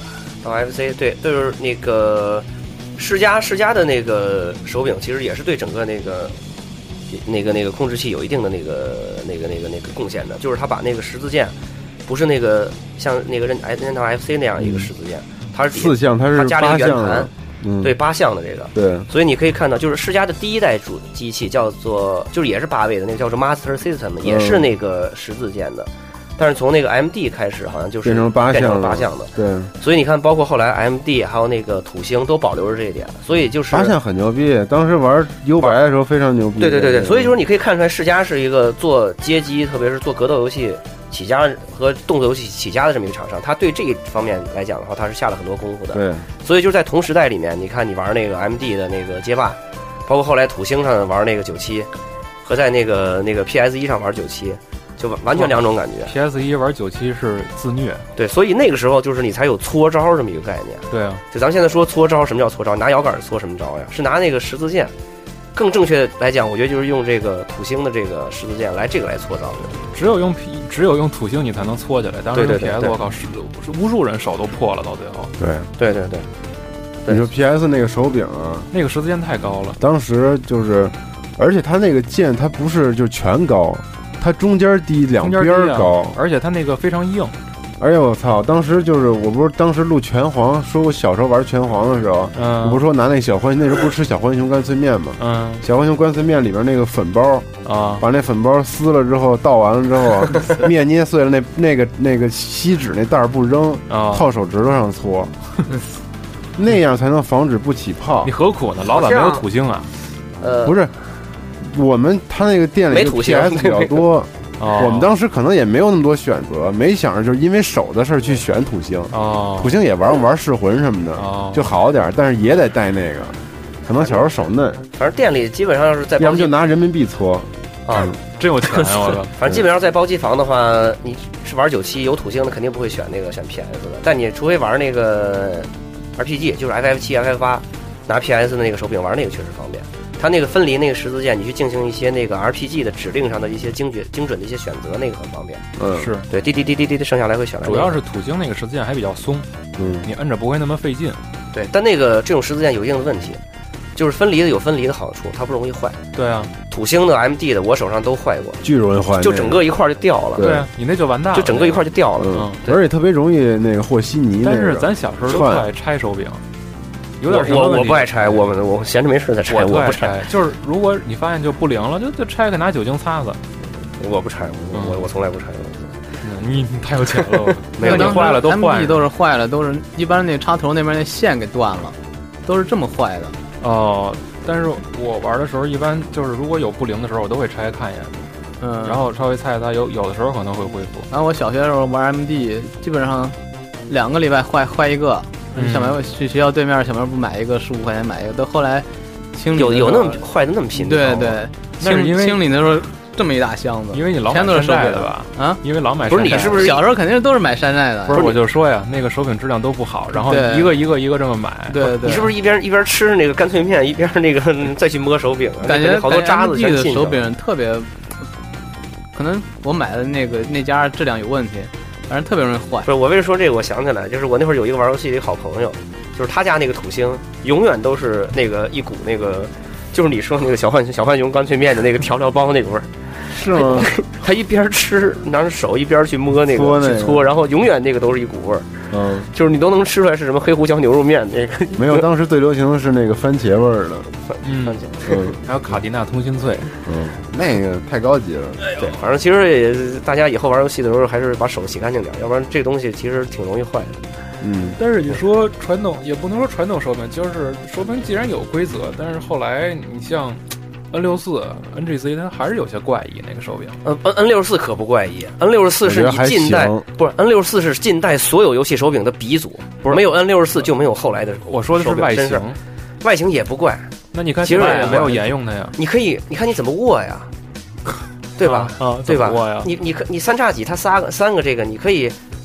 哦 F C 对，就是那个世嘉世嘉的那个手柄，其实也是对整个那个那个那个控制器有一定的那个那个那个那个贡献的，就是它把那个十字键不是那个像那个任天堂 F C 那样一个十字键，它是四项，它是它加了一个圆八盘。嗯，对，八项的这个， 对， 所以你可以看到，就是世嘉的第一代主机器叫做，就是也是八位的那个叫做 Master System，、嗯、也是那个十字键的，但是从那个 M D 开始，好像就是变成八项八项的， 对， 所以你看，包括后来 M D 还有那个土星都保留着这一点，所以就是八项很牛逼，当时玩 U 百的时候非常牛逼， 对对对对，所以就是你可以看出来，世嘉是一个做街机，特别是做格斗游戏起家和动作游戏起家的这么一个厂商，他对这一方面来讲的话，他是下了很多功夫的。 对， 所以就是在同时代里面，你看你玩那个 M D 的那个街霸，包括后来土星上玩那个九七，和在那个那个 P S 一上玩九七，就完全两种感觉。 P S 一玩九七是自虐， 对，所以那个时候就是你才有搓招这么一个概念。 对啊， 就咱们现在说搓招，什么叫搓招？拿摇杆搓什么招呀？是拿那个十字键。更正确来讲，我觉得就是用这个土星的这个十字键来这个来搓招。 只有用 P， 只有用土星你才能搓起来。当时用 P S， 我靠，是无数人手都破了，到最后。 对对对对。 你说 P S 那个手柄啊， 那个十字键太高了。 当时就是，而且它那个键它不是就全高，它中间低，两边高， 啊、而且它那个非常硬。 而且我操，当时就是我不是当时录拳皇，说我小时候玩拳皇的时候， 嗯， 我不是说拿那小浣，那时候不是吃小浣熊干脆面嘛， 嗯， 小浣熊干脆面里边那个粉包啊， 把那粉包撕了之后倒完了之后，面捏碎了，那那个那个锡纸那袋儿不扔， 啊， 套手指头上搓，那样才能防止不起泡。 你何苦呢？老板没有土星啊？ 呃， 不是，我们他那个店里 P S 比较多。 哦、 我们当时可能也没有那么多选择，没想着就是因为手的事儿去选土星。 哦， 土星也玩玩噬魂什么的， 哦， 就好点，但是也得带那个。可能小时候手嫩， 反正店里基本上是在， 要不就拿人民币搓。 啊， 真有钱啊！我操！ 反正基本上在包机房的话，你是玩九七有土星的，肯定不会选那个选 P S 的。但你除非玩那个 R P G， 就是 F F 七、F F 八，拿 P S 的那个手柄玩那个确实方便。它那个分离那个十字键，你去进行一些那个 R P G 的指令上的一些精确、精准的一些选择，那个很方便。 嗯， 是对，滴滴滴滴滴滴，剩下来会选来、那个。 主要是土星那个十字键还比较松， 嗯， 你摁着不会那么费劲。 对，但那个这种十字键有一定的问题，就是分离的有分离的好处，它不容易坏。 对啊， 土星的 M D 的我手上都坏过， 巨容易坏， 就整个一块就掉了。 对啊，你那就完蛋了， 就整个一块就掉了。 嗯，而且特别容易那个和稀泥。 但是咱小时候都爱拆手柄。有点什么我我不爱拆，我们我闲着没事再拆， 我不拆。 就是如果你发现就不灵了，就就拆开拿酒精擦擦。 我不拆，我、嗯、我我从来不拆。 嗯、你你太有钱了， 没有你坏了都坏了 ，M D 都是坏了，都是一般那插头那边那线给断了，都是这么坏的。 哦，但是我玩的时候一般就是如果有不灵的时候，我都会拆开看一眼。 嗯， 然后稍微猜它有有的时候可能会恢复。 然后我小学的时候玩 M D， 基本上两个礼拜坏坏一个。小卖部去学校对面小卖部买一个十五块钱买一个，到后来清理有有那么坏的那么频对对， 那是因为清理的时候这么一大箱子， 因为你老买山寨的吧？ 啊， 因为老买不是你是不是小时候肯定都是买山寨的？ 不是，我就说呀，那个手柄质量都不好，然后一个一个一个这么买。 对对， 你是不是一边一边吃那个干脆面，一边那个再去摸手柄？ 感觉好多渣子全进手柄特别，可能我买的那个那家质量有问题。反正特别容易坏。 不是，我为了说这个，我想起来，就是我那会儿有一个玩游戏的一个好朋友，就是他家那个土星永远都是那个一股那个，就是你说那个小浣小浣熊干脆面的那个调料包那个味儿。 是吗？ 他一边吃拿着手一边去摸那个搓那个去搓，然后永远那个都是一股味儿。 嗯， 就是你都能吃出来是什么黑胡椒牛肉面那个。 没有，当时最流行的是那个番茄味儿的， 嗯， 番茄， 嗯， 还有卡迪娜通心脆， 嗯，那个太高级了。 对，反正其实也大家以后玩游戏的时候还是把手洗干净点，要不然这东西其实挺容易坏的。 嗯， 但是你说传统也不能说传统手柄，就是手柄既然有规则，但是后来你像 N 六十四、N G C 它还是有些怪异，那个手柄。 呃 ，N N 六十四可不怪异 ，N 六十四是你近代不是 N 六十四是近代所有游戏手柄的鼻祖，不是没有 N 六十四就没有后来的。 我说的是外形， 外形也不怪。 那你看， 其实也没有沿用它呀。 你可以，你看你怎么握呀，对吧？ 啊， 对吧？ 握呀， 你你可你三叉戟它仨个三个这个，你可以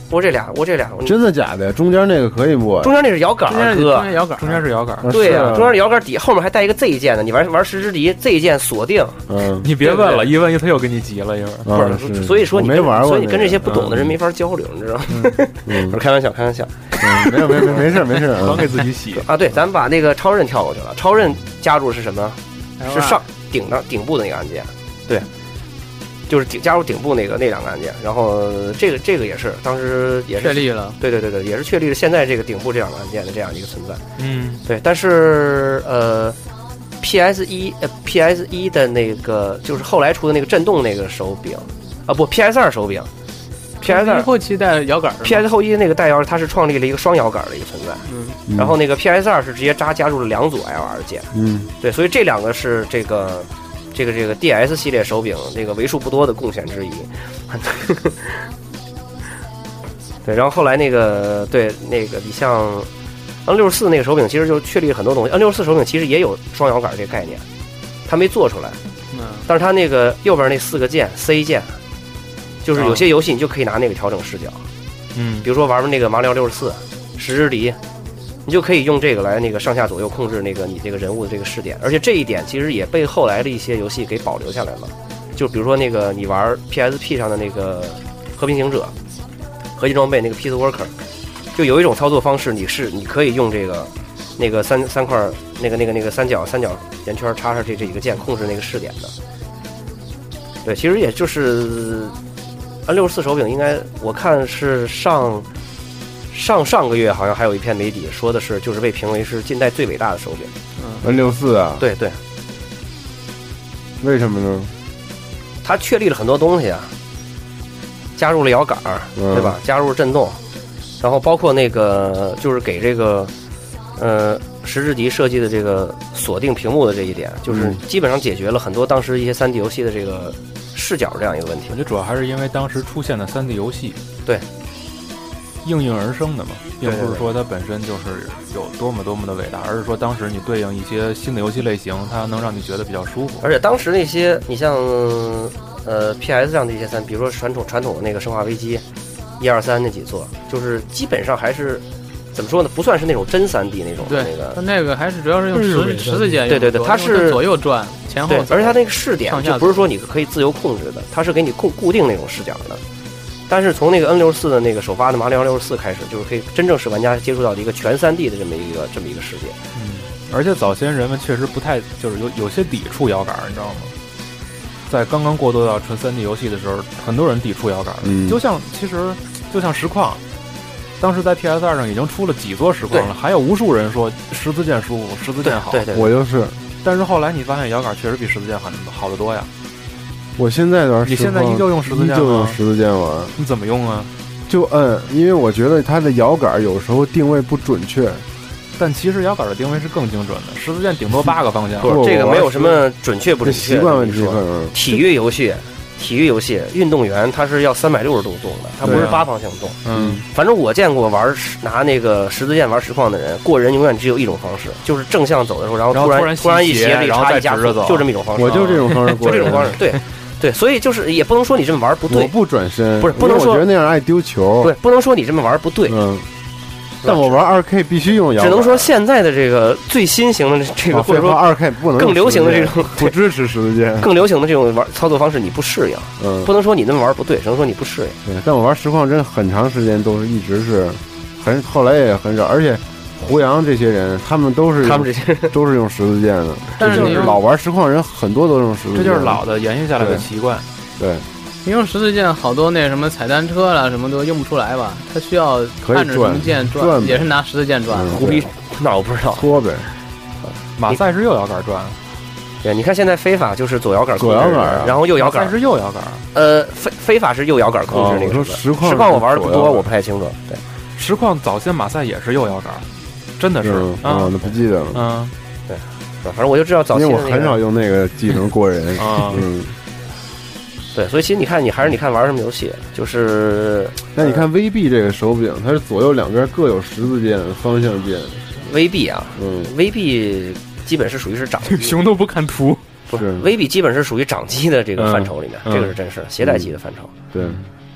我这俩，我这俩， 真的假的？中间那个可以摸， 中间那是摇杆，哥， 中间摇杆， 中间是摇杆， 对呀、 啊， 中间是摇杆底后面还带一个 Z 键的，你玩玩十之敌 Z 键锁定。 嗯， 你别问了，一问他又给你急了一会儿。 啊、 不是，所以说你没玩过、那個， 所以你跟这些不懂的人没法交流，嗯、你知道吗？ 嗯， 开玩笑，开玩笑。 嗯，没有，没没没事没事， 光给自己洗啊。对，咱们把那个超刃跳过去了，超刃加入是什么？是上顶的顶部的那个按键，对。就是顶加入顶部那个那两个按键，然后这个这个也是当时也是确立了， 对对对对，也是确立了现在这个顶部这两个按键的这样一个存在。 嗯， 对，但是呃 ，P S 一呃 P S 一的那个就是后来出的那个震动那个手柄啊，不 P S 二手柄 ，P S 二后期带摇杆 ，P S 后期那个带摇，它是创立了一个双摇杆的一个存在。嗯，然后那个 P S 二是直接扎加入了两组 L R 键。 嗯， 对，所以这两个是这个。这个这个 D S 系列手柄，这个为数不多的贡献之一。对，然后后来那个对那个你像 N 六十四那个手柄，其实就确立了很多东西。N 六十四手柄其实也有双摇杆这个概念，它没做出来。嗯。但是它那个右边那四个键 C 键，就是有些游戏你就可以拿那个调整视角。 嗯。 比如说玩玩那个马里奥六十四、十之敌。你就可以用这个来那个上下左右控制那个你这个人物的这个视点，而且这一点其实也被后来的一些游戏给保留下来了。就比如说那个你玩 P S P 上的那个和平行者、合金装备那个 Peace Worker， 就有一种操作方式，你是你可以用这个那个三三块那个那个那个三角三角圆圈插上这这几个键控制那个视点的。对，其实也就是 N 六十四手柄，应该我看是上。上上个月好像还有一篇媒体说的是，就是被评为是近代最伟大的手柄。 嗯 ，N 六十四啊， 对对。 为什么呢？ 它确立了很多东西啊，加入了摇杆， 嗯、 对吧？加入了震动，然后包括那个就是给这个呃十之敌设计的这个锁定屏幕的这一点，就是基本上解决了很多当时一些三 D 游戏的这个视角这样一个问题。 我觉得主要还是因为当时出现的三 D 游戏。 对。 应运而生的嘛，并不是说它本身就是有多么多么的伟大，而是说当时你对应一些新的游戏类型，它能让你觉得比较舒服。 而且当时那些，你像呃 P S 上的一些三，比如说传统传统的那个《生化危机》一二三那几座，就是基本上还是怎么说呢？不算是那种真三 D 那种对那个， 它那个还是主要是用十十字键， 对对对，它是左右转前后， 而且它那个视点就不是说你可以自由控制的，它是给你固固定那种视角的。但是从那个 N 六十四的那个首发的马里奥六十四开始，就是可以真正使玩家接触到一个全三 D 的这么一个这么一个世界。 嗯，而且早先人们确实不太就是有有些抵触摇杆，你知道吗？在刚刚过渡到纯三 D 游戏的时候，很多人抵触摇杆。嗯，就像其实就像实况，当时在 P S 二 上已经出了几座实况了，还有无数人说十字键舒服，十字键好。 对 对, 对，我就是。 但是后来你发现摇杆确实比十字键好好得多呀。 我现在玩， 你现在依旧用十字键吗？ 依旧用十字键玩。 你怎么用啊？ 就摁，因为我觉得它的摇杆有时候定位不准确， 但其实摇杆的定位是更精准的。十字键顶多八个方向， 不是这个没有什么准确不准确， 习惯问题。 体育游戏，体育游戏，运动员他是要三百六十度动的，他不是八方向动。 嗯， 反正我见过玩拿那个十字键玩实况的人，过人永远只有一种方式，就是正向走的时候，然后突然突然一斜着一插一加速，就这么一种方式。 我就这种方式， 就这种方式，对。对，所以就是也不能说你这么玩不对， 我不转身， 不是不能说我觉得那样爱丢球， 对，不能说你这么玩不对， 嗯，但我玩二 K 必须用摇杆， 只能说现在的这个最新型的这个，或者说二 K 不能更流行的这种不支持十字键， 更流行的这种玩操作方式你不适应， 嗯， 不能说你那么玩不对，只能说你不适应。 对，但我玩实况真很长时间都是一直是很，后来也很少，而且。胡杨这些人，他们都是他们这些都是用十字键的， 但是就是老玩实况人很多都用十字键， 这就是老的延续下来的习惯。 对， 你用十字键，好多那什么踩单车啦，什么都用不出来吧？它需要按着什么键转，也是拿十字键转。 胡逼，那我不知道。 搓呗。 马赛是右摇杆转。 对，你看现在非法就是左摇杆， 左摇杆， 然后右摇杆是右摇杆。 呃，非非法是右摇杆控制那个。 说实况， 实况我玩的不多，我不太清楚。对， 实况早先马赛也是右摇杆。真的是啊，那不记得了。 嗯， 对，反正我就知道早期， 因为我很少用那个技能过人啊。 嗯， 对，所以其实你看，你还是你看玩什么游戏，就是， 那你看 V B 这个手柄，它是左右两边各有十字键、方向键。 V B 啊， 嗯 ，V B 基本是属于是掌机， 熊都不看图， 不是 V B 基本是属于掌机的这个范畴里面，这个是真是携带机的范畴。 对。 对，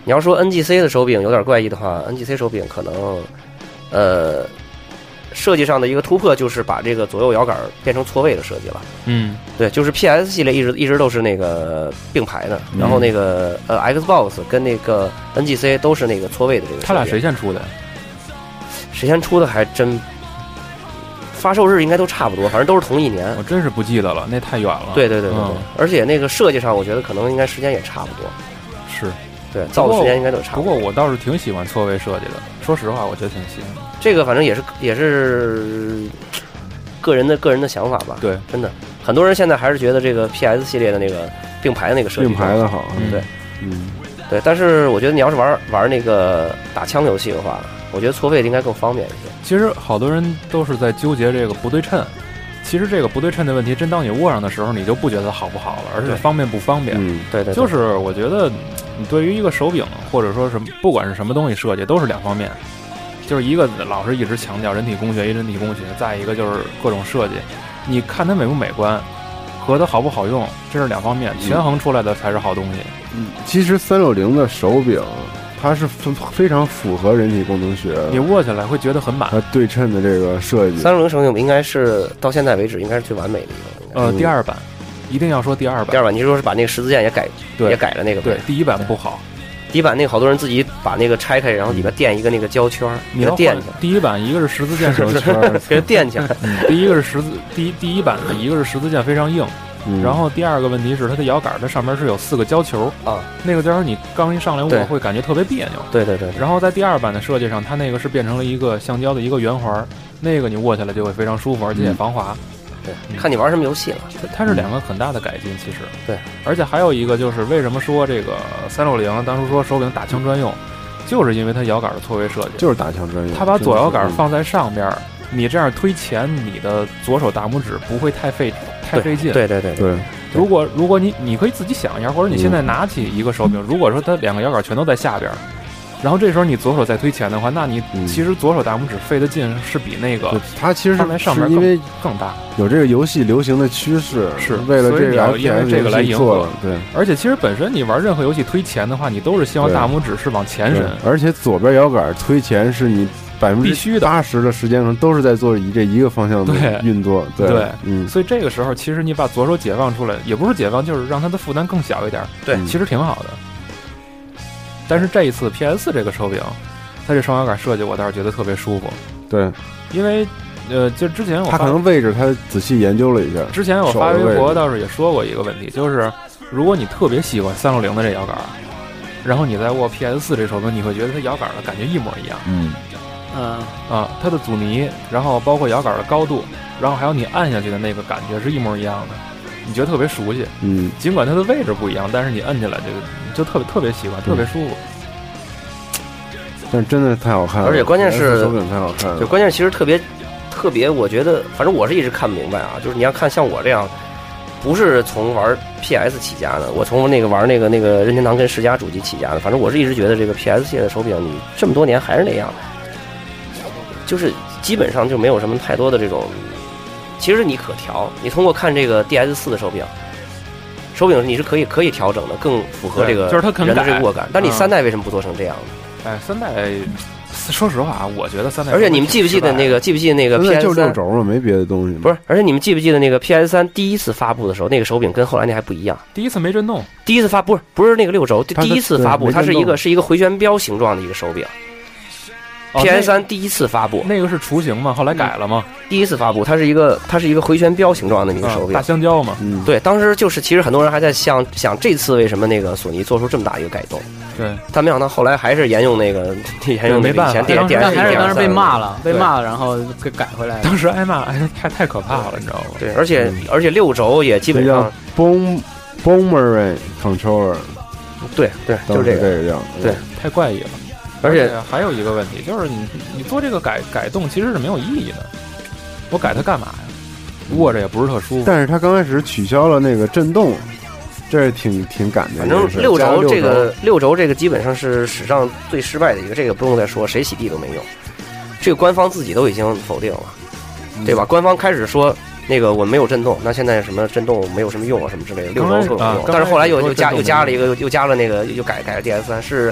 你要说 N G C 的手柄有点怪异的话 ，N G C 手柄可能，呃，设计上的一个突破就是把这个左右摇杆变成错位的设计了。 嗯， 对，就是 P S 系列一直一直都是那个并排的，然后那个呃 Xbox 跟那个 N G C 都是那个错位的这个。 他俩谁先出的？ 谁先出的还真。发售日应该都差不多，反正都是同一年。 我真是不记得了，那太远了。 对对对对对， 嗯、 而且那个设计上，我觉得可能应该时间也差不多。 是， 对，造的时间应该都差不多。 不过我倒是挺喜欢错位设计的，说实话，我觉得挺喜欢。 这个反正也是也是个人的个人的想法吧。 对， 真的，很多人现在还是觉得这个 P S 系列的那个并排的那个设计并排的好。 对， 嗯， 对。但是我觉得你要是玩玩那个打枪游戏的话，我觉得错位应该更方便一些。 其实好多人都是在纠结这个不对称，其实这个不对称的问题，真当你握上的时候，你就不觉得好不好了，而是方便不方便。 嗯， 对 对, 对， 就是我觉得你对于一个手柄或者说什么，不管是什么东西设计，都是两方面。就是一个老是一直强调人体工学，一人体工学，再一个就是各种设计，你看它美不美观和它好不好用，这是两方面，权衡出来的才是好东西。 嗯，其实三六零的手柄。它是非常符合人体工程学， 你握起来会觉得很满。 它对称的这个设计， 三六零手柄应该是到现在为止应该是最完美的一个。呃，第二版一定要说第二版。 第二版，你是说是把那个十字键也改， 对， 也改了那个？ 对，第一版不好。 第一版那个好多人自己把那个拆开，然后里边垫一个那个胶圈，给它垫起来。 第一版一个是十字键手圈， 给它垫起来。 嗯，第一个是十字，第一第一版的一个是十字键非常硬。 嗯、 然后第二个问题是它的摇杆的上面是有四个胶球啊， 那个胶球你刚一上来握会感觉特别别扭。 对对 对, 对。 然后在第二版的设计上，它那个是变成了一个橡胶的一个圆环，那个你握起来就会非常舒服，而且也防滑。 对，嗯、看你玩什么游戏了。 它它是两个很大的改进，其实。 对， 而且还有一个就是为什么说这个三六零当初说手柄打枪专用，就是因为它摇杆的错位设计， 就是打枪专用。 它把左摇杆放在上边，你这样推前，你的左手大拇指不会太费太费劲。 对对对对, 对。 如果如果你你可以自己想一下，或者你现在拿起一个手柄，嗯、如果说它两个摇杆全都在下边，然后这时候你左手再推前的话，那你其实左手大拇指费的劲是比那个它其实放在上面因为更大， 有这个游戏流行的趋势， 是为了这个因为这个来迎合。 对， 而且其实本身你玩任何游戏推前的话，你都是希望大拇指是往前伸， 而且左边摇杆推前是你。百分之八十的时间上都是在做以这一个方向的运作，对对, 对， 嗯， 所以这个时候其实你把左手解放出来，也不是解放，就是让它的负担更小一点， 对， 其实挺好的。但是这一次 P S 这个手柄，它这双摇杆设计我倒是觉得特别舒服， 对， 因为呃，就之前我他可能位置他仔细研究了一下， 之前我发微博倒是也说过一个问题，就是如果你特别喜欢三六零的这摇杆，然后你在握 P S 四这手柄，你会觉得它摇杆的感觉一模一样， 嗯。 嗯啊，它的阻尼，然后包括摇杆的高度，然后还有你按下去的那个感觉是一模一样的，你觉得特别熟悉。 嗯， 尽管它的位置不一样，但是你摁起来这个就特别特别喜欢，特别舒服。 但是真的太好看了， 而且关键是手柄太好看了， 就关键其实特别特别，我觉得反正我是一直看不明白啊，就是你要看像我这样，不是从玩 P S 起家的，我从那个玩那个那个任天堂跟世嘉主机起家的，反正我是一直觉得这个 P S 系列的手柄，你这么多年还是那样。就是基本上就没有什么太多的这种，其实你可调，你通过看这个 D S 四的手柄，手柄你是可以可以调整的，更符合这个就是它可能人的这个握感。但你三代为什么不做成这样呢？哎，三代，说实话啊，我觉得三代。 而且你们记不记得那个记不记得那个 P S 三？ 就六轴嘛，没别的东西。 不是，而且你们记不记得那个 P S 三第一次发布的时候，那个手柄跟后来那还不一样。 第一次没震动。 第一次发不是不是那个六轴，第一次发布它是一个是一个回旋镖形状的一个手柄。P S 三第一次发布， 那个是雏形嘛，后来改了嘛。 第一次发布，它是一个它是一个回旋镖形状的一个手柄， 大香蕉嘛。 嗯， 对，当时就是其实很多人还在想想这次为什么那个索尼做出这么大一个改动。 对， 但没想到后来还是沿用那个沿用那个以前 D S 还是当时被骂了，被骂了，然后给改回来了。 当时挨骂，哎，太太可怕了，你知道吗？ 对，而且而且六轴也基本上 Bom Boomerang Controller， 对对，就是这个这个样， 对， 太怪异了。 而且还有一个问题就是，你你做这个改改动其实是没有意义的。我改它干嘛呀？握着也不是特舒服。 但是它刚开始取消了那个震动，这挺挺赶的。 反正六轴这个六轴这个基本上是史上最失败的一个，这个不用再说，谁洗地都没用。这个官方自己都已经否定了，对吧？官方开始说那个我没有震动，那现在什么震动没有什么用啊，什么之类的，六轴更有用。但是后来又又加又加了一个又又加了那个又改改了 D S 三是。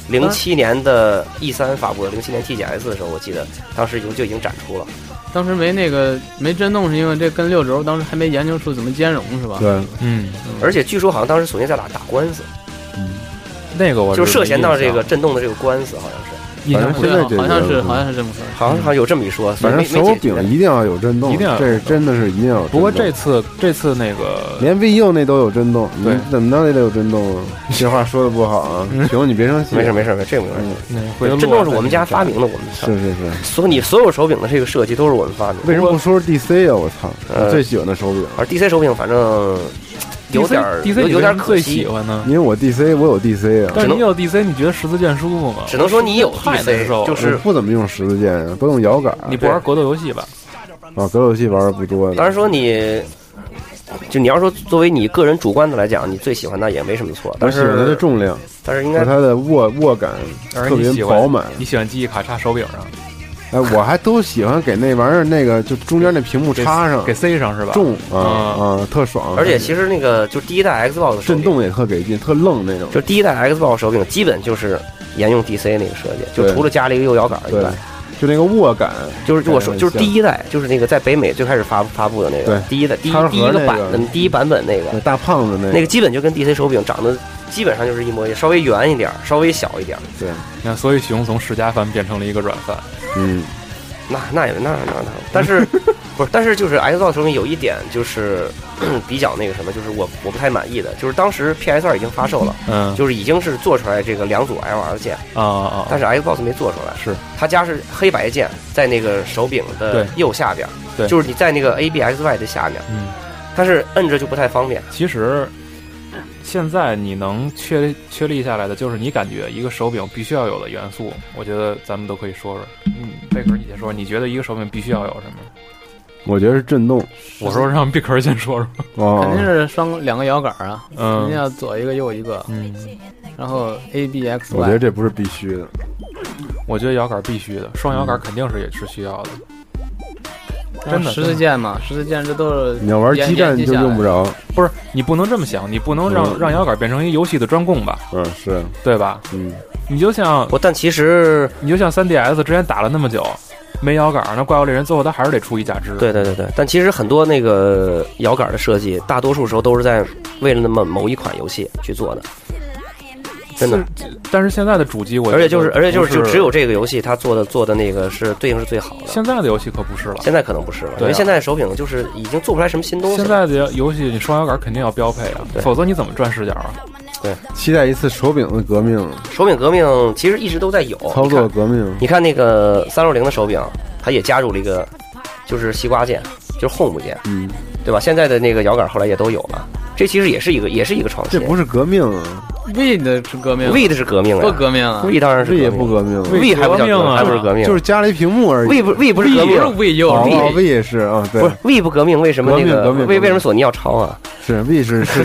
零七年的 E 三发布的零七年 T G S 的时候，我记得当时就就已经展出了。 当时没那个没震动，是因为这跟六轴当时还没研究出怎么兼容，是吧？ 对， 嗯， 而且据说好像当时索尼在打打官司， 嗯，那个我就涉嫌到这个震动的这个官司，好像是。 反正现在这个好像是好像是这么说， 好像好像有这么一说。 反正手柄一定要有震动， 一定要， 这是真的是一定要有震动。 不过这次这次那个连 V U 那都有震动， 对， 怎么着也得有震动啊？这话说的不好啊，行，你别生气。 没事没事没事，这没关系。 嗯， 震动是我们家发明的，我们是是是， 所以你所有手柄的这个设计都是我们发明的。 为什么不说是 D C 啊？我操，我最喜欢的手柄。 而 D C 手柄反正。有点 D C 有点可惜， 喜欢呢， 因为我 D C 我有 D C 啊， 但是你有 D C， 你觉得十字键舒服吗？ 只能说你有 D C， 就是不怎么用十字键啊，都用摇杆。 你不玩格斗游戏吧？ 啊，格斗游戏玩的不多。 当然说你，就你要说作为你个人主观的来讲，你最喜欢的也没什么错。但是喜欢它的重量， 但是应该它的握握感特别饱满。 你喜欢记忆卡插手柄上？ 哎，我还都喜欢给那玩意儿那个就中间那屏幕插上， 给塞上是吧？ 重啊啊，特爽！ 而且其实那个就第一代 Xbox 震动也特给劲，特愣那种。 就第一代 Xbox 手柄基本就是沿用 D C 那个设计，就除了加了一个右摇杆以外， 就那个握感， 就是我说就是第一代，就是那个在北美最开始发发布的那个第一代第一第一个版的第一版本那个大胖子那个那个基本就跟 D C 手柄长得基本上就是一模一样，稍微圆一点，稍微小一点。 对， 你看，所以熊从世家范变成了一个软范， 嗯。 那那也那那那，但是不是？但是就是 Xbox 手柄有一点就是比较那个什么，就是我我不太满意的，就是当时 P S 二已经发售了， 嗯， 就是已经是做出来这个两组 L R 键啊啊， 但是 Xbox 没做出来， 是它家是黑白键在那个手柄的右下边， 对， 就是你在那个 A B X Y 的下面， 嗯， 但是摁着就不太方便。 其实。现在你能确确立下来的就是你感觉一个手柄必须要有的元素，我觉得咱们都可以说说。嗯，贝壳你先说，你觉得一个手柄必须要有什么？ 我觉得是震动。 我说让贝壳先说说。 哦， 肯定是双两个摇杆啊， 嗯， 肯定要左一个右一个， 嗯， 然后 A B X Y。 我觉得这不是必须的。 我觉得摇杆必须的，双摇杆肯定是也是需要的。真的十字键嘛，十字键这都是你要玩基站就用不着。 不是，你不能这么想，你不能让、嗯、让摇杆变成一个游戏的专供吧？ 嗯，是对吧？ 嗯， 你就像我，但其实你就像 三 D S 之前打了那么久没摇杆，那怪物猎人最后他还是得出一假肢。 对对对对，但其实很多那个摇杆的设计，大多数时候都是在为了那么某一款游戏去做的。真的， 但是现在的主机我， 而且就是，而且就是，就只有这个游戏它做的做的那个是对应是最好的。 现在的游戏可不是了， 现在可能不是了，因为现在手柄就是已经做不出来什么新东西。 现在的游戏你双摇杆肯定要标配啊，否则你怎么转视角啊？ 对， 期待一次手柄的革命。 手柄革命其实一直都在有操作革命。 你看那个三六零的手柄，它也加入了一个就是西瓜键，就是 Home 键， 嗯， 对吧？现在的那个摇杆后来也都有了。这其实也是一个，也是一个创新。 这不是革命啊 ，V 的是革命 ，V 的是革命啊， 不革命啊 ，V 当然是 V 也不革命 ，V 还不叫革命，还不是革命， 就是加了一屏幕而已。 V 不 V 不是革命 ，V 又是 V 也是啊，对， 不是 V 不革命，为什么那个 V 为什么索尼要抄啊？ 是 V 是是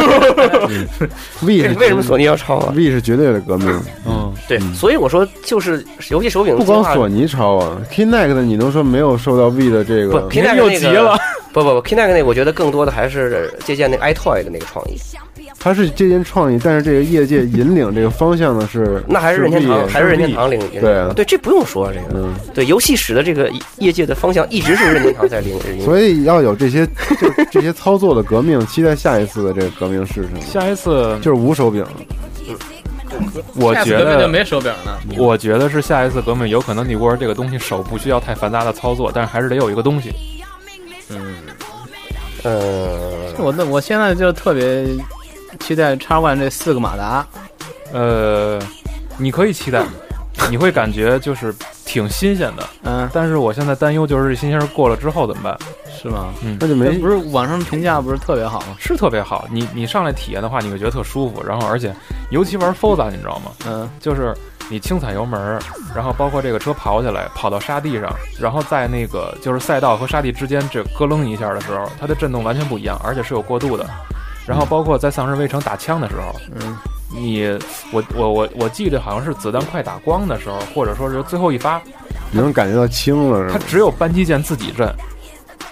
V 是为什么索尼要抄啊 ？V 是绝对的革命， 嗯， 对，所以我说就是游戏手柄不光索尼抄啊 ，Kinect 你能说没有受到 V 的这个？ 不 ，Kinect 又急了。 不不不 ，Kinect 那我觉得更多的还是借鉴那个 iToy 的那个创意。 它是借鉴创意，但是这个业界引领这个方向呢是那还是任天堂，还是任天堂领领。 对啊， 对，这不用说这个。嗯，对，游戏史的这个业界的方向一直是任天堂在领。 所以要有这些这这些操作的革命，期待下一次的这个革命是什么？ 下一次就是无手柄。 嗯， 我觉得就没手柄呢。 我觉得是下一次革命，有可能你握着这个东西手不需要太繁杂的操作，但是还是得有一个东西。 嗯， 呃， 我那我现在就特别期待X One这四个马达。 呃，你可以期待，你会感觉就是挺新鲜的。 嗯， 但是我现在担忧就是这新鲜过了之后怎么办？ 是吗？ 嗯， 那就没不是网上评价不是特别好吗？ 是特别好，你你上来体验的话，你会觉得特舒服。然后而且尤其玩 Forza 你知道吗？ 嗯， 就是你轻踩油门，然后包括这个车跑起来，跑到沙地上，然后在那个就是赛道和沙地之间这咯楞一下的时候，它的震动完全不一样，而且是有过渡的。然后包括在丧尸围城打枪的时候， 嗯， 你我我我我记得好像是子弹快打光的时候，或者说是最后一发， 你能感觉到轻了是吧？ 它只有扳机键自己震。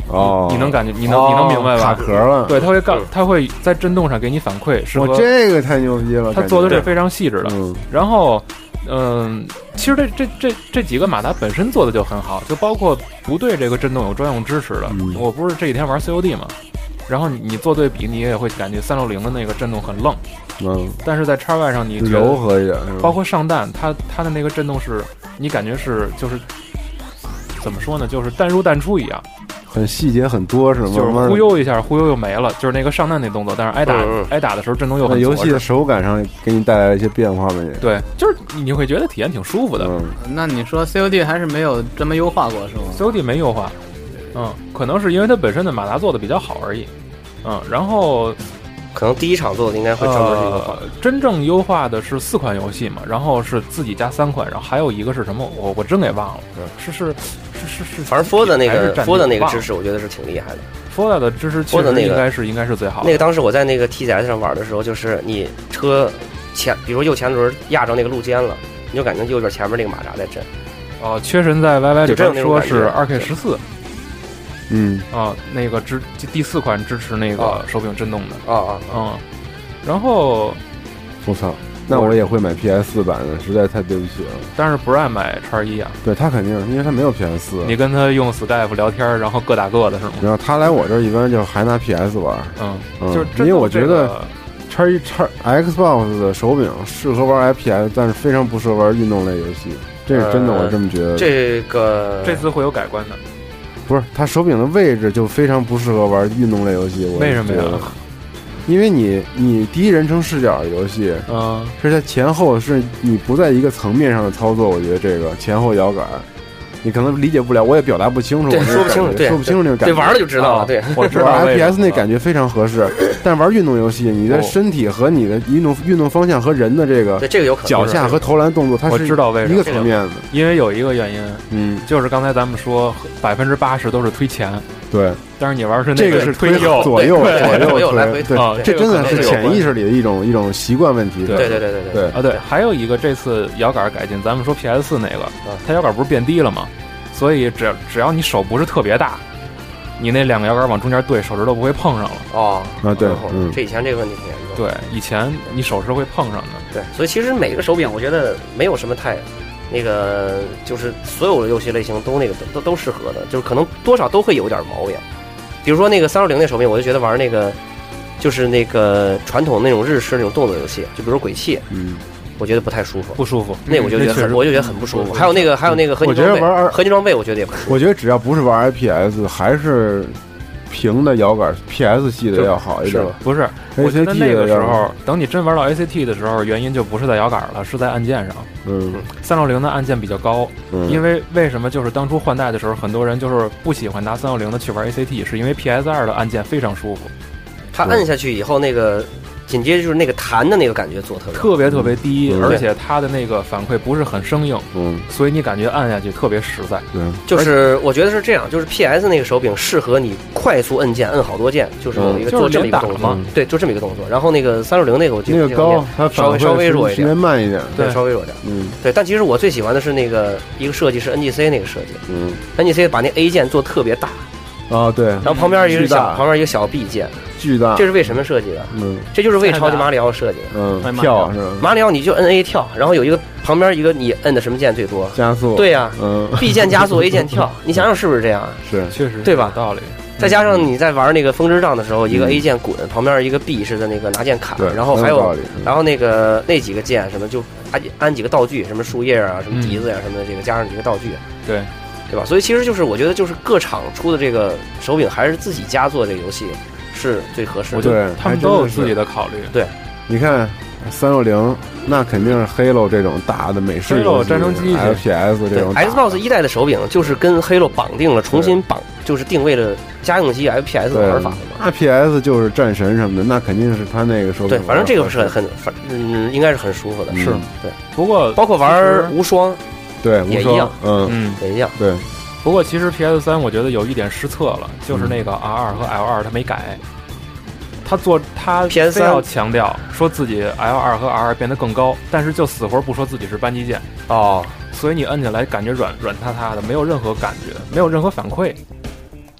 哦， 你能感觉，你能、哦、你能明白吧？ 卡壳了， 对，它会告，它会在震动上给你反馈。是我这个太牛逼了， 它做的是非常细致的。 嗯， 然后，嗯，其实这这这这几个马达本身做的就很好，就包括不对这个震动有专用支持的。 嗯、 我不是这几天玩 C O D 嘛，然后你你做对比，你也会感觉三六零的那个震动很愣。 嗯， 但是在 X Y 上你觉得柔和一点， 包括上弹，它它的那个震动是，你感觉是就是怎么说呢，就是淡入淡出一样。 很细节很多是吗？ 就是忽悠一下，忽悠又没了，就是那个上弹那动作，但是挨打、嗯、挨打的时候震动又很。 游戏的手感上给你带来了一些变化没？ 对，就是你会觉得体验挺舒服的。 嗯， 那你说 C O D 还是没有专门优化过是吗 ？C O D 没优化，嗯，可能是因为它本身的马达做的比较好而已，嗯，然后可能第一场做的应该会专门优化、 呃。真正优化的是四款游戏嘛，然后是自己加三款，然后还有一个是什么？我我真给忘了，嗯、是是。是是是， 反正 F O R 的那个 F O R 的那个支持，我觉得是挺厉害的。 F O R 的支持确实应该是应该是最好的。 那个当时我在那个 T Z S 上玩的时候，就是你车前，比如右前轮压着那个路肩了，你就感觉右边前面那个马达在震。 哦，缺神在 Y Y 里边说是 二 K 十四。 嗯啊，那个支第四款支持那个手柄震动的。 啊啊嗯，然后我操。那我也会买 P S 四版的，实在太对不起了。 但是不是爱买 X 一啊？ 对他肯定，因为他没有 P S 四。 你跟他用 Skype 聊天，然后各打各的是吗？ 然后他来我这儿一般就还拿 P S 玩。 嗯， 嗯就是因为我觉得 X 一 X Xbox 的手柄适合玩 F P S， 但是非常不适合玩运动类游戏。这是真的，我这么觉得。 呃、这个这次会有改观的。 不是，它手柄的位置就非常不适合玩运动类游戏。 为什么呀？ 因为你你第一人称视角的游戏， 嗯， 是在前后是你不在一个层面上的操作，我觉得这个前后摇杆，你可能理解不了，我也表达不清楚， 对，说不清楚，对， 说不清楚那种感觉， 对，玩了就知道了，对， 我知道 F P S 那感觉非常合适，但玩运动游戏，你的身体和你的运动运动方向和人的这个， 对，这个有可能脚下和投篮动作，它是我知道为什么一个层面的， 因为有一个原因， 嗯， 就是刚才咱们说百分之八十都是推前。 对， 但是你玩是这个是推右左右左右来回推， 啊， 这真的是潜意识里的一种一种习惯问题。 对对对对对对啊对，还有一个这次摇杆改进，咱们说 P S 四那个，它摇杆不是变低了吗？所以只要只要你手不是特别大，你那两个摇杆往中间对，手指头不会碰上了。 哦啊对， 嗯，这以前这个问题挺严重。 对，以前你手是会碰上的。 对，所以其实每个手柄我觉得没有什么太。那个就是所有的游戏类型都那个都都适合的，就是可能多少都会有点毛病。比如说那个三六零那手柄，我就觉得玩那个就是那个传统那种日式那种动作游戏，就比如鬼泣， 嗯， 我觉得不太舒服， 不舒服。 那我就觉得很，我就觉得很不舒服。还有那个还有那个合金装备，合金装备我觉得也不舒服。 我觉得只要不是玩 F P S， 还是平的摇杆 P S 系的要好一点。 不是，我觉得那个时候，等你真玩到 A C T 的时候，原因就不是在摇杆了，是在按键上。 嗯， 三六零的按键比较高， 嗯， 因为为什么就是当初换代的时候，很多人就是不喜欢拿三六零的去玩 A C T， 是因为 P S 二的按键非常舒服， 它按下去以后那个。紧接着就是那个弹的那个感觉做特别特别特别低， 嗯、 而且它的那个反馈不是很生硬， 嗯， 所以你感觉按下去特别实在。 嗯， 就是我觉得是这样，就是 P S 那个手柄适合你快速摁键，摁好多键，就是有一个、 嗯、 做这么一个动作， 嗯、 对，就这么一个动作。然后那个三六零那个我记得那个高，它稍微稍微弱一点， 时间慢一点， 对，稍微弱点， 嗯， 对。但其实我最喜欢的是那个一个设计是 N G C 那个设计， 嗯 ，N G C 把那 A 键做特别大。 啊、哦，对， 然后旁边一个小，旁边一个小 B 键， 巨大， 这是为什么设计的？ 嗯， 这就是为超级马里奥设计的。 嗯，跳是吧？ 马里奥你就摁 A 跳，然后有一个旁边一个你摁的什么键最多？ 加速。 对呀、啊， 嗯 ，B 键加速 ，A 键跳，你想想是不是这样？ 是， 确实对吧？ 有道理。 再加上你在玩那个风之杖的时候，一个 A 键滚，旁边一个 B 是的那个拿键砍，然后还有，然后那个那几个键什么就安安几个道具，什么树叶啊，什么笛子呀、啊，什么的，这个加上几个道具， 对。 对吧？所以其实就是我觉得就是各厂出的这个手柄还是自己家做这个游戏是最合适的。 对， 他们都有自己的考虑。 对， 你看三六零，那肯定是 Halo 这种大的美式游戏 ，Halo 战争机 ，F P S 这种 Xbox 一代的手柄就是跟 Halo 绑定了，重新绑就是定位了家用机 F P S 的玩法的嘛。 那 P S 就是战神什么的，那肯定是他那个手柄。 对，反正这个是很很反嗯，应该是很舒服的。 嗯、 是， 对。 不过包括玩无双。 对， 也一样， 嗯嗯， 也一样。 对， 不过其实 P S 三我觉得有一点失策了，就是那个 R 二和 L 二它没改，他做他 P S 三要强调说自己 L 二和 R 二变得更高，但是就死活不说自己是扳机键哦， 所以你摁起来感觉软软塌塌的，没有任何感觉，没有任何反馈。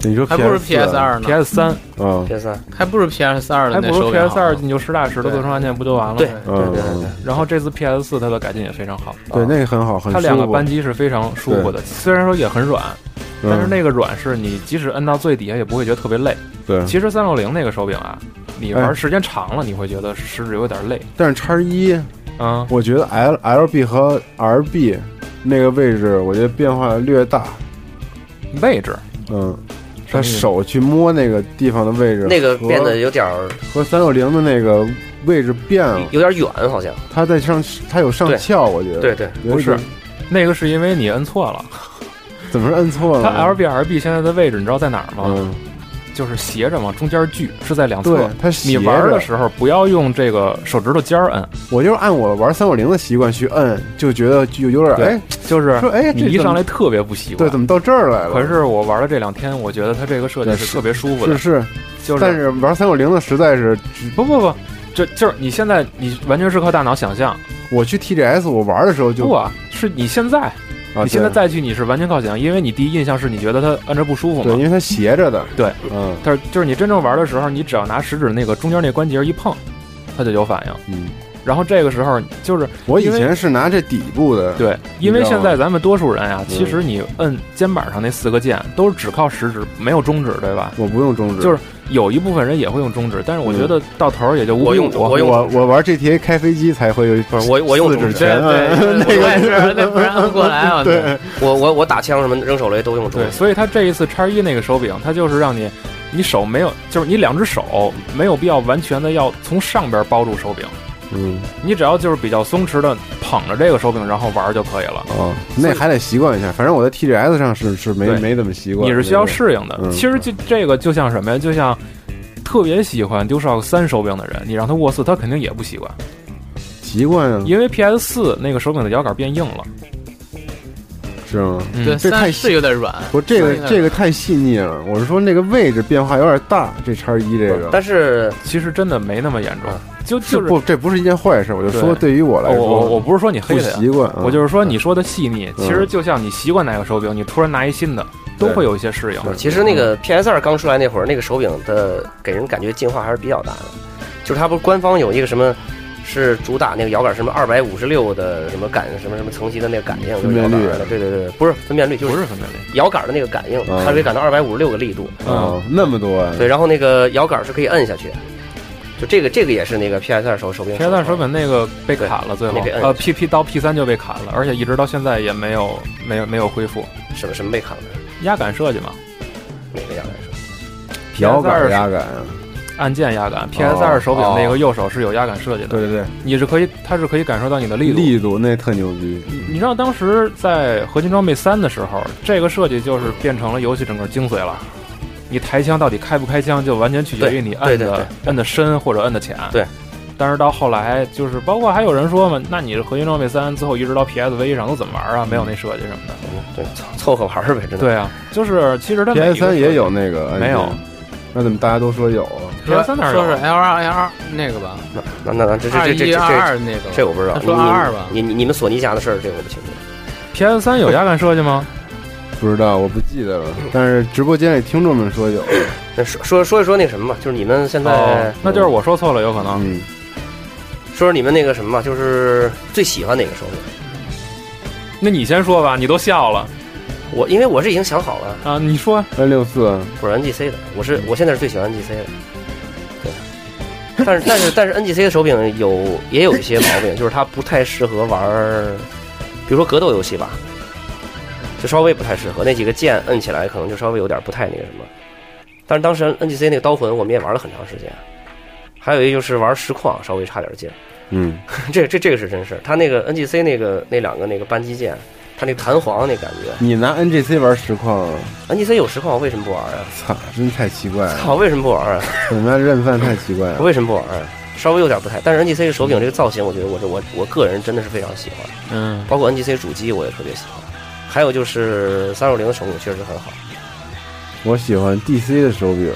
你说还不如 P S 二呢 ，P S 三， 嗯 P S 三还不如 P S 二的还不如那手 P 柄 S 二，你就实打实的做成按键不就完了？ 对嗯对对对对。 然后这次 P S 四它的改进也非常好， 对，那个很好，很舒服。 它两个扳机是非常舒服的，虽然说也很软，但是那个软是你即使摁到最底下也不会觉得特别累。 对， 其实三六零那个手柄啊，你玩时间长了，你会觉得食指有点累。 但是叉一， 嗯， 我觉得 L L B 和 R B 那个位置，我觉得变化略大。 位置， 嗯，他手去摸那个地方的位置， 那个变得有点儿和三六零的那个位置变了， 有点远，好像。 它在上，它有上翘，我觉得。 对对， 不是，那个是因为你摁错了。 怎么是摁错了？ 它 L B R B 现在的位置你知道在哪儿吗？ 嗯， 就是斜着往中间聚，是在两侧。 对，它斜着。 你玩的时候不要用这个手指头尖摁。 我就是按我玩三六零的习惯去摁，就觉得就有点哎， 就是说哎， 你一上来特别不习惯。 对，怎么到这儿来了？ 可是我玩了这两天，我觉得它这个设计是特别舒服的。 是是， 就是。 但是玩三六零的实在是不不不，这就是你现在你完全是靠大脑想象。 我去 T G S 我玩的时候就不啊，是你现在。 啊、 你现在再去，你是完全靠想，因为你第一印象是你觉得它摁着不舒服嘛？ 对，因为它斜着的。 对， 嗯， 但是就是你真正玩的时候，你只要拿食指那个中间那关节一碰，它就有反应。 嗯， 然后这个时候就是我以前是拿这底部的。 对，因为现在咱们多数人啊，其实你摁肩膀上那四个键都是只靠食指，没有中指，对吧？ 我不用中指， 就是有一部分人也会用中指，但是我觉得到头也就无我用我我用我我玩 G T A 开飞机才会有， 不是我我用四指拳， 那个也是，那不让摁过来啊。 对， 我我我打枪什么扔手雷都用中指。 对，所以他这一次叉一那个手柄，它就是让你，你手没有，就是你两只手没有必要完全的要从上边包住手柄。 嗯， 你只要就是比较松弛的捧着这个手柄，然后玩就可以了。 哦，那还得习惯一下。反正我在 T G S 上是是没没怎么习惯。 你是需要适应的。 嗯、 其实就这个就像什么呀？就像特别喜欢DualShock 三手柄的人，你让他握四，他肯定也不习惯。 习惯啊， 因为 P S 四那个手柄的摇杆变硬了。 是吗？ 嗯、 对， 这太是有点软。 不，这个这个太细腻了。我是说那个位置变化有点大，这叉一这个。 但是其实真的没那么严重。就就是不，这不是一件坏事。我就说，对于我来说， 我我我不是说你黑他呀， 习惯。 我就是说你说的细腻，其实就像你习惯哪个手柄，你突然拿一新的，都会有一些适应。 其实那个 P S 二刚出来那会儿，那个手柄的给人感觉进化还是比较大的。就是它不是官方有一个什么，是主打那个摇杆什么二百五十六的什么感什么什么层级的那个感应， 分辨率。 对对对，不是分辨率，就是不是分辨率， 摇杆的那个感应，它可以感到二百五十六个力度。 哦，那么多啊！ 对，然后那个摇杆是可以摁下去。就这个，这个也是那个 P S 二手手柄 ，P S 二手柄那个被砍了，最后呃 P P 到 P 三就被砍了，而且一直到现在也没有没有没有恢复。 什么什么被砍了？ 压杆设计嘛？ 哪个压杆设计？ 摇杆压杆啊， 按键压杆。P S 二手柄那个右手是有压杆设计的。 对对对， 你是可以，它是可以感受到你的力度。 力度那特牛逼。 你你知道当时在合金装备三的时候，这个设计就是变成了游戏整个精髓了。你抬枪到底开不开枪，就完全取决于你摁的摁的深或者摁的浅。 对， 但是到后来，就是包括还有人说嘛，那你合金装备三最后一直到 P S V 上都怎么玩啊？没有那设计什么的。 对，凑合玩呗，真的。 对啊，就是其实它 P S 三也有那个， 没有， 那怎么大家都说有啊 ？P S 三哪说是 L 二 L 二那个吧？ 那那那这这这这这二那个， 这我不知道。 说二二吧？ 你你你们索尼家的事儿，这个我不清楚。 P S 三有压杆设计吗？ 不知道，我不记得了。但是直播间里听众们说有。 那说说说一说那什么吧，就是你们现在、 哦，那就是我说错了，有可能。 嗯， 说说你们那个什么吧，就是最喜欢哪个手柄？ 那你先说吧，你都笑了。 我因为我是已经想好了啊，你说 N 六四不是 N G C 的，我是我现在是最喜欢 N G C 的。对，但是但是但是 N G C 的手柄有也有一些毛病，就是它不太适合玩，比如说格斗游戏吧。就稍微不太适合，那几个键摁起来可能就稍微有点不太那个什么。但是当时 N G C 那个刀魂我们也玩了很长时间，还有一个就是玩实况稍微差点劲。 嗯， 这这这个是真事。他那个 N G C 那个那两个那个扳机键，他那个弹簧那感觉。 你拿 N G C 玩实况 ？N G C 有实况，我为什么不玩啊？ 操，真太奇怪了！ 操，为什么不玩啊？ 你们认饭太奇怪了。 我为什么不玩啊？稍微有点不太，但是 N G C 手柄这个造型，我觉得我这我我个人真的是非常喜欢。 嗯， 包括 N G C 主机我也特别喜欢。还有就是三六零的手柄确实很好， 我喜欢 D C 的手柄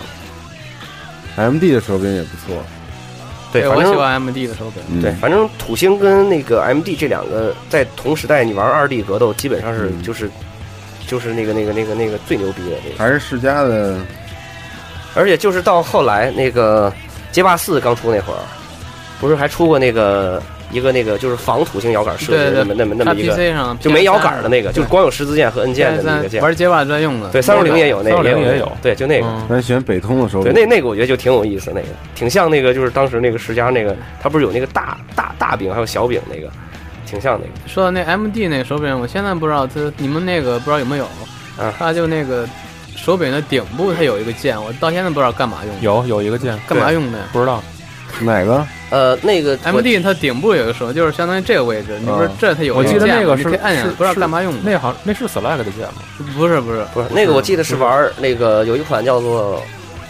，M D 的手柄也不错。 对，反正我喜欢 M D 的手柄。 嗯、 对，反正土星跟那个 M D 这两个在同时代，你玩二 D 格斗基本上是就是就是那个那个那个那个最牛逼的那个， 还是世嘉的。 而且就是到后来那个街霸四刚出那会儿，不是还出过那个一个那个就是仿土星摇杆设计的那么那么那么一个 P C 上就没摇杆的那个，就是光有十字键和摁键的那个键， 玩街霸专用的。 对，三六零也有那个， 三六零也有， 对，就那个。 咱选北通的手柄， 对，那那个我觉得就挺有意思，那个挺像那个就是当时那个世嘉那个，它不是有那个大大大柄还有小柄那个，挺像那个。 说到那 M D 那个手柄，我现在不知道它你们那个不知道有没有啊？ 它就那个手柄的顶部它有一个键，我到现在不知道干嘛用。 有有一个键， 干嘛用的？ 不知道哪个？ 呃，那个 M D 它顶部有一个手，就是相当于这个位置。你不是这它有我记得那个是按下，不知道干嘛用的。 那好像那是 select 的键吗？ 不是不是不是那个，我记得是玩那个有一款叫做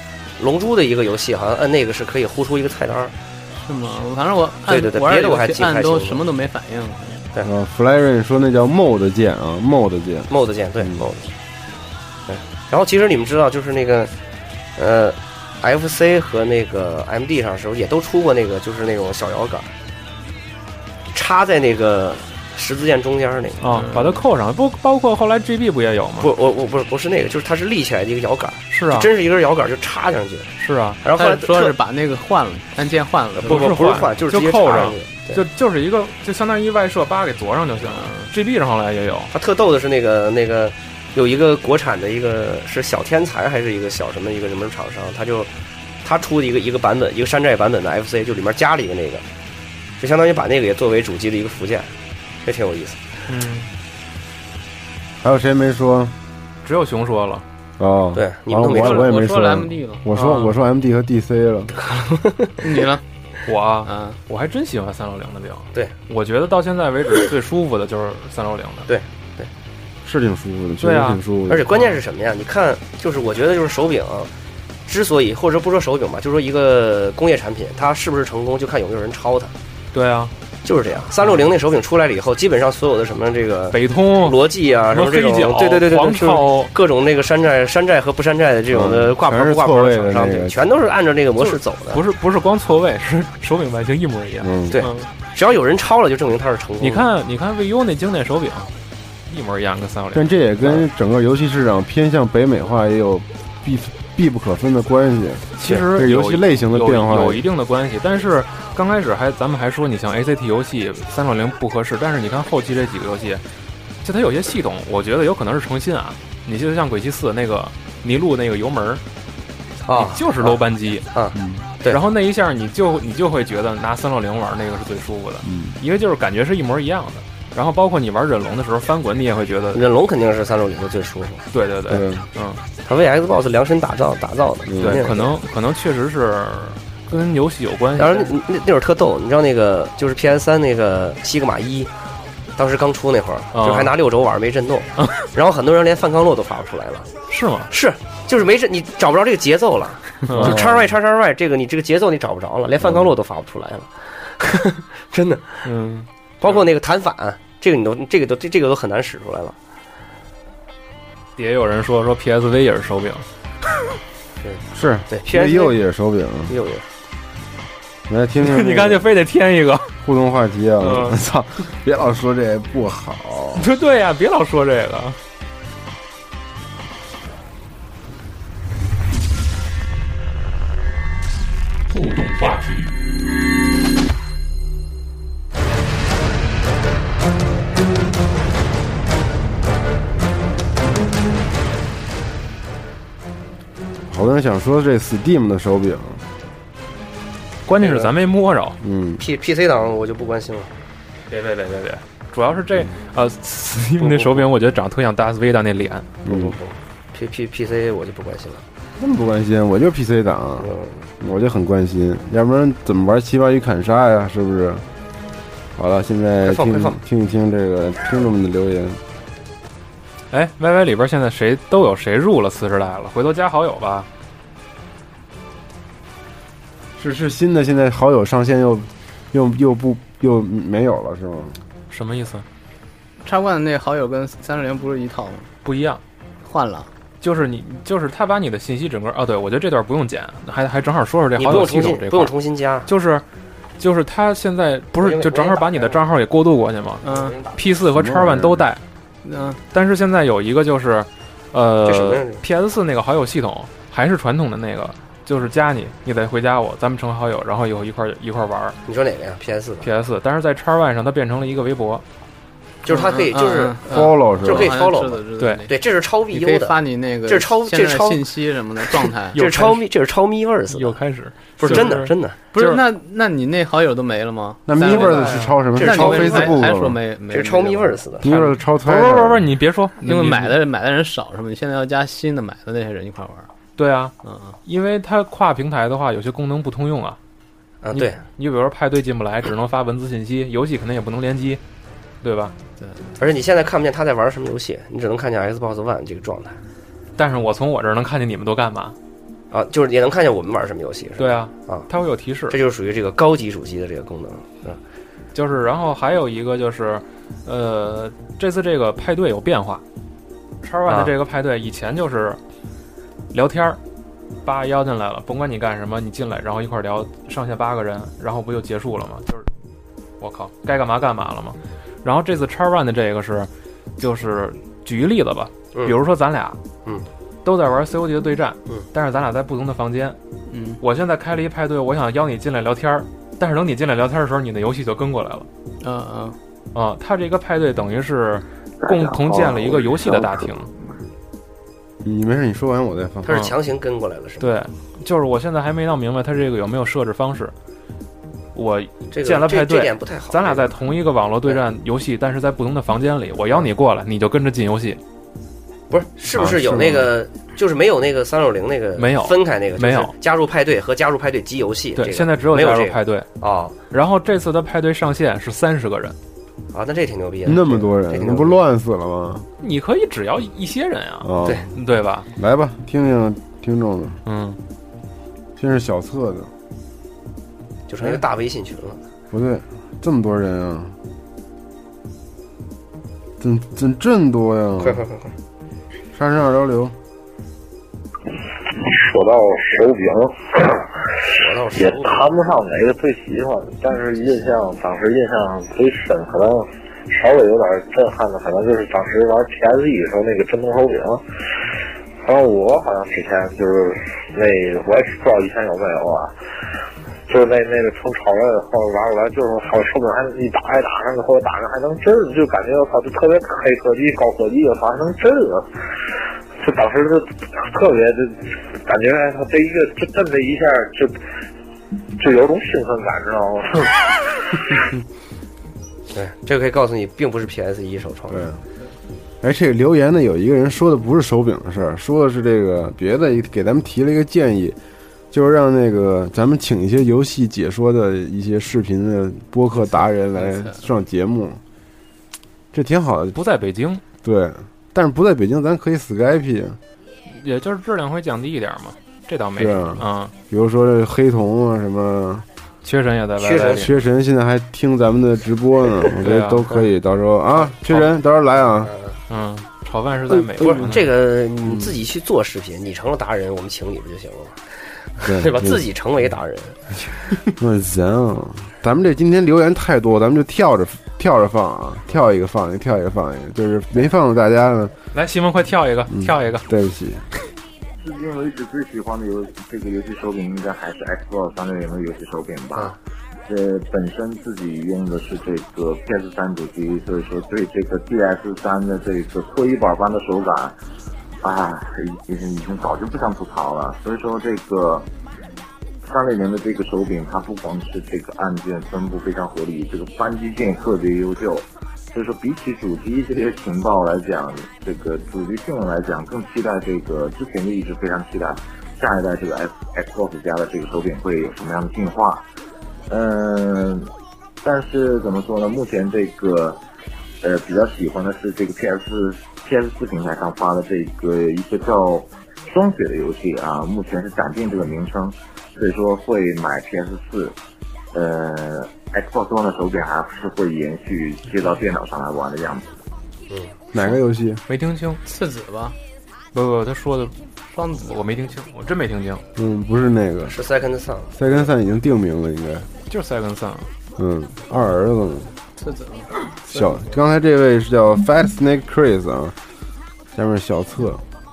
《龙珠》的一个游戏，好像按那个是可以呼出一个菜单。 是吗？反正我对对对，别的我还记不太清。 按都什么都没反应。 对啊 ，Flyrin 说那叫 Mode 键啊 ，Mode 键 ，Mode 键对 Mode。对，然后其实你们知道，就是那个呃。F C 和那个 M D 上的时候也都出过那个，就是那种小摇杆，插在那个十字键中间那个啊，把它扣上。不包括后来 G B 不也有吗？ 不，我我不是不是那个，就是它是立起来的一个摇杆。 是啊， 真是一根摇杆就插上去。 是啊， 然后后来说是把那个换了，按键换了， 不不不是换，就是就扣上， 就就是一个就相当于外设八给着上就行了。G B 上后来也有。 它特逗的是那个那个。有一个国产的一个是小天才还是一个小什么一个什么厂商，他就他出的一个一个版本，一个山寨版本的 F C， 就里面加了一个那个，就相当于把那个也作为主机的一个附件，这挺有意思。 嗯， 还有谁没说？ 只有熊说了。 哦， 对，你们都没说，我也没说了 M D 了。 我说、啊、我说 M D 和 D C 了。 你呢？ 我啊， 嗯， 我还真喜欢三六零的柄。 对， 我觉得到现在为止最舒服的就是三六零的。 对。 是挺舒服的，确实挺舒服的。 而且关键是什么呀？你看，就是我觉得就是手柄，之所以或者不说手柄吧，就说一个工业产品，它是不是成功，就看有没有人抄它。 对啊， 就是这样。三六零那手柄出来了以后，基本上所有的什么这个北通、 逻辑啊，什么这种，对对对对， 黄超各种那个山寨、山寨和不山寨的这种的挂牌不挂牌的厂商，对，全都是按照这个模式走的。 不是不是光错位，是手柄外形一模一样。 嗯， 对，只要有人抄了，就证明它是成功。 你看，你看 V U 那经典手柄。一模一样，跟三六零， 但这也跟整个游戏市场偏向北美化也有必必不可分的关系。 其实游戏类型的变化有, 有一定的关系。但是刚开始还咱们还说，你像 A C T 游戏三六零不合适，但是你看后期这几个游戏，就它有些系统，我觉得有可能是诚心啊。你就像鬼泣四那个麋鹿那个油门啊， 就是 low 扳机啊， 嗯， 对。 然后那一下你就你就会觉得拿三六零玩那个是最舒服的， 嗯， 因为就是感觉是一模一样的。然后包括你玩忍龙的时候翻滚，你也会觉得忍龙肯定是三六零的最舒服。 对对对， 嗯， 嗯， 它为 Xbox 量身打造打造的， 对，可能可能确实是跟游戏有关系。 当然那那那会儿特逗，你知道那个就是 P S 三那个西格玛一，当时刚出那会儿，就还拿六轴玩没震动，然后很多人连范康洛都发不出来了。 是吗？ 是，就是没震，你找不着这个节奏了，就叉 Y 叉叉 Y 这个你这个节奏你找不着了，连范康洛都发不出来了，真的。 嗯， 包括那个弹反。这个你都这个都这个都很难使出来了。 也有人说说 P S V 也是手柄， 对， 是对 ，P S V 也是手柄， 又有。 来听听， 你看就非得添一个互动话题啊！我操，别老说这不好。 说对呀、啊，别老说这个。 互动话题。 好多人想说这 Steam 的手柄， 关键是咱没摸着。 嗯 ，P P C 档我就不关心了。 别别别别别，主要是这呃 Steam 那手柄，我觉得长得特像达斯维达那脸。 不不不 ，P P P C 我就不关心了。 那么不关心，我就是 P C 档， 嗯、 我就很关心，要不然怎么玩七八与砍杀呀？是不是？好了，现在听听一听这个听众们的留言。 哎 ，Y Y 里边现在谁都有谁入了次时代了，回头加好友吧。 是是新的，现在好友上线又又又不又没有了是吗？ 什么意思？ 插罐那好友跟三六零不是一套吗？ 不一样， 换了。 就是你，就是他把你的信息整个啊，对我觉得这段不用剪，还还正好说说这好友系统这块， 不用重新加， 就是就是他现在不是就正好把你的账号给过渡过去吗？ 嗯 ，P 四和 X 一都带。 嗯， 但是现在有一个就是，呃 ，P S 四那个好友系统还是传统的那个，就是加你，你得回加我，咱们成好友，然后以后一块一块玩。 你说哪个呀 ？P S 四 P S 四，但是在 X Y 上它变成了一个微博。 就是它可以，就是 follow 是吧？ 就可以 follow， 对对，这是超密优的。发你那个， 这是超，这是超信息什么的状态。 这是超密，这是超 Miiverse。 又开始， 不是真的，真的不是。那那你那好友都没了吗？ 那 Miiverse 是超什么？ 这是超 Facebook 还说没没？ 这是超 Miiverse 的。 Miiverse 超不不不不，你别说， 因为买的买的人少是吗？你现在要加新的买的那些人一块玩。 对啊， 嗯嗯， 因为它跨平台的话，有些功能不通用啊。 啊，对， 你比如说派对进不来，只能发文字信息，游戏肯定也不能联机。对吧？ 对， 而且你现在看不见他在玩什么游戏，你只能看见 Xbox One 这个状态。 但是我从我这儿能看见你们都干嘛？ 啊，就是也能看见我们玩什么游戏。 对啊， 啊， 它会有提示。 这就是属于这个高级主机的这个功能。嗯， 就是，然后还有一个就是，呃，这次这个派对有变化。X Y 的这个派对以前就是聊天儿，叭邀进来了，甭管你干什么，你进来然后一块聊，上限八个人，然后不就结束了吗？就是，我靠，该干嘛干嘛了吗？然后这次 X Y 的这个是，就是举一例子吧， 嗯、 比如说咱俩， 嗯， 都在玩 C O D 的对战， 嗯， 但是咱俩在不同的房间， 嗯， 我现在开了一派对，我想邀你进来聊天，但是等你进来聊天的时候，你的游戏就跟过来了， 嗯嗯， 啊，他这个派对等于是共同建了一个游戏的大厅。 你没事，你说完我再放。 他是强行跟过来了，是吧？ 对，就是我现在还没闹明白他这个有没有设置方式。我建了派对， 这个、这点不太好。 咱俩在同一个网络对战游戏，但是在不同的房间里，我邀你过来，你就跟着进游戏。 不是，是不是有那个？啊、是就是没有那个三六零那个没有分开那个， 没有加入派对和加入派对机游戏。 对， 这个、 现在只有加入派对哦。 然后这次的派对上限是三十个人。 啊，那这挺牛逼的。 那么多人，那不乱死了吗？ 你可以只要一些人啊， 哦、 对对吧？ 来吧，听听听众的。 嗯， 先是小册子， 就成一个大微信群了。 不对，这么多人啊，怎怎这多呀？ 快快快快！ 杀神二刀流。 说到手柄， 说到手也谈不上哪个最喜欢，但是印象当时印象最深，可能稍微有点震撼的，可能就是当时玩 P S 一的时候那个震动手柄。然后我好像之前就是那我也不知道以前有没有啊。就是那那个从超人后玩过来，就是好手柄还一打一打上去，或者打上还能震，就感觉我操，就特别黑科技、高科技，我操还能震了。就当时就特别的感觉，他这一个就震这一下，就就有种兴奋感，知道吗？ 对，这个可以告诉你，并不是 P S 一首创。 对。哎，这个留言呢，有一个人说的不是手柄的事儿，说的是这个别的，给咱们提了一个建议。就是让那个咱们请一些游戏解说的一些视频的播客达人来上节目，这挺好的。 不在北京， 对，但是不在北京，咱可以 Skype， 也就是质量会降低一点嘛，这倒没什么啊。 比如说这黑瞳啊什么， 缺神也在缺神， 缺神现在还听咱们的直播呢，我觉得都可以。到时候啊，缺神到时候来啊。 嗯，炒饭是在美国。不是这个，你自己去做视频，你成了达人，我们请你不就行了吗？ 对, 对吧？自己成为达人。 那行，咱们这今天留言太多，咱们就跳着跳着放啊，跳一个放一个，跳一个放一个，就是没放的大家呢。 来，西蒙快跳一个，嗯、跳一个。 对不起。 至今为止最喜欢的游这个游戏手柄应该还是 Xbox 三六零的游戏手柄吧。呃，本身自己用的是这个 P S 三主机，所以说对这个 D S 三的这个搓衣板般的手感。啊，已经已经早就不想吐槽了。所以说，这个三六零的这个手柄，它不光是这个按键分布非常合理，这个扳机键特别优秀。所以说，比起主机这些情报来讲，这个主机性能来讲，更期待这个之前就一直非常期待下一代这个 Xbox 家的这个手柄会有什么样的进化。嗯，但是怎么说呢？目前这个呃比较喜欢的是这个 P S。P S 四 平台上发的这个一个叫霜雪的游戏啊，目前是暂定这个名称，所以说会买 P S 四，呃 Xbox One 的手柄还是会延续接到电脑上来玩的样子。 嗯，哪个游戏？ 没听清。 次子吧？ 不不，他说的双子， 我没听清，我真没听清。 嗯，不是那个， 是 Second Son。 Second Son 已经定名了，应该就是 Second Son。 嗯，二儿子。 这怎么？ 小刚才这位是叫 Fat Snake Chris 啊，下面小策。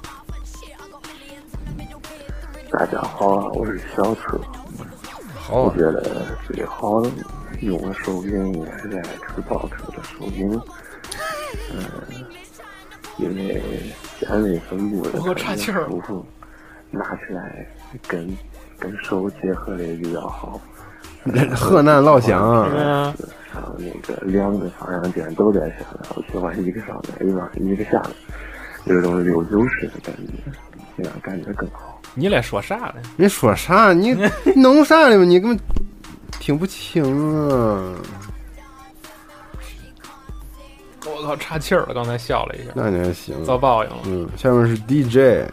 大家好，我是小策。 好、啊， 我觉得最好用的手柄应该是在 Xbox 的手柄，嗯、呃，因为键位分布的很舒服，拿起来跟跟手结合的比较好。 河南老乡啊，上那个两个方向键都在上面，我喜欢一个上面，一个一个下面，有种溜溜式的感觉，这样感觉更好。 你来说啥呢？ 你说啥？你弄啥呢？你根本听不清啊！ 我靠，岔气儿了！刚才笑了一下， 那你还行， 遭报应了。 嗯，下面是 D J。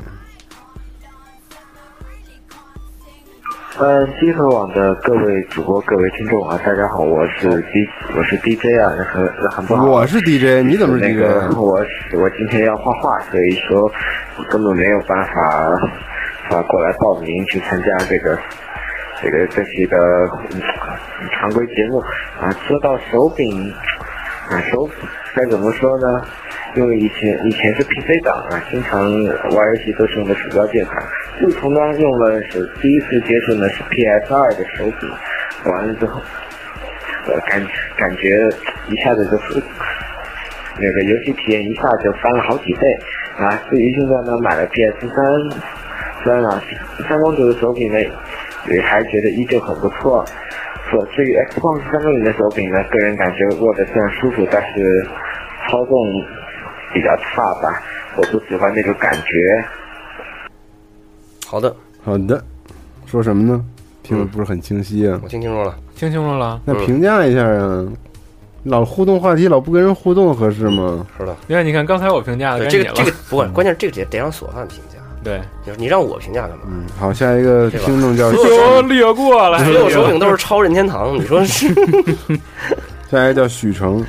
呃，集合网的各位主播、各位听众啊，大家好，我是 D， 我是 D J 啊，很很不好。 我是 D J， 你怎么是 D J？、 那个、我我今天要画画，所以说根本没有办法法过来报名去参加这个这个这期的、嗯、常规节目啊。说到手柄啊，手该怎么说呢？因为以前以前是 P C 党啊，经常玩游戏都是用的鼠标键盘。自从呢用了是第一次接触呢是 P S 二 的手柄，完了之后，呃感感觉一下子就是那个游戏体验一下就翻了好几倍啊！至于现在呢买了 P S 三，虽然啊三公主的手柄呢也还觉得依旧很不错。说至于 Xbox 三六零的手柄呢，个人感觉握得虽然舒服，但是操纵比较差吧，我不喜欢那种感觉。 好的， 好的，说什么呢？听得不是很清晰啊。 我听清楚了， 听清楚了。 那评价一下啊，老互动话题，老不跟人互动合适吗？ 是的。 因为你看刚才我评价的， 这个这个不过关键是这个得得让索范评价。 对， 你让我评价干嘛？ 嗯，好，下一个听众叫说略过了， 所有手柄都是超任天堂，你说是？ 下一个叫许成。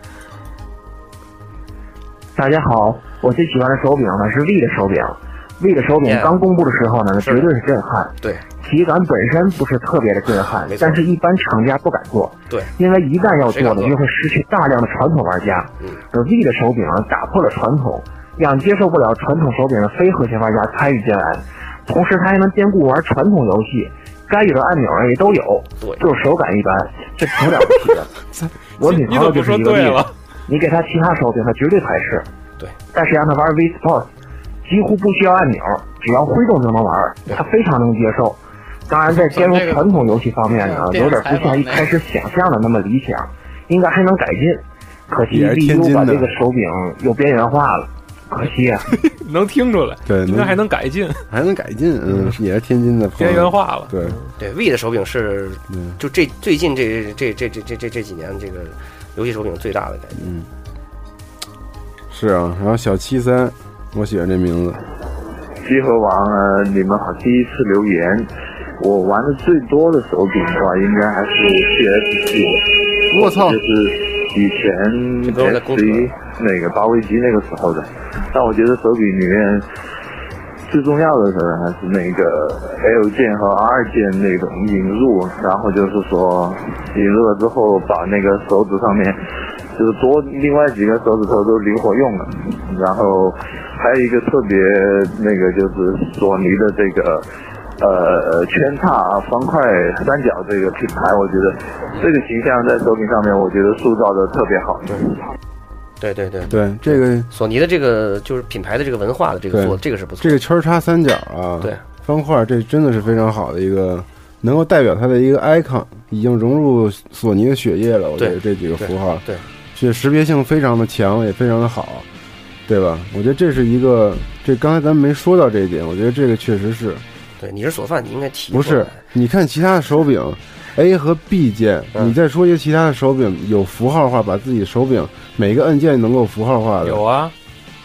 大家好，我最喜欢的手柄呢是 V 的手柄。V 的手柄刚公布的时候呢，绝对是震撼。 对， 体感本身不是特别的震撼，但是一般厂家不敢做。 对， 因为一旦要做呢，就会失去大量的传统玩家。 嗯， 而 V 的手柄打破了传统，让接受不了传统手柄的非核心玩家参与进来，同时它还能兼顾玩传统游戏，该有的按钮也都有，就是手感一般，这挺了不起的。我女朋友就是一个例子，你给她其他手柄，她绝对排斥。 对， 但是让她玩 V Sports。几乎不需要按钮，只要挥动就能玩，他非常能接受。当然，在兼容传统游戏方面呢，有点不像一开始想象的那么理想，应该还能改进。可惜 V U 把这个手柄又边缘化了，可惜啊。 能听出来， 对， 应该还能改进， 还能改进，嗯，也是天津的， 边缘化了。 对对 ，V 的手柄是，就这最近这这这这这这这几年这个游戏手柄最大的改进。 嗯，是啊，然后小七三。我喜欢这名字。 集合网呃，你们好，第一次留言。我玩的最多的手柄的话，应该还是 P S 四。 我操！ 就是以前 S 一那个八位机那个时候的。但我觉得手柄里面最重要的是还是那个 L 键和 R 键那种引入，然后就是说引入了之后，把那个手指上面就是多另外几个手指头都灵活用了，然后还有一个特别那个就是索尼的这个呃圈叉方块三角这个品牌，我觉得这个形象在手柄上面我觉得塑造的特别好。 对对对对，这个索尼的这个就是品牌的这个文化的这个做，这个是不错。 这个圈叉三角啊， 对方块，这真的是非常好的一个，能够代表它的一个 icon， 已经融入索尼的血液了。我觉得这几个符号， 对， 这识别性非常的强，也非常的好，对吧？我觉得这是一个，这刚才咱们没说到这一点，我觉得这个确实是。 对，你是索范，你应该提。 不是，你看其他的手柄。A 和 B 键， 嗯、 你再说一些其他的手柄有符号化，把自己手柄每个按键能够符号化的。 有啊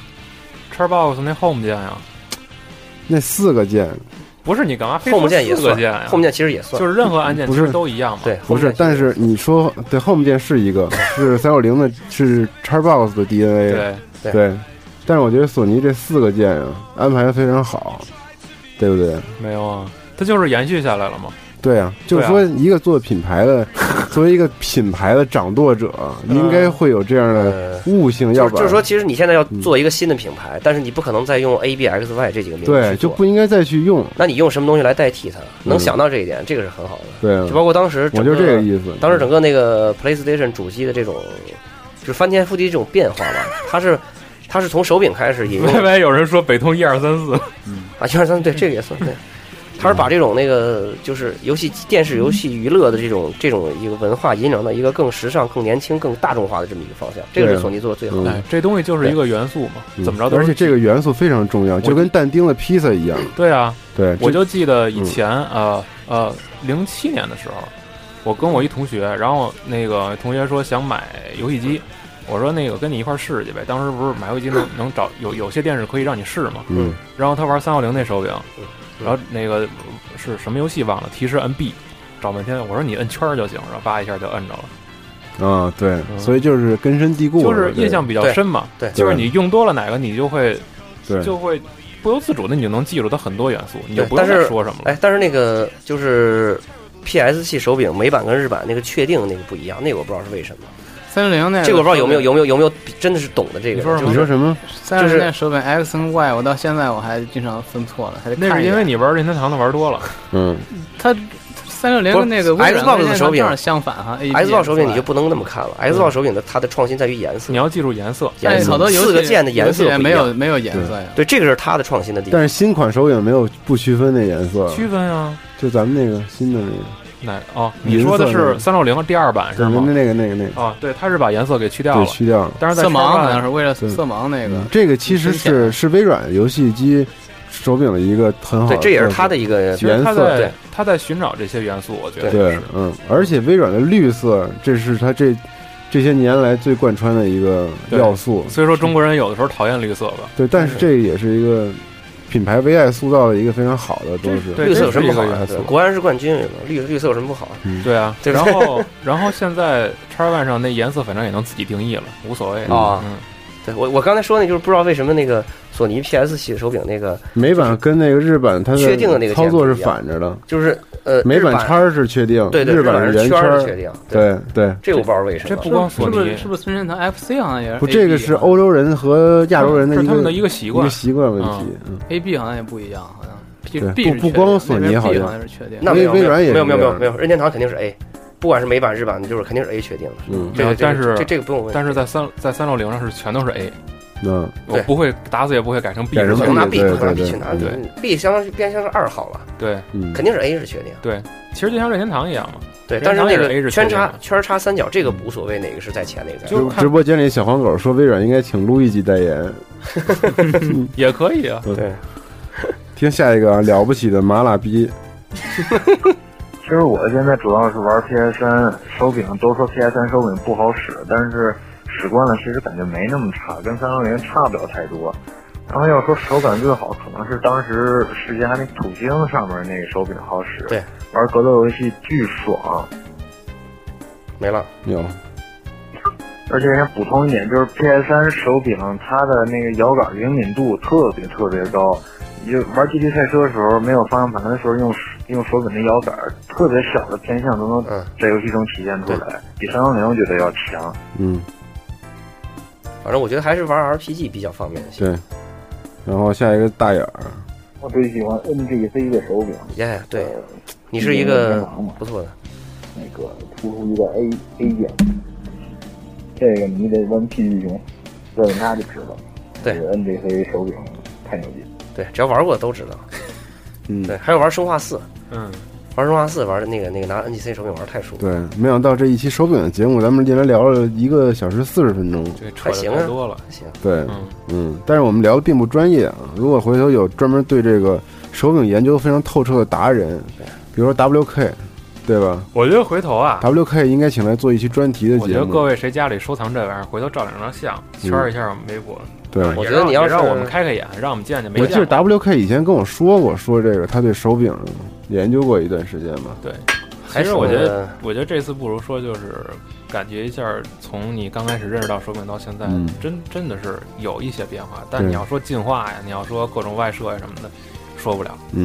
，Xbox 那 Home 键呀， 那四个键， 不是你干嘛非 ？Home 键也算键呀 ，Home 键其实也算， 就是任何按键其实都一样嘛。 对， 不是，但是你说对 Home 键是一个，是三六零的，是 Xbox 的 D N A， 对对对，但是我觉得索尼这四个键啊，安排的非常好，对不对？ 没有啊。它就是延续下来了嘛， 对啊，就是说一个做品牌的，作为一个品牌的掌舵者，应该会有这样的悟性，要不然就是说，其实你现在要做一个新的品牌，但是你不可能再用 A B X Y 这几个名字， 对，就不应该再去用。 那你用什么东西来代替它？能想到这一点，这个是很好的。 对， 就包括当时我就这个意思。 当时整个那个 PlayStation 主机的这种，就是翻天覆地这种变化吧，它是。它是从手柄开始引用。 外面有人说北通一二三四， 嗯啊一二三对这个也算对。它是把这种那个就是游戏电视游戏娱乐的这种这种一个文化引领到一个更时尚、更年轻、更大众化的这么一个方向，这个是索尼做的最好的。 哎，这东西就是一个元素嘛，怎么着都是。而且这个元素非常重要，就跟但丁的披萨一样。 对啊， 对， 我就记得以前呃呃零七年的时候，我跟我一同学，然后那个同学说想买游戏机。我说那个跟你一块试去呗，当时不是买游戏机能能找有有些店是可以让你试嘛， 嗯， 然后他玩三六零那手柄，然后那个是什么游戏忘了，提示摁 B， 找半天，我说你摁圈就行，然后叭一下就摁着了。 啊，对，嗯、所以就是根深蒂固， 就是印象比较深嘛， 对， 就是你用多了哪个，你就会， 对， 就会不由自主的你就能记住它很多元素，你就不用再说什么了。 哎，但是那个就是 P S 系手柄美版跟日版那个确定那个不一样，那个我不知道是为什么。 三六零那个这个我不知道有没有有没有有没有真的是懂的这个？ 你说你说什么？ 三六零那手柄 X 跟 Y， 我到现在我还经常分错了，还得看。 那是因为你玩任天堂的玩多了。 嗯， 它三六零跟那个 Xbox 的手柄相反哈 ，Xbox 手柄你就不能那么看了。Xbox 手柄的它的创新在于颜色， 你要记住颜色， 颜色好多四个键的颜色没有没有颜色呀。 对，这个是它的创新的地方。 但是新款手柄没有不区分的颜色， 区分啊， 就咱们那个新的那个。 哪哦？你说的是三六零第二版是吗？ 那个那个那个哦，对，它是把颜色给去掉了， 去掉了。 但是在色盲好像是为了色盲那个。 这个其实是是微软游戏机手柄的一个很好的， 对，这也是它的一个颜色。 对，它在寻找这些元素，我觉得对，嗯，而且微软的绿色，这是它这这些年来最贯穿的一个要素。 所以说中国人有的时候讨厌绿色吧？ 对，但是这也是一个。品牌为爱塑造的一个非常好的东西， 绿色有什么不好啊？国安是冠军，绿绿色有什么不好啊？ 嗯、 对啊，然后然后现在 X Y 上那颜色反正也能自己定义了，无所谓啊。 嗯， 对我我刚才说那就是不知道为什么那个索尼 P S 系手柄那个美版跟那个日版它的确定的那个操作是反着的， 就是呃美版叉是确定， 对对， 日版是圆圈是确定， 对对， 这我不知道为什么。 这不光索尼， 是不是孙天堂 F C 好像也是？ 不，这个是欧洲人和亚洲人的一个他们的一个习惯， 一个习惯问题。 嗯 ，A B 好像也不一样，好像。 对，不不光索尼好像是确定， 那微微软也没有没有没有没有，任天堂肯定是 A， 不管是美版日版的，就是肯定是 A 确定的。 嗯， 这个但是这这个不用问。 但是在三在三六零上是全都是 A。 嗯， 我不会打死也不会改成 B， 改成 B， 拿 B， 对拿 B 去拿对 B 相当于变相是二号了。 对， 肯定是 A 是确定。 对，其实就像任天堂一样嘛。 对，但是那个圈叉圈叉三角这个无所谓，哪个是在前哪个在后。直播间里小黄狗说微软应该请路易吉代言， 也可以啊。 对。 听下一个啊，了不起的麻辣逼。 其实我现在主要是玩 P S 三手柄，都说 P S 三手柄不好使，但是使惯了，其实感觉没那么差，跟三六零差不了太多。然后要说手感最好，可能是当时世嘉那土星上面那个手柄好使， 对， 玩格斗游戏巨爽。 没了， 有。 而且想补充一点，就是 P S 三手柄它的那个摇杆灵敏度特别特别高。就玩 G T 赛车的时候，没有方向盘的时候，用用手柄的摇杆，特别小的偏向都能在游戏中体现出来，嗯、比三六零我觉得要强。 嗯， 反正我觉得还是玩 R P G 比较方便些。 对，然后下一个大眼儿， 我最喜欢 N G C 的手柄。 耶、yeah, ，对，你是一个不错的。 那个突出一个 A A 键，这个你得问 P G 熊，问他就知道。 对 ，N G C 手柄太牛逼。 对，只要玩过的都知道。 嗯， 对，还有玩生化四， 嗯， 玩生化四玩的那个那个拿 N G C 手柄玩太舒服。 对，没想到这一期手柄的节目，咱们竟然聊了一个小时四十分钟， 还行啊， 多了， 行。 对，嗯嗯，但是我们聊的并不专业啊。如果回头有专门对这个手柄研究非常透彻的达人，比如说 W K， 对吧？ 我觉得回头啊 ，W K 应该请来做一期专题的节目。 我觉得各位谁家里收藏这玩意儿，回头照两张相，圈一下我们微博。 对， 我觉得你要让我们开开眼，让我们见见没见过。 我记得 W K 以前跟我说过，说这个他对手柄研究过一段时间嘛。 对，其实我觉得，我觉得这次不如说就是感觉一下，从你刚开始认识到手柄到现在， 嗯、 真真的是有一些变化。但你要说进化呀，你要说各种外设呀什么的，说不了。 嗯，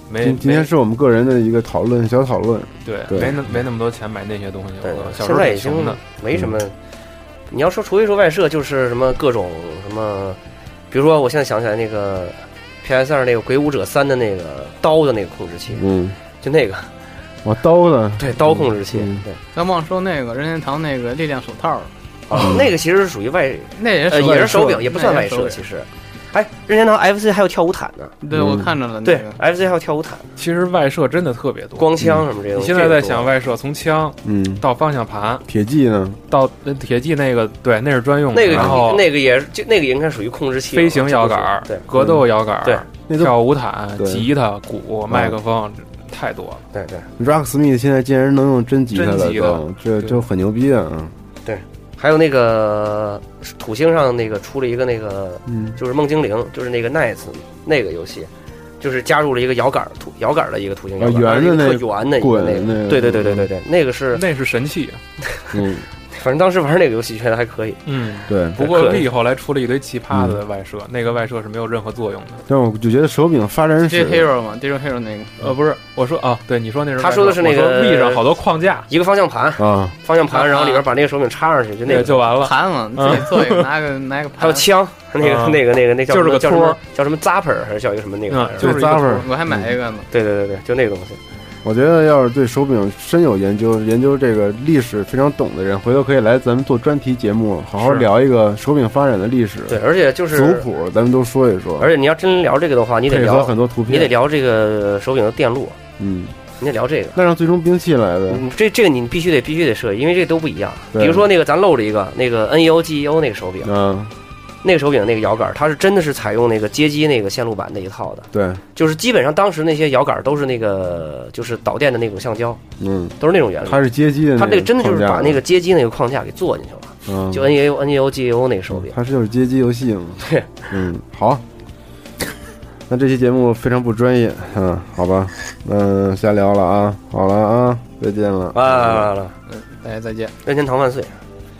没今今天是我们个人的一个讨论，小讨论。 对， 对没那没那么多钱买那些东西。 对， 小时候现在已经没什么。嗯、你要说除非说外设，就是什么各种什么，比如说我现在想起来那个 P S 二那个《鬼武者三》的那个刀的那个控制器， 嗯， 就那个。 哦，刀的， 对，刀控制器。嗯、对， 刚忘说那个任天堂那个力量手套。 哦，嗯、那个其实是属于外， 那也是、 呃、也是手柄，也不算外设，其实。哎，任天堂 F C 还有跳舞毯呢。 对，我看着了。 对 ，F C 还有跳舞毯。 其实外设真的特别多， 光枪什么这些。 你现在在想外设，从枪嗯到方向盘， 铁骑呢， 到铁骑那个对，那是专用的。 那个然后那个也是，就那个也应该属于控制器。 飞行摇杆， 对， 格斗摇杆， 对， 跳舞毯、吉他、鼓、麦克风。太多了， 对对 ，Rocksmith 现在竟然能用真吉他了， 都这就很牛逼啊！ 对，还有那个土星上那个出了一个那个， 嗯， 就是梦精灵，就是那个 Nights 那个游戏，就是加入了一个摇杆土摇杆的一个土星摇杆， 圆的那个圆的一个那个，对对对对对对，那个是那是神器， 嗯。 反正当时玩那个游戏觉得还可以， 嗯， 对。 不过力后来出了一堆奇葩的外设，嗯、那个外设是没有任何作用的。 但我就觉得手柄发展史 Hero 嘛 ，Digital Hero 那个， 呃，不是，我说啊，对，你说那是他说的是那个力上好多框架， 一个方向盘啊， 方向盘，然后里边把那个手柄插上去，就那个就完了。 盘嘛，自己做一个，拿个拿个盘。 还有枪，那个那个那个那叫就是个托， 叫什么 Zapper 还是叫一个什么那个？ 就是 Zapper， 我还买一个呢。 对对对对，就那个东西。 我觉得要是对手柄深有研究，研究这个历史非常懂的人，回头可以来咱们做专题节目，好好聊一个手柄发展的历史。 对，而且就是族谱，咱们都说一说。 而且你要真聊这个的话，你得聊很多图片， 你得聊这个手柄的电路。 嗯， 你得聊这个。 那让最终兵器来的， 嗯、这这个你必须得必须得设计，因为这都不一样。比如说那个咱漏了一个那个 N E O G E O 那个手柄。 嗯。 那个手柄那个摇杆，它是真的是采用那个街机那个线路板那一套的， 对， 就是基本上当时那些摇杆都是那个就是导电的那种橡胶， 嗯， 都是那种原理。 它是街机的， 它那个真的就是把那个街机那个框架给做进去了， 嗯， 就 N E O N E O G E O 那个手柄， 它是就是街机游戏嘛， 对， 嗯，好，那这期节目非常不专业，嗯，好吧，嗯，瞎聊了啊，好了啊，再见了， 啊了了， 嗯，大家再见， 任天堂万岁。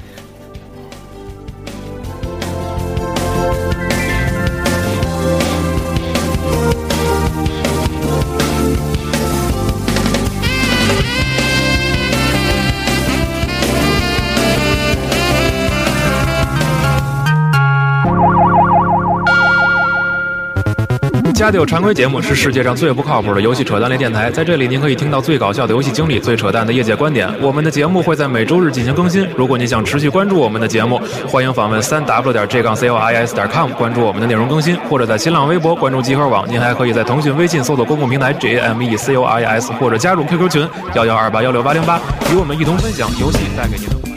家里有常规节目是世界上最不靠谱的游戏扯淡类电台，在这里您可以听到最搞笑的游戏经历、最扯淡的业界观点。我们的节目会在每周日进行更新。如果您想持续关注我们的节目，欢迎访问三 w 点 j 杠 c o i s 点 com 关注我们的内容更新，或者在新浪微博关注集合网。您还可以在腾讯微信搜索公共平台 J M E C O I S， 或者加入 Q Q 群幺幺二八幺六八零八，与我们一同分享游戏带给您的。